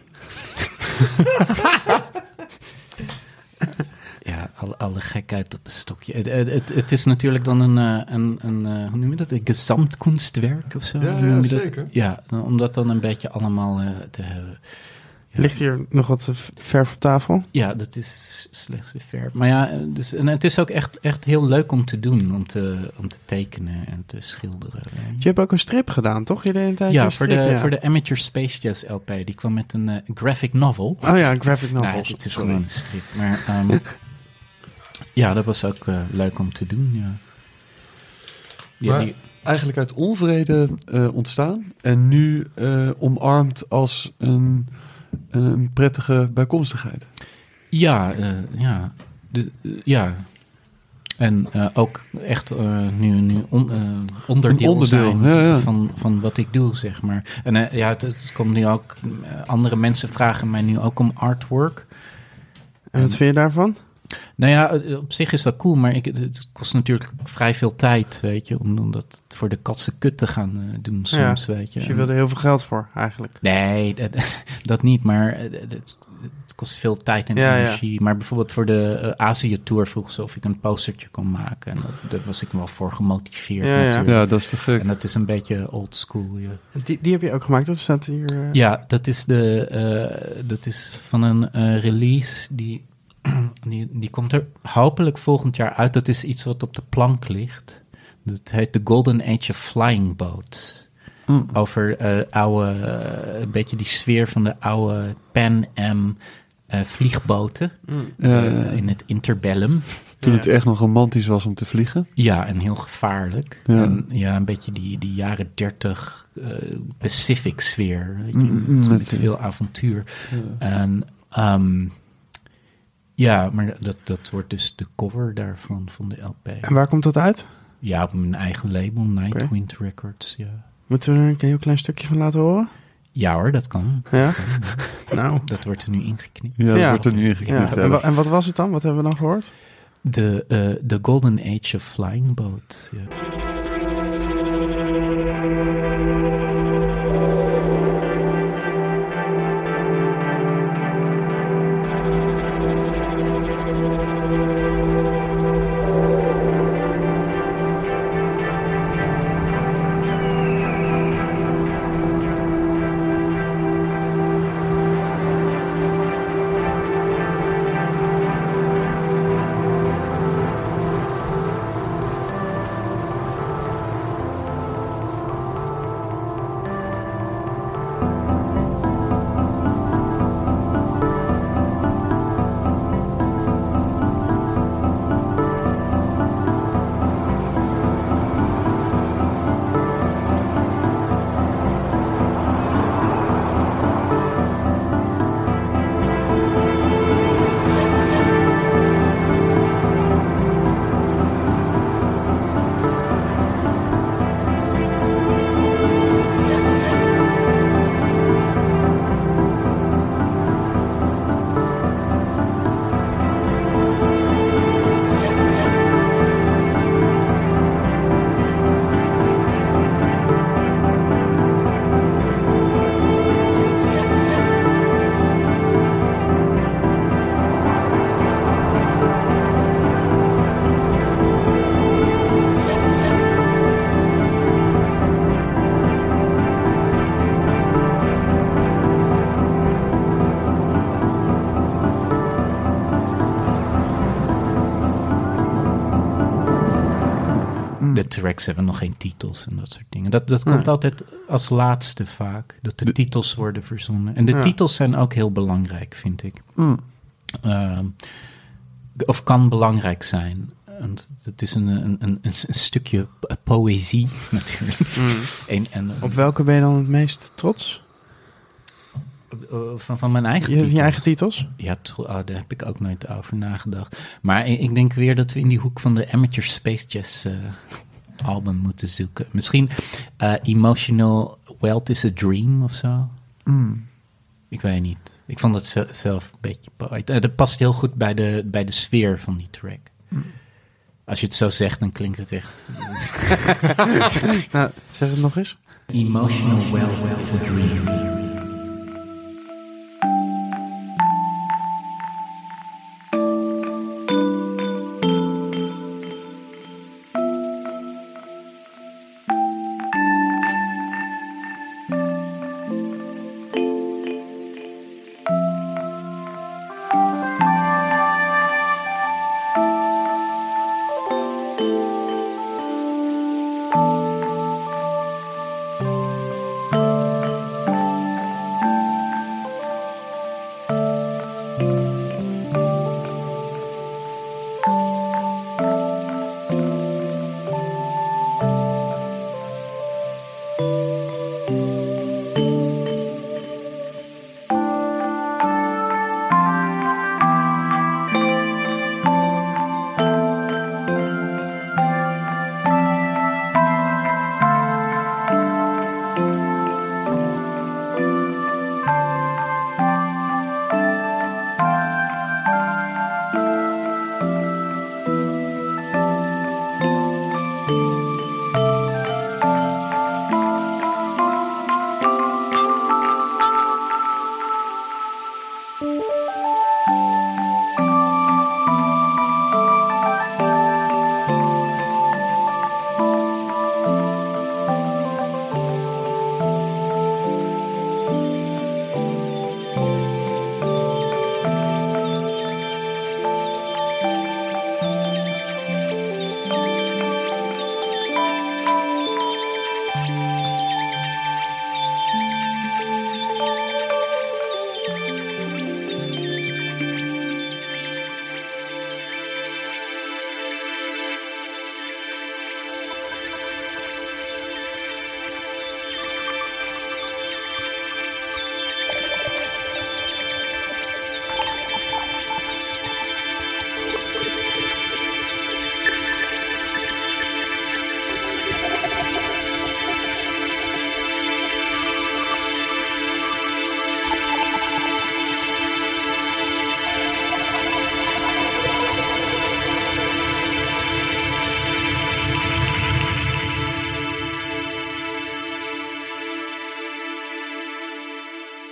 ja, alle, alle gekheid op een stokje. Het, het, het is natuurlijk dan een, een, een, een hoe noem je dat? Een gezamtkunstwerk of zo? Ja, ja zeker. Dat? Ja, om dat dan een beetje allemaal uh, te hebben. Ja. Ligt hier nog wat verf op tafel? Ja, dat is slechts verf. Maar ja, dus, en het is ook echt, echt heel leuk om te doen, om te, om te tekenen en te schilderen. Je hebt ook een strip gedaan, toch? Je deed een tijdje ja, een strip, voor de, ja, voor de Amateur Space Jazz L P. Die kwam met een uh, graphic novel. Oh ja, een graphic novel. Nou, het is Sorry. gewoon een strip. Maar um, ja, dat was ook uh, leuk om te doen, ja. ja maar die, eigenlijk uit onvrede uh, ontstaan en nu uh, omarmd als een... een prettige bijkomstigheid. Ja, uh, ja. De, uh, ja. En uh, ook echt uh, nu, nu on, uh, onderdeel, onderdeel zijn ja, ja. Van, van wat ik doe, zeg maar. En uh, ja, het, het komt nu ook... Uh, andere mensen vragen mij nu ook om artwork. En wat vind je daarvan? Nou ja, op zich is dat cool, maar ik, het kost natuurlijk vrij veel tijd, weet je, om, om dat voor de katse kut te gaan uh, doen soms, ja, weet je. Dus je wil er heel veel geld voor, eigenlijk? Nee, dat, dat niet, maar het, het kost veel tijd en ja, energie. Ja. Maar bijvoorbeeld voor de uh, Azië-tour vroeg ze of ik een postertje kon maken. En dat, daar was ik wel voor gemotiveerd ja, natuurlijk. Ja, dat is te gek. En dat is een beetje old school, ja. Die, die heb je ook gemaakt, dat staat hier... Uh... Ja, dat is, de, uh, dat is van een uh, release die... Die, die komt er hopelijk volgend jaar uit. Dat is iets wat op de plank ligt. Dat heet The Golden Age of Flying Boats. Mm. Over uh, oude, uh, een beetje die sfeer van de oude Pan Am uh, vliegboten. Mm. Uh, uh, in het interbellum. Toen ja. het echt nog romantisch was om te vliegen. Ja, en heel gevaarlijk. Ja, en, ja een beetje die, die jaren dertig uh, Pacific sfeer. Weet je, mm, met, met veel avontuur. Ja. En... Um, Ja, maar dat, dat wordt dus de cover daarvan, van de L P. En waar komt dat uit? Ja, op mijn eigen label, Nightwind okay. Records, ja. Moeten we er een heel klein stukje van laten horen? Ja hoor, dat kan. Ja? Dat, kan, ja. Nou. Dat wordt er nu ingeknipt. Ja, dat ja. wordt er nu ingeknipt. Ja. En, wa- en wat was het dan? Wat hebben we dan gehoord? De uh, The Golden Age of Flying Boats, ja. De tracks hebben nog geen titels en dat soort dingen. Dat, dat komt ja. altijd als laatste vaak. Dat de, de titels worden verzonnen. En de ja. titels zijn ook heel belangrijk, vind ik. Mm. Uh, of kan belangrijk zijn. Want het is een, een, een, een stukje poëzie natuurlijk. Mm. En, en, Op welke ben je dan het meest trots? Van, van mijn eigen je, titels. Je eigen titels? Ja, tro- oh, daar heb ik ook nooit over nagedacht. Maar ik, ik denk weer dat we in die hoek van de Amateur Space Jazz uh, album moeten zoeken. Misschien uh, Emotional Wealth is a Dream of zo. Mm. Ik weet niet. Ik vond het zelf een beetje... Uh, dat past heel goed bij de, bij de sfeer van die track. Mm. Als je het zo zegt, dan klinkt het echt... nou, zeg het nog eens. Emotional Wealth is a Dream.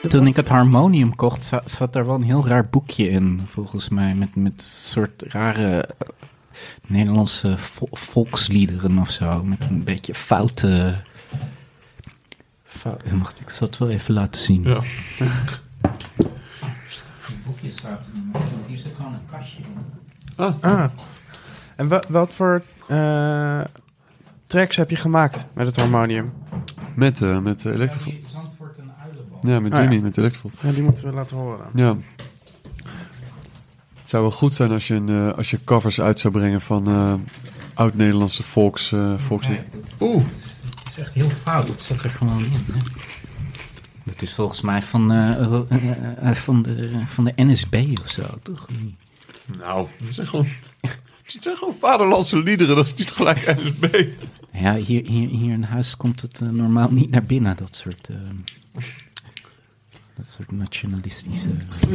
toen ik het harmonium kocht, za- zat daar wel een heel raar boekje in, volgens mij. Met, met soort rare uh, Nederlandse vo- volksliederen of zo. Met een beetje foute... fout, wacht, ik zal het wel even laten zien. Ja. Het boekje staat er nog, want hier zit gewoon een kastje in. Ah, Ah. En wa- wat voor uh, tracks heb je gemaakt met het harmonium? met, uh, met uh, Electrofool. Zandvoort en Uilenbal. Ja, met Oh, Jimmy, ja. met Electrofool. Ja, die moeten we laten horen. Ja. Het zou wel goed zijn als je, een, uh, als je covers uit zou brengen van uh, oud-Nederlandse volks, uh, volkslied. Oeh. Het is, het is echt heel fout. Het zat er gewoon in. Hè? Dat is volgens mij van, uh, uh, uh, uh, van, de, van de N S B of zo, toch? Nou, dat zijn gewoon, het zijn gewoon vaderlandse liederen. Dat is niet gelijk N S B. Ja, hier, hier, hier in huis komt het uh, normaal niet naar binnen, dat soort, uh, dat soort nationalistische...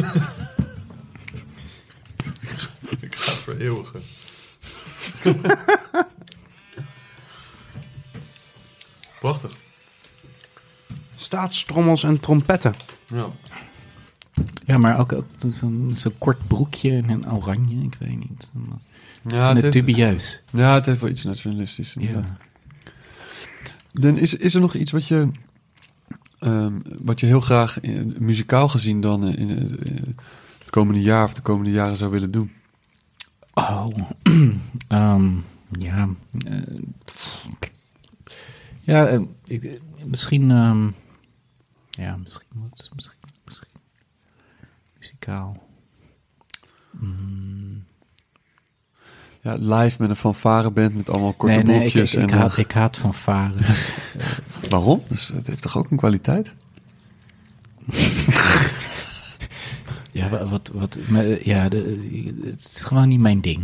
Ik ga het vereeuwigen. Prachtig. Staatstrommels en trompetten. Ja. Ja, maar ook, ook zo'n zo'n kort broekje en een oranje, ik weet niet. Ja, Van het het heeft, dubieus. ja, het heeft wel iets nationalistisch. inderdaad. Ja. Dan is, is er nog iets wat je, um, wat je heel graag in, muzikaal gezien dan in, in, in het komende jaar of de komende jaren zou willen doen? Oh, um, ja. Uh, ja, uh, ik, uh, misschien, um, ja, misschien wat, misschien, misschien muzikaal. Mm. Ja, live met een fanfareband met allemaal korte nee, nee, broekjes. ik, ik, en, ik, haat, uh, ik haat fanfare. waarom? Dus het heeft toch ook een kwaliteit? Ja, wat, wat, wat ja, de, het is gewoon niet mijn ding.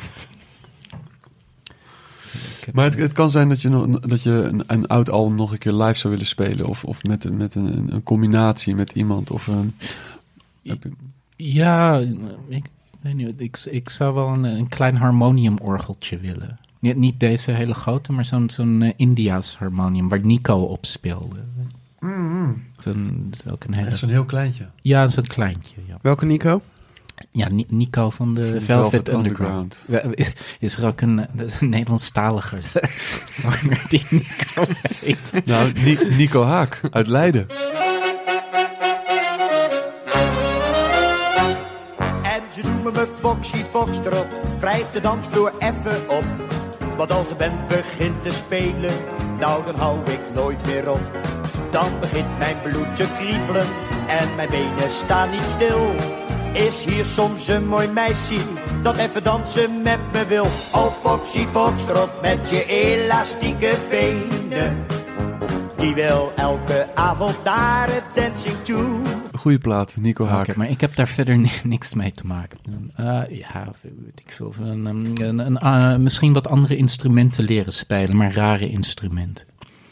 Maar het, het kan zijn dat je, nog, dat je een, een oud album nog een keer live zou willen spelen. Of, of met, met een, een combinatie met iemand. Of een, heb je... Ja, ik weet niet. Ik, ik zou wel een, een klein harmoniumorgeltje willen. Niet, niet deze hele grote, maar zo'n, zo'n uh, Indiaas harmonium waar Nico op speelde. Mm-hmm. Zo'n, dat is ook een hele... Echt zo'n heel kleintje. Ja, zo'n kleintje. Ja, Welke Nico? ja Ni- Nico van de Van Velvet, Velvet Underground. Underground. Is, is er ook een, een Nederlandstalige zanger die Nico heet? Nou, Ni- Nico Haak uit Leiden. En ze noemen me Foxy Foxtrot, wrijf de dansvloer even op. Want als de band begint te spelen, nou dan hou ik nooit meer op. Dan begint mijn bloed te kriebelen en mijn benen staan niet stil. Is hier soms een mooi meisje dat even dansen met me wil? Oh Foxy Foxtrot met je elastieke benen, die wil elke avond naar het dancing toe. Goeie plaat, Nico Haak. Okay, maar ik heb daar verder ni- niks mee te maken. Uh, ja, weet ik veel. Een, een, een, uh, misschien wat andere instrumenten leren spelen, maar rare instrumenten.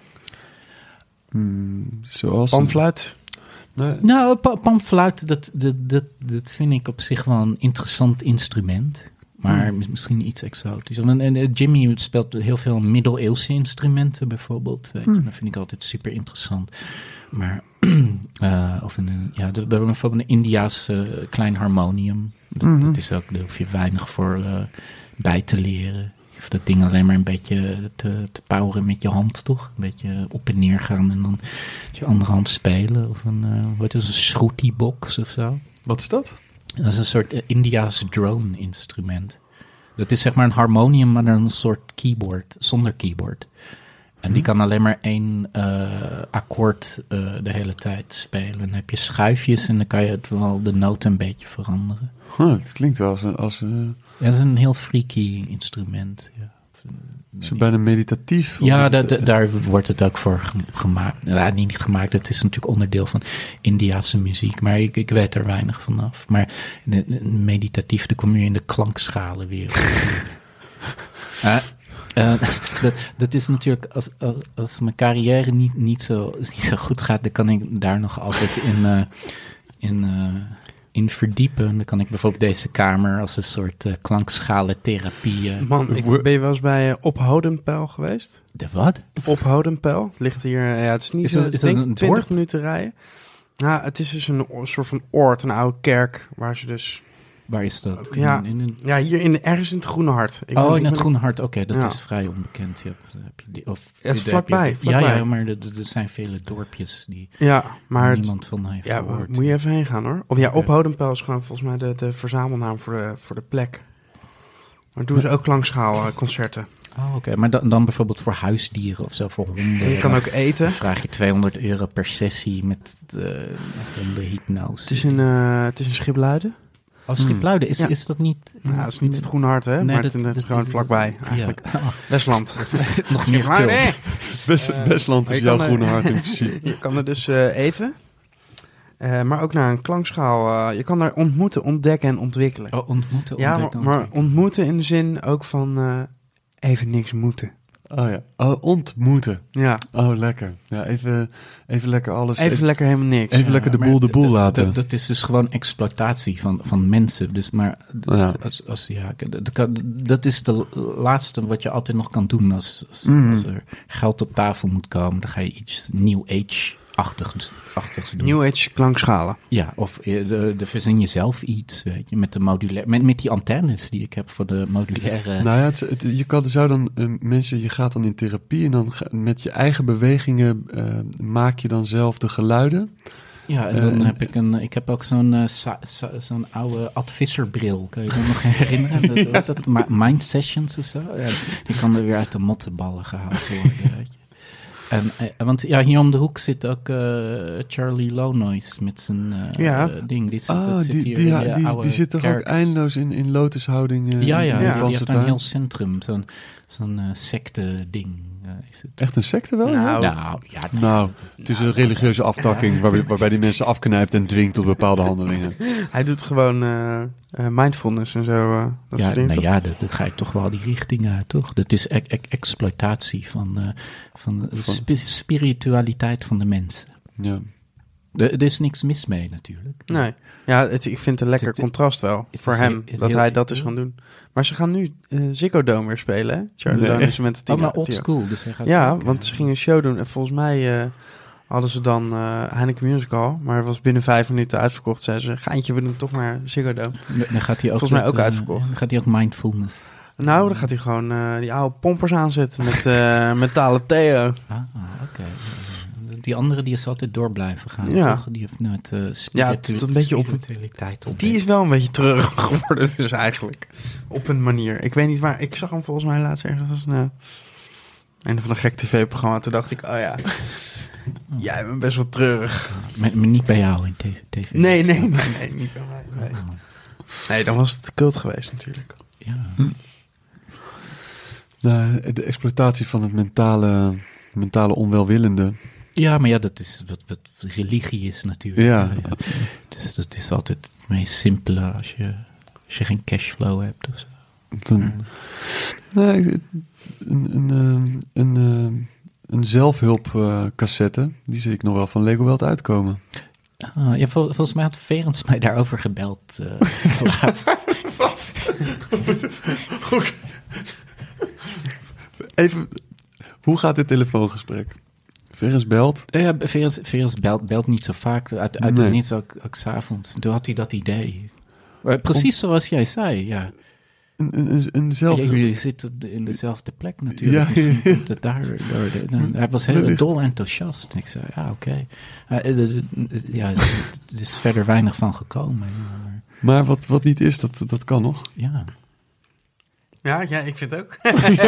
Hmm, zoals... Panfluit? Nee. Nou, pa- panfluit, dat, dat, dat, dat vind ik op zich wel een interessant instrument. Maar hmm. misschien iets exotisch. En, en Jimmy speelt heel veel middeleeuwse instrumenten bijvoorbeeld. Weet je. Hmm. Dat vind ik altijd super interessant. Maar, uh, of een, ja, we hebben bijvoorbeeld een Indiaas uh, klein harmonium. Dat, mm-hmm. dat is ook, daar hoef je weinig voor uh, bij te leren. Of dat ding alleen maar een beetje te, te poweren met je hand, toch? Een beetje op en neer gaan en dan met je andere hand spelen. Of een, uh, wat is een shruti box of zo. Wat is dat? Dat is een soort uh, Indiaas drone instrument. Dat is zeg maar een harmonium, maar dan een soort keyboard, zonder keyboard. En die kan alleen maar één uh, akkoord uh, de hele tijd spelen. Dan heb je schuifjes en dan kan je het wel de noten een beetje veranderen. Huh, het klinkt wel als een... Als, uh... ja, dat is een heel freaky instrument. Ja. Is het bijna meditatief? Ja, da- da- daar wordt het ook voor gemaakt. Ja, niet gemaakt, het is natuurlijk onderdeel van Indiase muziek. Maar ik, ik weet er weinig vanaf. Maar de, de, meditatief, dan kom je in de klankschalen weer. uh, Uh, dat, dat is natuurlijk, als, als, als mijn carrière niet, niet, zo, niet zo goed gaat, dan kan ik daar nog altijd in, uh, in, uh, in verdiepen. Dan kan ik bijvoorbeeld deze kamer als een soort uh, klankschalentherapie. Uh, Man, ik, ben je wel eens bij uh, Ophodenpeil geweest? De wat? Ophodenpeil. Het ligt hier, uh, ja, het is niet is zo, dat, is denk dat een twintig dorp? minuten rijden. Ja, het is dus een o- soort van oord, een oude kerk, waar ze dus... Waar is dat? Ook, ja, in, in een... ja, hier in, ergens in het Groene Hart. Ik oh, ben, in ik het ben- Groene Hart, oké, okay, dat Ja. is vrij onbekend. Ja, heb je die, of, Het is heb je- vlakbij, Ja, vlakbij. ja, maar er, er zijn vele dorpjes die Ja, maar het- niemand van heeft ja, gehoord. moet je even heen gaan hoor. Of ja, Oké. op Hodenpijl is gewoon volgens mij de, de verzamelnaam voor de, voor de plek. Maar doen ze ook klankschaalconcerten. Oh, oké. Okay. Maar dan, dan bijvoorbeeld voor huisdieren of zo, voor honden. En je kan dan- ook eten. Dan vraag je tweehonderd euro per sessie met uh, hondenhypnose. Het is in, uh, het is in Schipluiden. Oh, Schipluiden, is, Ja. is dat niet... Nou, dat is niet het Groene Hart, hè? Nee, maar dat- het, het is dat gewoon is- vlakbij, ja. eigenlijk. Oh. Westland. Dat is nog meer Schipluiden. kult. West, Eh, Westland maar is je jouw kan er- Groene Hart in principe. Je kan er dus uh, eten. Uh, maar ook naar een klankschaal. Uh, je kan daar ontmoeten, ontdekken en ontwikkelen. Oh, ontmoeten, Ja, maar, ontdekken, maar ontwikkelen. ontmoeten in de zin ook van uh, even niks moeten. Oh ja, oh, ontmoeten. Ja. Oh, lekker. Ja, even, even lekker alles. Even lekker helemaal niks. Even Ja, lekker de maar boel de d- boel d- laten. d- Dat is dus gewoon exploitatie van, van mensen. Dus maar d- Ja. als, als, ja, d- d- dat is de laatste wat je altijd nog kan doen als, als, Mhm. als er geld op tafel moet komen. Dan ga je iets New Age-achtigs achtigs doen. New Age klankschalen. Ja, of je- de, de verzin je zelf iets, weet je, met de modulaire, met, met die antennes die ik heb voor de modulaire. Nou ja, het, het- je kan zou dan uh, mensen, je gaat dan in therapie en dan ga- met je eigen bewegingen uh, maak je dan zelf de geluiden. Ja, en dan Uh, heb ik een, ik heb ook zo'n uh, sa- sa- zo'n oude advisserbril. Kan je dat nog herinneren? Dat, dat, dat, Ma- Mind Sessions of zo. Ja, die kan er weer uit de mottenballen gehaald worden, weet je. En, eh, want ja, hier om de hoek zit ook uh, Charlie Lownoise met zijn uh, Ja. ding. Die zit, Ah, dat zit die, hier die, in ja, de die, oude die zit toch kerk. ook eindeloos in, in lotushouding. Uh, Ja, ja, in die, de die heeft Basseltuin? een heel centrum, zo'n, zo'n uh, secte-ding. Uh, is het. Echt een secte wel? ja? Nou, Nou, ja, nee. Nou, het is een religieuze aftakking waarbij, waarbij die mensen afknijpt en dwingt tot bepaalde handelingen. Hij doet gewoon uh, uh, mindfulness en zo. Uh, dat Ja, soort dingen. nou toch? ja, dat- dan ga je toch wel die richting uit, toch? Dat is e- e- exploitatie van, uh, van de spi- spiritualiteit van de mensen. Ja. Er, er is niks mis mee natuurlijk. Nee. Ja, het, ik vind het een lekker Het is- contrast wel het voor is hem. heel- het is dat heel- hij dat is gaan doen. Maar ze gaan nu uh, Ziggo Dome weer spelen, hè? Charlie Nee. Lownoise met het Oh, tien- maar old tien- school. Dus hij gaat Ja, ook, want uh, ze gingen een show doen en volgens mij uh, hadden ze dan uh, Heineken Musical, maar het was binnen vijf minuten uitverkocht. Zeiden ze, Geintje, we doen toch maar Ziggo Dome. Dan gaat hij ook volgens mij met, ook uh, uitverkocht. Dan gaat hij ook mindfulness. Nou, dan gaat hij gewoon uh, die oude pompers aanzetten met uh, metalen Theo. Ah, oké. Die andere die is altijd door blijven gaan, Ja. toch? Die heeft nooit uh, Ja, spiritu- tot een beetje op- spiritualiteit op. Die is wel een beetje treurig geworden, dus eigenlijk. Op een manier. Ik weet niet waar. Ik zag hem volgens mij laatst ergens als een, uh, een van de gek tv-programma. Toen dacht ik, oh ja, jij bent best wel treurig. Maar, maar niet bij jou in tv. Nee, nee, nee, nee, niet bij mij. Nee. Nee, dan was het cult geweest natuurlijk. Ja. Nou, de exploitatie van het mentale, mentale onwelwillende. Ja, maar ja, dat is wat, wat religie is natuurlijk. Ja. Dus dat is altijd het meest simpele als je, als je geen cashflow hebt of zo. Dan, nee, een, een, een, een, een, een zelfhulpcassette, die zie ik nog wel van Lego Welt uitkomen. Ah, ja, vol, volgens mij had Verens mij daarover gebeld. Uh, laatst. Even, hoe gaat dit telefoongesprek? Verens belt. Ja, Verens, Verens belt, belt niet zo vaak. Uit, uit Nee. het niets, ook, ook 's avonds. Toen had hij dat idee. Maar precies zoals jij zei, ja. Een, een, een zelf... Ja, jullie zitten op de- in dezelfde plek natuurlijk. Ja, Misschien ja, ja. komt het daar. door de- nou, hij was heel Wellicht. dol enthousiast. En ik zei, ja, oké. Okay. Uh, dus, ja, er is verder weinig van gekomen. Ja, maar, Maar wat, wat niet is, dat, dat kan nog. ja. Ja, ja, ik vind het ook.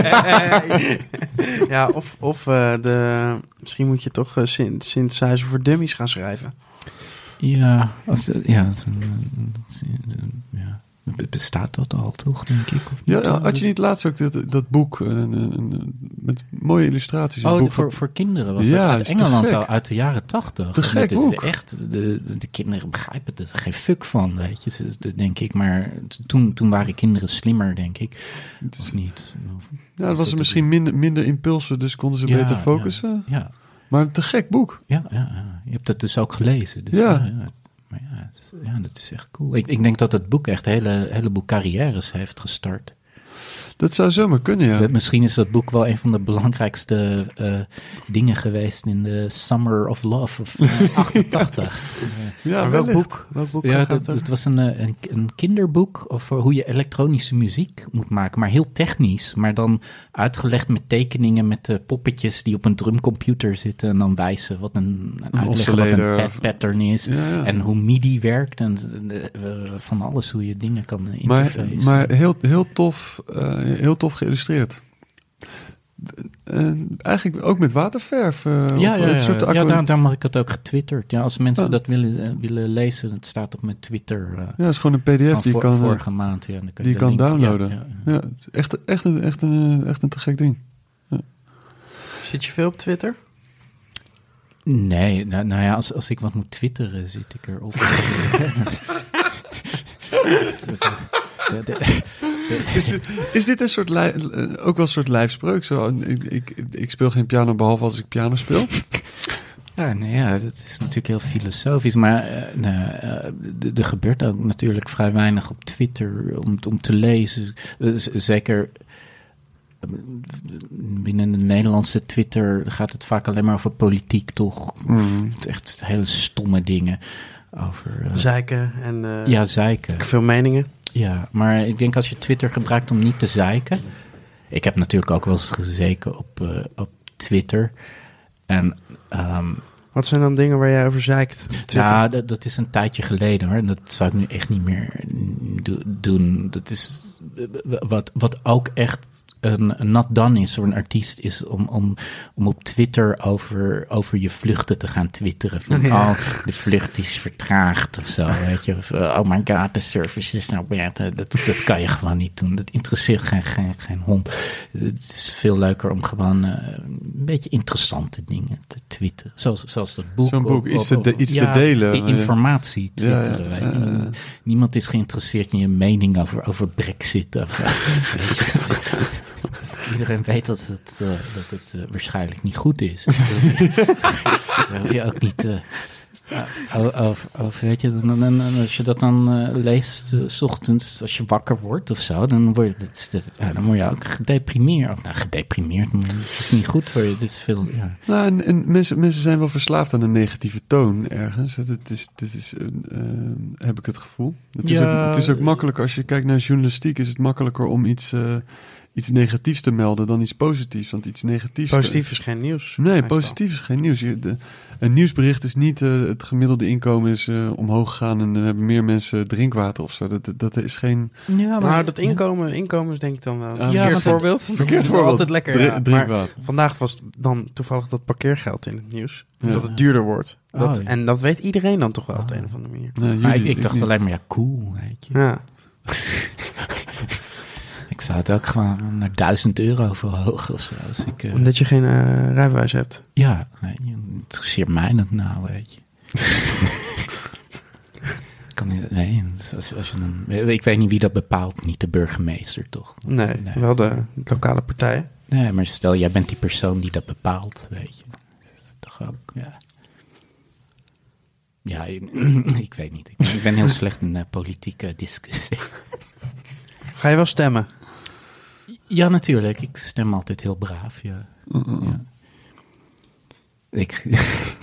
Ja, of, of uh, de, misschien moet je toch uh, syn- synthesizer voor dummies gaan schrijven. Ja, of de- ja, dat is een, een- een- ja. Be- bestaat dat al, toch, denk ik? Of Ja, niet? ja, had je niet laatst ook dat, dat boek een, een, een- met mooie illustraties? Een Oh, boek de- voor, van- voor kinderen was Ja, dat is uit te Engeland gek. al, uit de jaren tachtig. Te En gek dat is boek. echt, de, de, de kinderen begrijpen er geen fuck van, weet je. Dus dat denk ik, maar t- toen, toen waren kinderen slimmer, denk ik. Of niet? Of- Ja, dat was er misschien minder, minder impulsen, dus konden ze Ja, beter focussen. Ja, Maar een te gek boek. ja, ja, ja. Je hebt het dus ook gelezen. Dus, Ja. ja. ja. Maar ja, het is, ja, dat is echt cool. Ik, ik denk dat het boek echt een hele, heleboel carrières heeft gestart. Dat zou zomaar kunnen, ja. Misschien is dat boek wel een van de belangrijkste uh, dingen geweest in de Summer of Love of uh, achtentachtig. Ja, maar welk boek? Welk boek ja, dat, dat was een, een, een kinderboek over hoe je elektronische muziek moet maken. Maar heel technisch, maar dan uitgelegd met tekeningen met uh, poppetjes die op een drumcomputer zitten en dan wijzen wat een, een uitleggen wat een pad pattern is ja, ja. en hoe MIDI werkt en uh, van alles, hoe je dingen kan uh, interfacen. Maar, maar heel, heel tof, uh, heel tof geïllustreerd. Uh, eigenlijk ook met waterverf. Uh, ja, of ja, het soort ja. aqua- ja daar, daar mag ik het ook getwitterd. Ja, als mensen oh. dat willen, uh, willen lezen, het staat op mijn Twitter. Uh, ja, het is gewoon een P D F die je voor, kan, vorige maand. Ja, dan kan die je kan link, downloaden. Ja, ja, ja. ja, het is echt, echt, een, echt, een, echt een te gek ding. Ja. Zit je veel op Twitter? Nee, nou, nou ja, als, als ik wat moet twitteren, zit ik erop. Is, is dit een soort li- ook wel een soort lijfspreuk? Zo, ik, ik, ik speel geen piano behalve als ik piano speel. Ja, nou ja, dat is natuurlijk heel filosofisch. Maar uh, nou, uh, er gebeurt ook natuurlijk vrij weinig op Twitter om, om te lezen. Uh, z- zeker binnen de Nederlandse Twitter gaat het vaak alleen maar over politiek, toch? Mm. Echt hele stomme dingen. Over, uh, zeiken en uh, ja, zeiken. Veel meningen. Ja, maar ik denk als je Twitter gebruikt om niet te zeiken. Ik heb natuurlijk ook wel eens gezeken op, uh, op Twitter. En, um, wat zijn dan dingen waar jij over zeikt? Ja, dat, dat is een tijdje geleden hoor. Dat zou ik nu echt niet meer do- doen. Dat is wat, wat ook echt een, een not done is voor een artiest, is om, om, om op Twitter over, over je vluchten te gaan twitteren. Van, oh, ja. oh, de vlucht is vertraagd of zo, weet je. Of, oh my god, de service is nou bad. Dat, dat kan je gewoon niet doen. Dat interesseert geen, geen, geen hond. Het is veel leuker om gewoon uh, een beetje interessante dingen te twitteren. Zoals, zoals dat boek. Zo'n boek, of, iets, te, de, iets ja, te delen. Informatie twitteren. Ja, ja, weet je. Uh, Niemand is geïnteresseerd in je mening over, over Brexit. Of, uh, weet je, dat, iedereen weet dat het, uh, dat het uh, waarschijnlijk niet goed is. Daar hoef je ook niet... Uh, uh, of, of weet je, dan, dan, als je dat dan uh, leest, uh, 's ochtends, als je wakker wordt of zo, dan word je, dat, dat, ja, dan word je ook gedeprimeerd. Nou, gedeprimeerd, maar het is niet goed voor je. Dit is veel, ja. Nou, en, en mensen, mensen zijn wel verslaafd aan een negatieve toon ergens. Het is, het is, uh, uh, heb ik het gevoel. Het is, ja, ook, het is ook makkelijker, als je kijkt naar journalistiek, is het makkelijker om iets... Uh, iets negatiefs te melden dan iets positiefs. Want iets negatiefs... Positief is geen nieuws. Nee, meestal. Positief is geen nieuws. Je, de, een nieuwsbericht is niet uh, het gemiddelde inkomen is uh, omhoog gegaan en dan hebben meer mensen drinkwater of zo. Dat, dat, dat is geen... Ja, maar nou, dat inkomen, inkomens denk ik dan wel. Uh, ja, verkeerd voorbeeld. Verkeerd voorbeeld. Altijd lekker, Dr- ja. drinkwater. Maar vandaag was dan toevallig dat parkeergeld in het nieuws. Ja. Dat het duurder wordt. Dat, oh, ja. En dat weet iedereen dan toch wel op de een of andere manier. Nee, jullie, ik, ik dacht ik alleen maar, ja, cool, weet je. Ja. Ik zou het ook gewoon naar duizend euro verhogen of zo. Als ik, uh... Omdat je geen uh, rijbewijs hebt? Ja, nee, interesseert mij dat nou, weet je. kan niet, nee, als, als je dan, ik weet niet wie dat bepaalt, niet de burgemeester, toch? Nee, nee. Wel de lokale partij. Nee, maar stel, jij bent die persoon die dat bepaalt, weet je. Toch ook, ja. Ja, ik weet niet. Ik ben heel slecht in uh, politieke discussie. Ga je wel stemmen? Ja, natuurlijk. Ik stem altijd heel braaf, ja. Uh-uh. ja. Ik...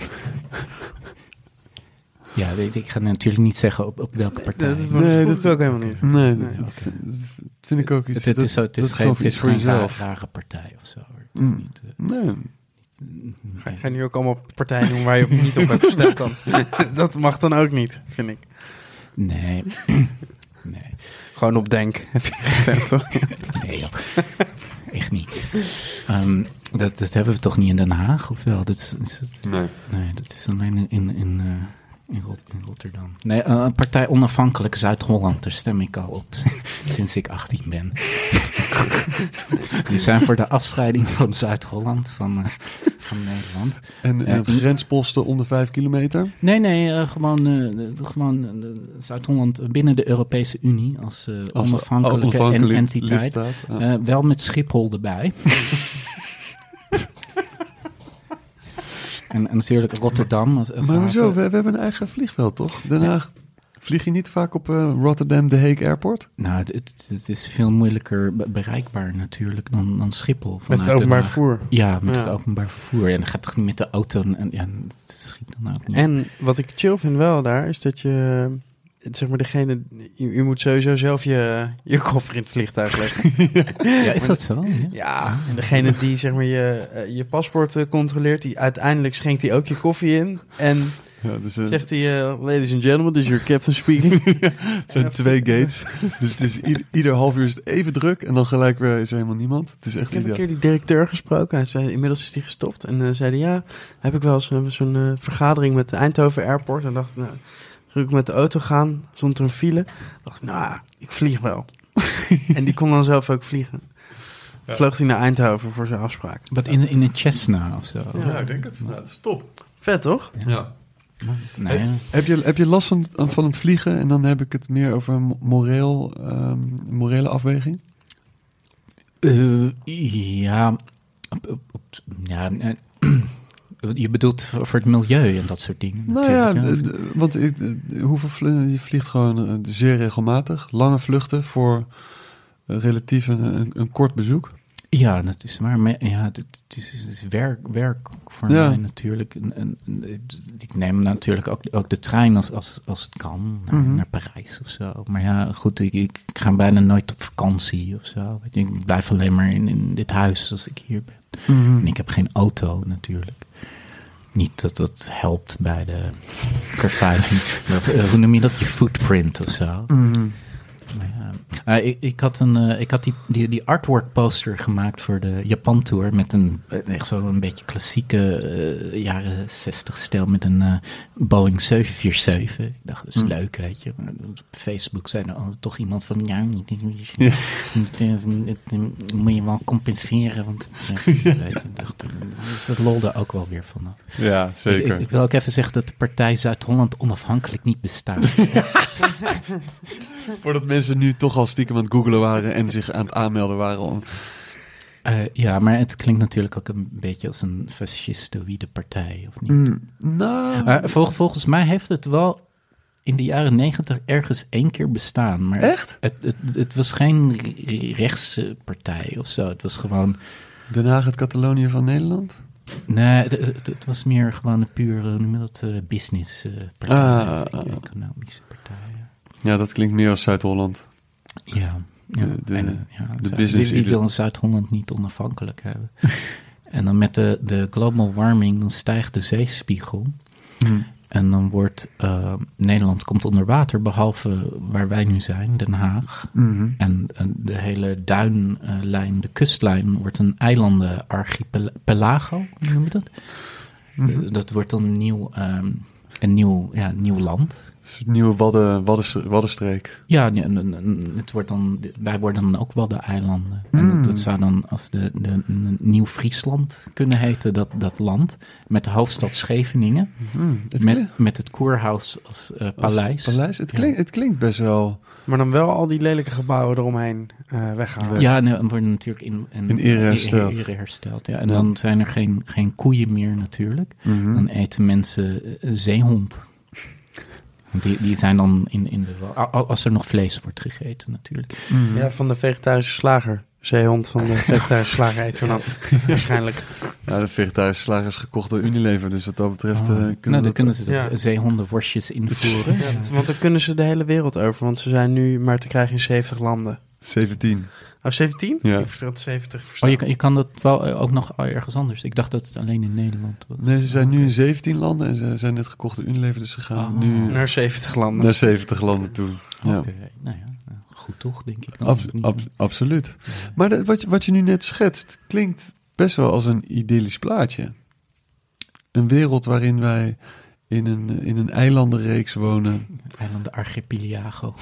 ja, ik, ik ga natuurlijk niet zeggen op, op welke partij. Dat, dat, nee, dat is ook helemaal niet. Nee, dat, dat, okay. dat vind ik ook iets. Het, het is, zo, het is, geen, het is voor jezelf. Een rare partij of zo. Het is mm. niet, uh, nee. Ga, ga je nu ook allemaal partijen doen waar je niet op hebt gestemd dan? Dat mag dan ook niet, vind ik. Nee. Nee. Gewoon op Denk heb je gestemd, toch? Nee, joh. Echt niet. Um, dat, dat hebben we toch niet in Den Haag, of wel? Dat is, is het, nee. Nee, dat is alleen in, in, in, uh, in, Rot- in Rotterdam. Nee, uh, een partij onafhankelijk Zuid-Holland, daar stem ik al op sinds ik achttien ben. Die zijn voor de afscheiding van Zuid-Holland, van, uh, van Nederland. En, en uh, grensposten onder vijf kilometer? Nee, nee, uh, gewoon, uh, gewoon uh, Zuid-Holland binnen de Europese Unie als, uh, als onafhankelijke onafhankelijk en, entiteit. Ja. Uh, wel met Schiphol erbij. en, en natuurlijk Rotterdam. Als, als maar hoezo? We, we hebben een eigen vliegveld, toch? Den Haag. Vlieg je niet vaak op uh, Rotterdam de Hague Airport? Nou, het, het, het is veel moeilijker be- bereikbaar natuurlijk dan, dan Schiphol. Met het openbaar vervoer. Ja, met Ja. het openbaar vervoer. En dan gaat toch niet met de auto. En ja, dat schiet dan ook niet. En wat ik chill vind wel daar, is dat je, zeg maar, degene, je, je moet sowieso zelf je, je koffer in het vliegtuig leggen. Ja, is dat zo? Ja. Ja, en degene die, zeg maar, je, uh, je paspoort uh, controleert, die uiteindelijk schenkt hij ook je koffie in. En Ja, dus, uh, zegt hij, uh, ladies and gentlemen, this is your captain speaking. het zijn twee gates. Dus het is ieder, ieder half uur is het even druk en dan gelijk weer is er helemaal niemand. Het is echt Ik heb een ideaal. keer die directeur gesproken. Hij zei, inmiddels is hij gestopt. En uh, zei hij, ja, heb ik wel eens uh, zo'n uh, vergadering met de Eindhoven Airport. En dacht, nou, ga ik met de auto gaan, zonder er een file. Ik dacht, nou, ik vlieg wel. En die kon dan zelf ook vliegen. Ja. Vloog hij naar Eindhoven voor zijn afspraak. Wat in, in een Cessna of zo? Ja, ik denk het. Nou, dat is top. Vet, toch? Ja. ja. Nee. Heb, heb, je, heb je last van, van het vliegen? En dan heb ik het meer over moreel, um, morele afweging? Uh, ja, op, op, op, ja uh, je bedoelt voor het milieu en dat soort dingen. Nou ja, ja. d- d- want ik, d- hoeveel vl- je vliegt gewoon uh, zeer regelmatig. Lange vluchten voor uh, relatief een, een, een kort bezoek. Ja, dat is waar. Maar ja, het, het, is, het is werk, werk voor ja. mij natuurlijk. En, en, en, ik neem natuurlijk ook, ook de trein als, als, als het kan, naar, mm-hmm. naar Parijs of zo. Maar ja, goed, ik, ik ga bijna nooit op vakantie of zo. Weet je, ik blijf alleen maar in, in dit huis als ik hier ben. Mm-hmm. En ik heb geen auto natuurlijk. Niet dat dat helpt bij de vervuiling. Of, uh, hoe noem je dat? Je footprint of zo. Mm-hmm. Maar ja, uh, ik, ik had, een, uh, ik had die, die, die artwork poster gemaakt voor de Japan Tour met een echt zo een beetje klassieke uh, jaren zestig stijl met een uh, Boeing zeven vier zeven. Ik dacht, dat is mm. leuk, weet je. Maar op Facebook zei er oh, toch iemand van, ja, niet, niet, ja. Dat moet je wel compenseren. Want ja, ja. Weet je, dacht, dus dat lolde ook wel weer vanaf. Ja, zeker. Ik, ik, ik wil ook even zeggen dat de partij Zuid-Holland onafhankelijk niet bestaat. Voordat mensen nu toch al stiekem aan het googlen waren en zich aan het aanmelden waren. Om... Uh, ja, maar het klinkt natuurlijk ook een beetje als een fascistoïde partij, of niet? Mm, nou... Uh, vol, volgens mij heeft het wel in de jaren negentig ergens één keer bestaan. Maar echt? Het, het, het was geen rechtse partij of zo. Het was gewoon... Den Haag, het Catalonië van Nederland? Nee, het, het, het was meer gewoon een pure, hoe noem je dat, uh, business uh, partij. Ah, uh, economische partij, ja. Ja, dat klinkt meer als Zuid-Holland. Ja, ja. De, de, en, ja, de Zuid, business... Wie, wie wil Zuid-Holland niet onafhankelijk hebben? En dan met de, de global warming, dan stijgt de zeespiegel. Hmm. En dan wordt uh, Nederland komt onder water, behalve waar wij nu zijn, Den Haag. Mm-hmm. En, en de hele duinlijn, de kustlijn, wordt een eilanden-archipelago, hoe noem je dat? Mm-hmm. Dat wordt dan een nieuw, um, een nieuw, ja, nieuw land. Een nieuwe wadden, waddenstreek. waddenstreek. Ja, het wordt dan, wij worden dan ook Waddeneilanden. Mm. En dat, dat zou dan als de, de, de Nieuw-Friesland kunnen heten, dat, dat land. Met de hoofdstad Scheveningen. Mm, het met, met het Kurhaus als uh, paleis. Als paleis? Het, ja. klinkt, het klinkt best wel... Maar dan wel al die lelijke gebouwen eromheen uh, weghalen. Ja, en dan worden natuurlijk in, in, in ere hersteld. In ere hersteld ja. En ja. dan zijn er geen, geen koeien meer natuurlijk. Mm-hmm. Dan eten mensen uh, zeehond. Die, die zijn dan in, in de... Als er nog vlees wordt gegeten natuurlijk. Mm. Ja, van de vegetarische slager. Zeehond van de vegetarische slager eten we dan waarschijnlijk. Ja, de vegetarische slager is gekocht door Unilever. Dus wat dat betreft uh, oh. kunnen nou, dan dat kunnen ze dus ja. zeehondenworstjes invoeren. Ja, ja. Want dan kunnen ze de hele wereld over. Want ze zijn nu maar te krijgen in zeventig landen. zeventien. Oh, zeventien? Ja. Ik vertel zeventig verstaan. Oh, je kan, je kan dat wel ook nog ergens anders. Ik dacht dat het alleen in Nederland was. Nee, ze zijn nu in zeventien landen en ze zijn net gekocht door Unilever. Dus ze gaan oh. nu... Naar zeventig landen. Naar zeventig landen toe. Ja. Oké, okay. nou ja. Goed toch, denk ik. Ab- ab- absoluut. Ja. Maar de, wat, je, wat je nu net schetst, klinkt best wel als een idyllisch plaatje. Een wereld waarin wij in een, in een eilandenreeks wonen. Eilanden Archipelago.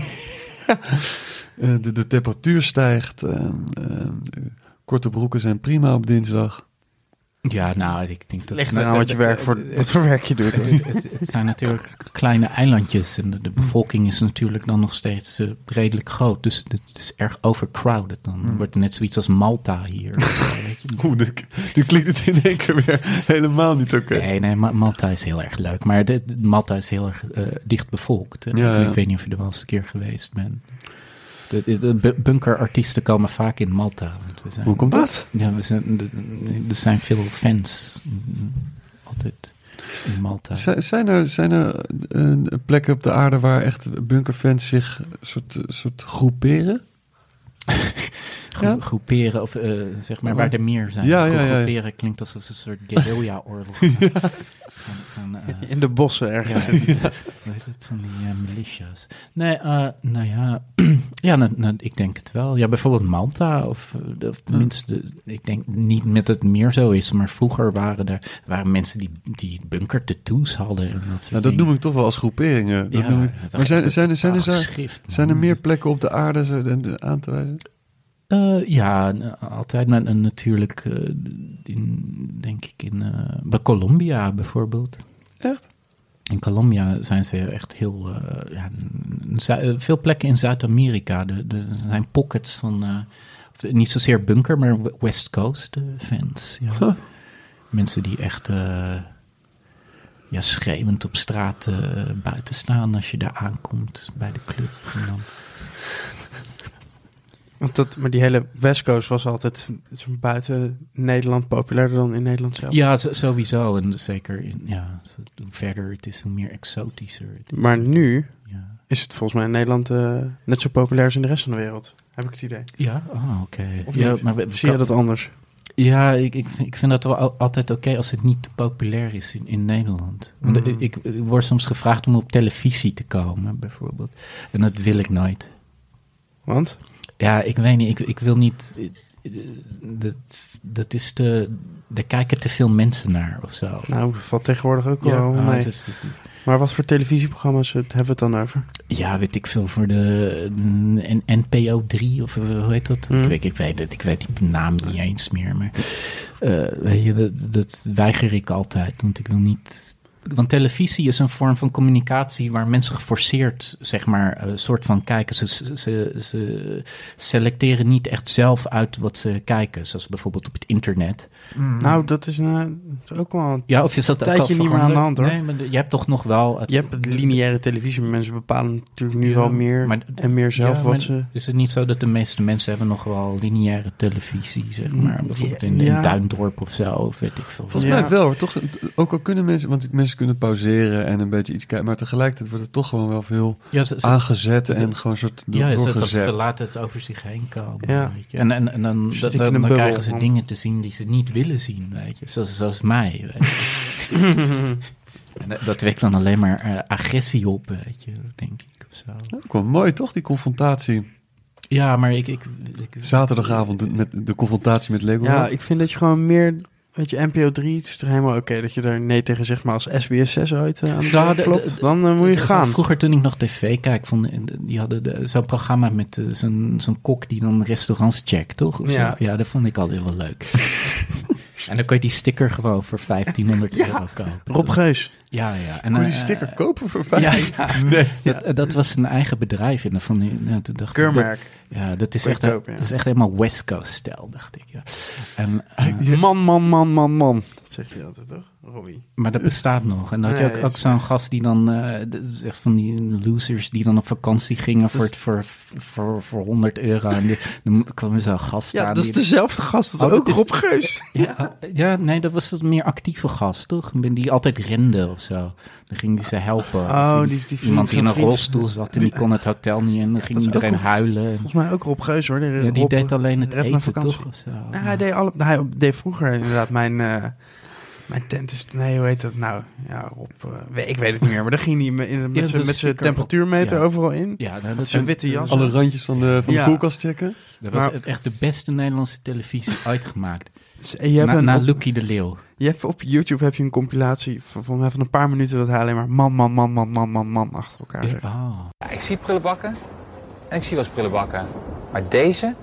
de, de temperatuur stijgt. Uh, uh, korte broeken zijn prima op dinsdag. Ja, nou, ik denk dat... Ligt er nou wat, je werk voor, wat voor werk je doet. Het, het, het zijn natuurlijk kleine eilandjes en de, de bevolking is natuurlijk dan nog steeds uh, redelijk groot. Dus het is erg overcrowded. Dan mm. wordt het net zoiets als Malta hier. Weet je. Oeh, nu, nu klinkt het in één keer weer helemaal niet oké. Nee, nee, Ma- Malta is heel erg leuk. Maar de, de- Malta is heel erg uh, dicht bevolkt. Hè? Ja, ja. Ik weet niet of je er wel eens een keer geweest bent. De, de, de bu- bunkerartiesten komen vaak in Malta. Want we zijn, Hoe komt dat? Ja, we zijn, de- de- er zijn veel fans. mm, Altijd in Malta. Z- zijn er, zijn er uh, plekken op de aarde waar echt bunkerfans zich soort, soort groeperen? Gro- Ja. Groeperen, of uh, zeg maar, waar er meer zijn. Ja, Gro- ja, ja, ja. Groeperen klinkt alsof het een soort guerrilla-oorlog is. Ja. Van, van, uh, In de bossen ergens. Ja, ja. Hoe heet het, van die uh, militia's. Nee, uh, nou ja, ja nou, nou, ik denk het wel. Ja, bijvoorbeeld Malta, of, uh, of tenminste, ik denk niet met het meer zo is, maar vroeger waren er waren mensen die, die bunker-tattoos hadden. En dat soort Nou, dat dingen. noem ik toch wel als groeperingen. Dat Ja, noem ik, dat- maar zijn, dat- zijn, er- zijn, er, dat zijn, geschrift, man. zijn er meer plekken op de aarde zo- en- aan te wijzen? Uh, ja, n- altijd. Maar uh, natuurlijk, uh, in, denk ik, in, uh, bij Colombia bijvoorbeeld. Echt? In Colombia zijn ze echt heel... Uh, ja, n- Zu- veel plekken in Zuid-Amerika. Er er zijn pockets van... Uh, of, niet zozeer bunker, maar West Coast uh, fans. Ja. Huh. Mensen die echt... Uh, ja, schreeuwend op straat uh, buiten staan als je daar aankomt bij de club. En dan... Want dat, maar die hele West Coast was altijd zo'n buiten Nederland populairder dan in Nederland zelf. Ja, z- sowieso. En zeker, in, ja, hoe verder het is, hoe meer exotischer het is. Maar nu Ja, is het volgens mij in Nederland uh, net zo populair als in de rest van de wereld. Heb ik het idee. ja? Oh, oké. Of Ja, niet? maar we- we Zie je kan- dat anders? Ja, ik, ik, vind, ik vind dat wel al- altijd oké als het niet te populair is in, in Nederland. Want Mm. ik, ik, ik word soms gevraagd om op televisie te komen, bijvoorbeeld. En dat wil ik nooit. Want? Ja, ik weet niet. Ik, ik wil niet... eh, Dat, dat is te... Daar kijken te veel mensen naar of zo. Nou, valt tegenwoordig ook wel ah, mee. het is- het is- Maar wat voor televisieprogramma's uh, hebben we het dan over? Ja, weet ik veel, voor de N- N P O drie of uh, hoe heet dat? Hmm. Ik, weet, ik, weet het, ik weet die naam niet eens meer. Maar uh, weet je, dat, dat weiger ik altijd, want ik wil niet... Want televisie is een vorm van communicatie waar mensen geforceerd, zeg maar, een soort van kijken. Ze, ze, ze, ze selecteren niet echt zelf uit wat ze kijken, zoals bijvoorbeeld op het internet. Nou, dat is, een, dat is ook wel een Ja, of is dat ook tijdje al niet meer aan de hand, hoor. Nee, maar de- je hebt toch nog wel... Het, Je hebt de lineaire televisie, maar mensen bepalen natuurlijk nu Ja, wel meer maar- en meer zelf Ja, wat maar ze... Is het niet zo dat de meeste mensen hebben nog wel lineaire televisie, zeg maar? Bijvoorbeeld in, Ja. in Duindorp of zo, of weet ik veel. Volgens Ja. mij wel hoor. Toch, ook al kunnen mensen, want mensen kunnen pauseren en een beetje iets kijken, maar tegelijkertijd wordt er toch gewoon wel veel Ja, ze, ze- aangezet en gewoon een soort door, ja, ze, dat- doorgezet. ze laten het over zich heen komen. Ja. Weet je. En, en, en dan, Zit dan, ik in een dan bubbel, krijgen ze man. dingen te zien die ze niet willen zien, weet je. Zoals, zoals mij, weet je. En dat, dat wekt dan alleen maar uh, agressie op, weet je, denk ik, of zo. Ook wel mooi toch, die confrontatie. Ja, maar ik... ik, ik Zaterdagavond met de confrontatie met Lego. Ja, ik vind dat je gewoon meer... Weet je, N P O drie, het is toch helemaal oké dat je daar nee tegen zegt, maar als S B S zes ooit uh, aan de Ja, deur de- klopt, de- dan uh, moet je Het- gaan. Vroeger toen ik nog tv kijk, vond, die hadden de- zo'n programma met uh, zo'n zo'n kok die dan restaurants checkt, toch? Of Ja. Zo. Ja, dat vond ik altijd wel leuk. En dan kon je die sticker gewoon voor vijftienhonderd euro kopen. Rob Geus. Ja, ja. En, Kon je uh, die sticker kopen voor Ja, vijf? ja. Nee. Dat, dat was een eigen bedrijf. En dan vond ik, nou, toen dacht ik, Keurmerk. dat- Ja, dat is, Kon je echt, kopen, ja. dat is echt helemaal West Coast stijl, dacht ik. Ja. En, uh, Man, man, man, man, man. Dat zeg je altijd, toch? Robbie. Maar dat bestaat nog. En dan had je Nee, ook, dat ook is- zo'n gast die dan... eh, de- echt van die losers die dan op vakantie gingen voor, is- het, voor, voor, voor honderd euro. En die, dan kwam er zo'n gast staan. Ja, dat is die, dezelfde gast. Dat is Oh, dat ook is- Rob Geus. ja, ja, nee, dat was een meer actieve gast, toch? Die altijd rende of zo. Dan ging die ze helpen. Oh, Of die- die vriend- iemand die in zo'n een vriend. rolstoel zat en die kon het hotel niet in. Dan ging dat is ook iedereen wel- huilen. En- Volgens mij ook Rob Geus, hoor. De, ja, die Rob, deed alleen het Red naar eten, vakantie. toch? Of zo. Ja, hij, deed alle, hij deed vroeger inderdaad mijn, uh, mijn tent is... Nee, hoe heet dat nou? Ja, Rob... Uh, ik weet het niet meer, maar daar ging hij me- in- Ja, met dat zijn is met zijn zeker- temperatuurmeter ja. overal in. Ja, nou, dat, Zijn witte jas. Alle randjes van de, van Ja. de koelkast checken. dat was Maar- echt de beste Nederlandse televisie uitgemaakt. En je hebt Na, een na op- Lucky de Leeuw. Je hebt op YouTube heb je een compilatie van, van, van een paar minuten dat hij alleen maar man, man, man, man, man, man, man achter elkaar zegt. Oh. Ja, ik zie prullenbakken en ik zie wel eens prullenbakken. Maar deze?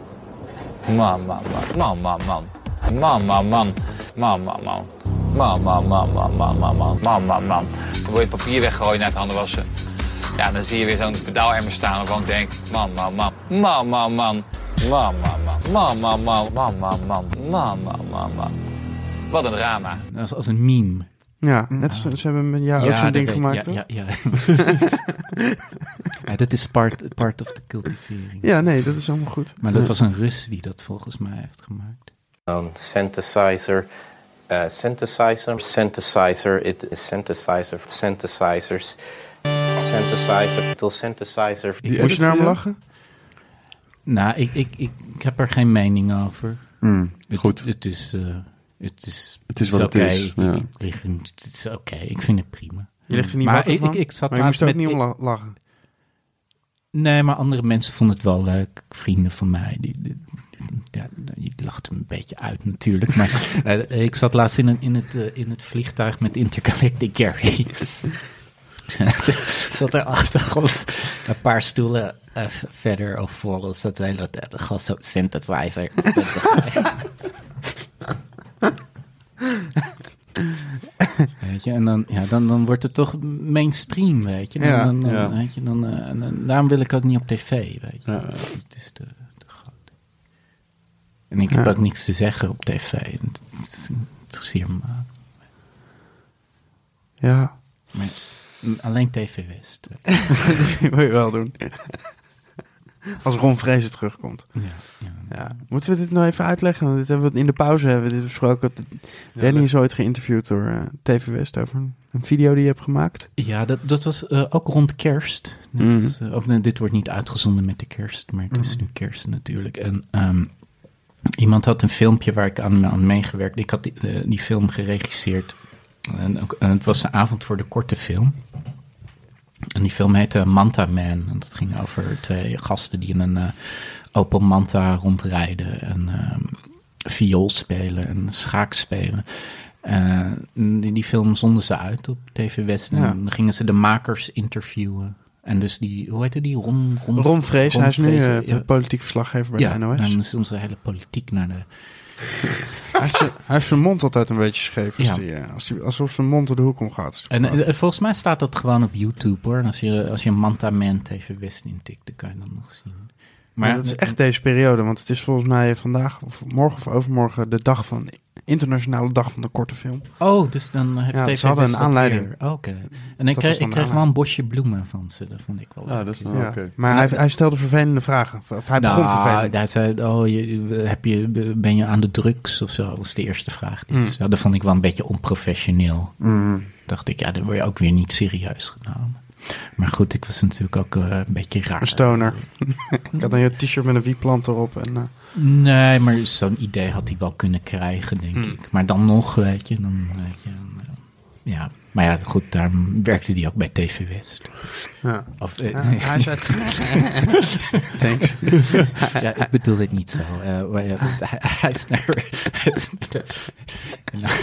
Man, man, man, man, man, man. Man, man, man. Man, man, man. Man, man, man, man, man, man, man, man, man, man. Dan wil je het papier weggooien naar het handen wassen. Ja, dan zie je weer zo'n pedaalemmer staan waarvan ik denk, man, man, man. Man, man, man. Man, man, man. Man, man, man. Man, man, man. Man, man, man, man. Wat een drama. Als, als een meme. Ja, net zo, ze hebben met jou ook zo'n ding dat gemaakt, weet- toch? ja, ja, ja. Ja, dat is part, part of the cultivering. Ja, nee, dat is allemaal goed. Maar dat Ja. was een Rus die dat volgens mij heeft gemaakt. Um, synthesizer, uh, synthesizer, synthesizer, it is synthesizer, synthesizers, synthesizer, till synthesizer. Die Moet je naar hem lachen? Nou, ik, ik, ik, ik heb er geen mening over. Mm, het, goed. Het is, uh, het is, Het is wat het oké. is, Ik- ja. ik lig er- Het is oké, ik vind het prima. Je ligt er niet maar wakker ik, van? ik, ik zat Maar je moest laatst er ook met- niet om ik- la- lachen. Nee, maar andere mensen vonden het wel leuk. Vrienden van mij, die, die, die- ja, je lacht hem een beetje uit natuurlijk. Maar uh, ik zat laatst in, een, in, het, uh, in het vliegtuig met Intergalactic Gary. Toen zat er achter ons een paar stoelen uh, verder of voor ons. Dat wij dat uh, gewoon zo synthesizer. synthesizer. Weet je, en dan, ja, dan, dan wordt het toch mainstream, weet je. Dan, Ja, dan, dan, ja. Weet je, dan, uh, en dan- daarom wil ik ook niet op tv, weet je. Ja. Het is te, te groot. En ik heb Ja. ook niks te zeggen op tv. Het is- het interesseert me. Ja, Maar alleen T V West. die wil je wel doen. Als Ron Vrezen terugkomt. Ja, ja. Ja. Moeten we dit nou even uitleggen? Want dit hebben we in de pauze hebben we dit besproken. Danny is ooit geïnterviewd door uh, T V West over een, een video die je hebt gemaakt. Ja, dat, dat was uh, ook rond kerst. Net Mhm. als, uh, of, nee, dit wordt niet uitgezonden met de kerst, maar het is nu kerst natuurlijk. En um, iemand had een filmpje waar ik aan, aan meegewerkt. Ik had die, uh, die film geregisseerd. En, ook- en het was de avond voor de korte film. En die film heette Manta Man. En dat ging over twee gasten die in een uh, Opel Manta rondrijden. En um, viool spelen en schaak spelen. Uh, die, die film zonden ze uit op T V West. En Ja. dan gingen ze de makers interviewen. En dus die, hoe heette die? Ron, Ron, Ron Vrees, hij is nu uh, Vrees, ja. politiek verslaggever bij Ja, de N O S. en dan is onze hele politiek naar de... Hij heeft zijn- hij heeft zijn mond altijd een beetje scheef. Als Ja. die, uh, als die, alsof zijn mond door de hoek omgaat. En uh, volgens mij staat dat gewoon op YouTube hoor. En als je, als je Manta Man T V West intikt, dan kan je dat nog zien. Maar dat is echt deze periode, want het is volgens mij vandaag of morgen of overmorgen de dag van internationale dag van de korte film. Oh, dus dan heeft Ja, T V ze hadden West een dat aanleiding. weer. Oké. En ik Dat kreeg, was dan ik de kreeg wel een bosje bloemen van ze. Dat vond ik wel Ah, leuk. dat is dan Ja. oké. Maar hij, hij stelde vervelende vragen. Of hij begon Nou, vervelend. hij zei, oh, je, heb je, ben je aan de drugs of zo? Dat was de eerste vraag. Die Mm. ik zei. Dat vond ik wel een beetje onprofessioneel. Mm. Dacht ik, ja, dan word je ook weer niet serieus genomen. Maar goed, ik was natuurlijk ook uh, een beetje raar. Een stoner. Ik had dan je t-shirt met een wieplant erop. En, uh, Nee, maar zo'n idee had hij wel kunnen krijgen, denk Mm. ik. Maar dan nog, weet je, dan, weet je, dan, uh, ja. Maar ja, goed, daar werkte hij ook bij T V West. ja. Of, uh, Ja, hij zei Thanks. ja, ik bedoel het niet zo. Uh, maar, ja, hij, hij is naar... hij is naar-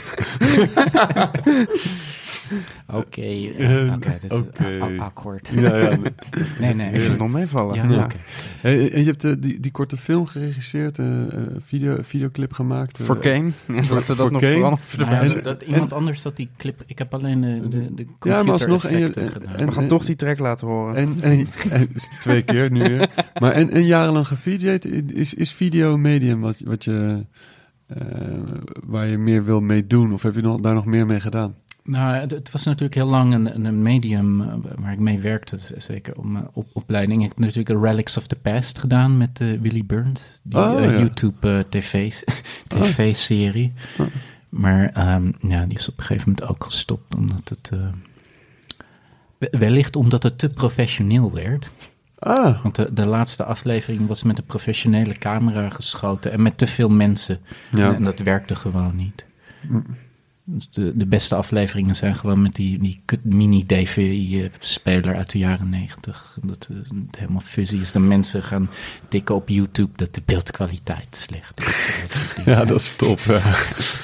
Oké, uh, oké, dat is Oké. a- awkward. Ja, ja. Nee, nee. Ik vind het nog meevallen. Ja, Ja. oké. Hey, en je hebt uh, die, die korte film geregisseerd, een uh, video, videoclip gemaakt. uh, Voor Kane. Laten we dat voor nog Kane. vooral even Nou erbij ja, zeggen. dat, iemand anders dat die clip... Ik heb alleen de, de, de Ja, maar alsnog, en je- computer-effecten en- gedaan. We gaan toch die track laten horen. En, en, en twee keer nu weer. Maar en, en jarenlang gevideoed. Is, is video een medium wat, wat je, uh, waar je meer wil mee doen? Of heb je nog, daar nog meer mee gedaan? Nou, het, het was natuurlijk heel lang een, een medium uh, waar ik mee werkte, z- zeker om uh, op, opleiding. Ik heb natuurlijk een Relics of the Past gedaan met uh, Willy Burns, die Oh, uh, ja. YouTube uh, tv's, tv-serie. Oh. Maar um, ja, die is op een gegeven moment ook gestopt, omdat het... Uh, wellicht omdat het te professioneel werd. Ah, Want de, de laatste aflevering was met een professionele camera geschoten en met te veel mensen. ja. En dat werkte gewoon niet. Mm. Dus de, de beste afleveringen zijn gewoon met die, die kut mini-D V I-speler uit de jaren negentig. Dat uh, het helemaal fuzzy is. Dan mensen gaan tikken op YouTube dat de beeldkwaliteit slecht is. Ja, dat is top. Ja.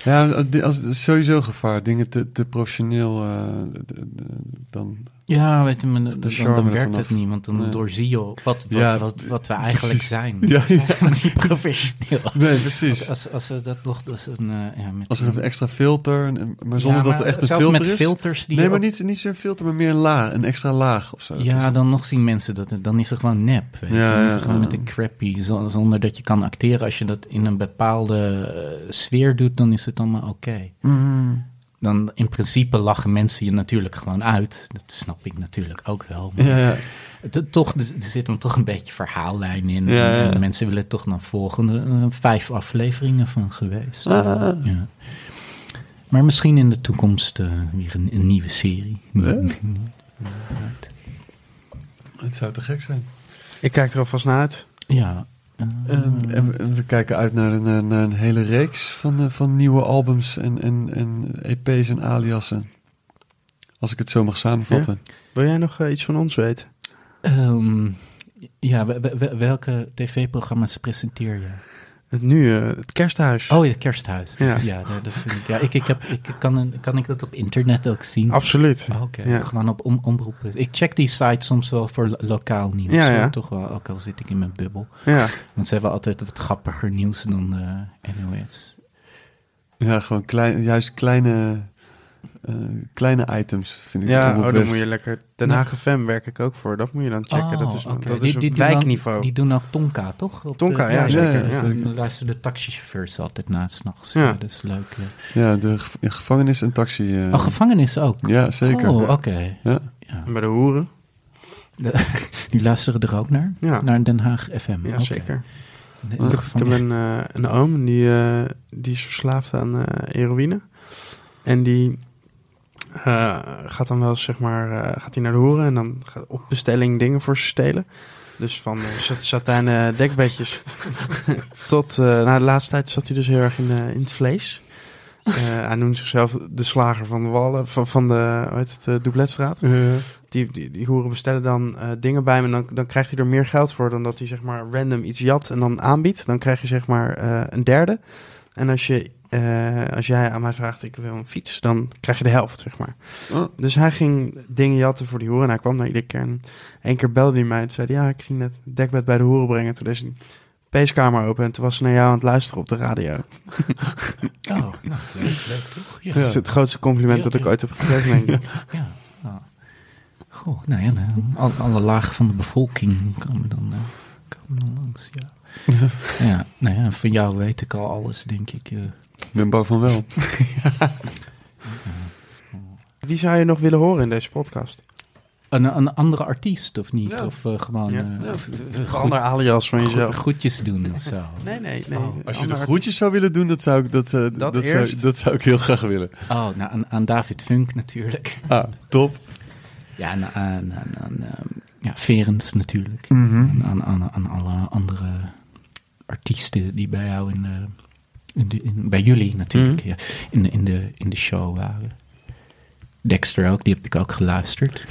Ja, als, als, sowieso gevaar. Dingen te, te professioneel, uh, de, de, dan... Ja, weet je, maar dan, dan, dan werkt vanaf. het niet, want dan nee. doorzie je wat, wat, ja, wat, wat we eigenlijk precies. zijn. Ja, We ja. zijn niet professioneel. Nee, precies. Als, als, als we dat nog... Dus een, uh, ja, met als er een extra filter, maar zonder ja, maar dat er echt een zelfs filter met is. filters die nee, maar ook... niet, niet zo'n filter, maar meer een laag, een extra laag of zo. Ja, dan nog zien mensen dat, dan is het gewoon nep. Weet ja, je? ja, gewoon ja. met een crappy, zonder dat je kan acteren. Als je dat in een bepaalde uh, sfeer doet, dan is het allemaal oké. Okay. Mm. Dan in principe lachen mensen je natuurlijk gewoon uit. Dat snap ik natuurlijk ook wel. Maar ja, ja. Het, toch, er zit dan toch een beetje verhaallijn in. Ja, ja. En mensen willen toch naar volgende uh, vijf afleveringen van geweest. Ah. Ja. Maar misschien in de toekomst uh, weer een, een nieuwe serie. Ja. Het zou te gek zijn. Ik kijk er alvast naar uit. Ja. Uh, um, en, we, en we kijken uit naar, naar, naar een hele reeks van, uh, van nieuwe albums en, en, en E P's en aliasen. Als ik het zo mag samenvatten. Ja? Wil jij nog uh, iets van ons weten? Um, ja, w- w- welke tv-programma's presenteer je? Het nu, uh, het Kersthuis. Oh ja, het Kersthuis. Dus, ja, ja, dat, dat vind ik, ja ik, ik heb, ik, kan, kan ik dat op internet ook zien? Absoluut. Oh, Oké, okay. ja. Gewoon op om, omroepen. Ik check die site soms wel voor lo- lokaal nieuws. Ja, ja. Toch wel, ook al zit ik in mijn bubbel. Ja. Want ze hebben altijd wat grappiger nieuws dan de N O S. Ja, gewoon klein, juist kleine... Uh, kleine items vind ik. Ja, ook oh, best. dan moet je lekker... Den Haag F M werk ik ook voor. Dat moet je dan checken. Oh, dat is, okay. dat is die, die, op die wijkniveau. Dan, die doen ook Tonka, toch? Op Tonka, de, ja, ja, zeker. zeker. Ja. Dan luisteren de taxichauffeurs altijd na 's nachts. Ja. Ja, dat is leuk. Ja, de ge- gevangenis en taxi. Uh... Oh, gevangenis ook? Ja, zeker. Oh, ja. oké. Okay. Ja. Ja. En bij de hoeren? De, die luisteren er ook naar? Ja. Naar Den Haag F M? Ja, okay. zeker. De, ik, heb, ik heb een, uh, een oom, die, uh, die is verslaafd aan uh, heroïne. En die... Uh, gaat dan wel eens, zeg maar, uh, gaat hij naar de hoeren en dan gaat op bestelling dingen voor ze stelen. Dus van uh, satijnen dekbedjes tot, uh, nou de laatste tijd zat hij dus heel erg in, uh, in het vlees. Uh, hij noemt zichzelf de slager van de Wallen, van, van de, hoe heet het, uh, Doubletstraat. Ja. Die, die, die hoeren bestellen dan uh, dingen bij hem en dan, dan krijgt hij er meer geld voor dan dat hij, zeg maar, random iets jat en dan aanbiedt. Dan krijg je, zeg maar, uh, een derde. En als je Uh, als jij aan mij vraagt, ik wil een fiets, dan krijg je de helft, zeg maar. Oh. Dus hij ging dingen jatten voor die hoeren. En hij kwam naar iedere keer. En één keer belde hij mij en zei, ja, ik ging net het dekbed bij de hoeren brengen. Toen deed hij een peeskamer open en toen was ze naar jou aan het luisteren op de radio. Oh, nou, leuk, leuk toch? Ja. Dat is het grootste compliment ja, dat ja. ik ooit heb gegeven, denk ik. Ja, oh. Goh, nou ja, nou, alle, alle lagen van de bevolking komen dan, uh, komen dan langs, ja. Ja, nou ja, van jou weet ik al alles, denk ik. Uh. Ik ben bang van wel. Wie zou je nog willen horen in deze podcast? Een, een andere artiest, of niet? Ja. Of uh, gewoon... Ja. Uh, Ja. of, uh, Een ander alias van jezelf. Groetjes doen of zo. Nee, nee, nee. Oh. Als je de groetjes zou willen doen, dat zou ik, dat, uh, Dat dat, zou, dat zou ik heel graag willen. Oh, nou, aan, aan David Funk natuurlijk. Ah, top. Ja, en aan, aan, aan um, ja, Verens natuurlijk. Mm-hmm. Aan, aan, aan alle andere artiesten die bij jou in de... In de in, bij jullie natuurlijk, mm-hmm. ja, in, de, in, de, in de show waren. Dexter ook, die heb ik ook geluisterd.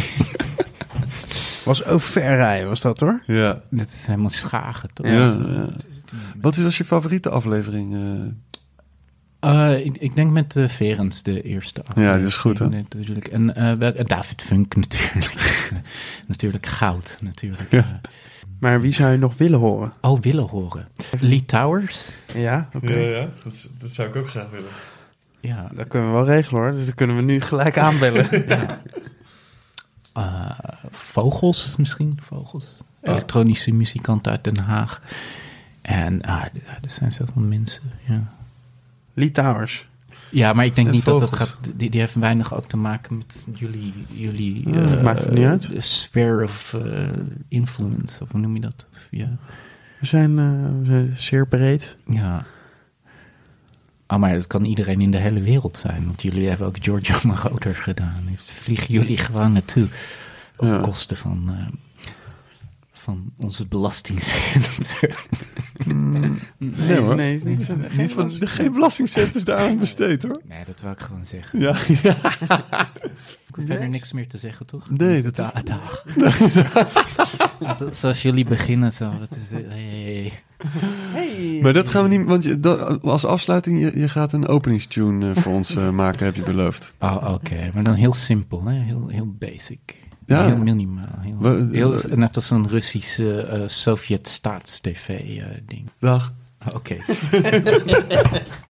Was ook ver rijden, was dat hoor? Ja. Dat is helemaal schagen, toch? Ja, ja. Wat was je favoriete aflevering? Uh? Uh, ik, ik denk met uh, Verens, de eerste aflevering. Ja, dat is goed, hè? Natuurlijk. En uh, David Funk natuurlijk. Natuurlijk goud, natuurlijk. Ja. Uh, Maar wie zou je nog willen horen? Oh, willen horen. Lee Towers. Ja, oké. Okay. Ja, ja. Dat, dat zou ik ook graag willen. Ja. Dat kunnen we wel regelen hoor. Dus dat kunnen we nu gelijk aanbellen. Ja. Uh, Vogels misschien. Vogels. Oh. Elektronische muzikant uit Den Haag. En ah, er zijn zoveel mensen. Ja. Lee Towers. Ja, maar ik denk en niet vogels. dat het gaat... Die, die heeft weinig ook te maken met jullie... jullie oh, uh, maakt het niet uit. Sphere of uh, influence, of hoe noem je dat? Of, ja. We zijn, uh, we zijn zeer breed. Ja. Oh, maar dat kan iedereen in de hele wereld zijn. Want jullie hebben ook Giorgio Moroder gedaan. Dus vliegen jullie gewoon naartoe. Op ja. kosten van... Uh, van onze belastingcenten. Mm, nee hoor. Nee, nee, niet, niet, niet van, de, geen belastingcent is daar aan besteed hoor. Nee, dat wil ik gewoon zeggen. Ja. ja. Ik hoef verder niks meer te zeggen, toch? Nee, dat da- is... Dag. Zoals jullie beginnen zo. Dat is, hey. Hey. Maar dat gaan we niet... Want je, dat, als afsluiting, je, je gaat een openingstune uh, voor ons uh, maken, heb je beloofd. Oh, oké. Okay. Maar dan heel simpel, hè? Heel, heel basic. Ja. Heel minimaal. Heel, We, heel, uh, net als een Russische uh, Sovjet-staats-tv uh, ding. Dag. Oké. Okay.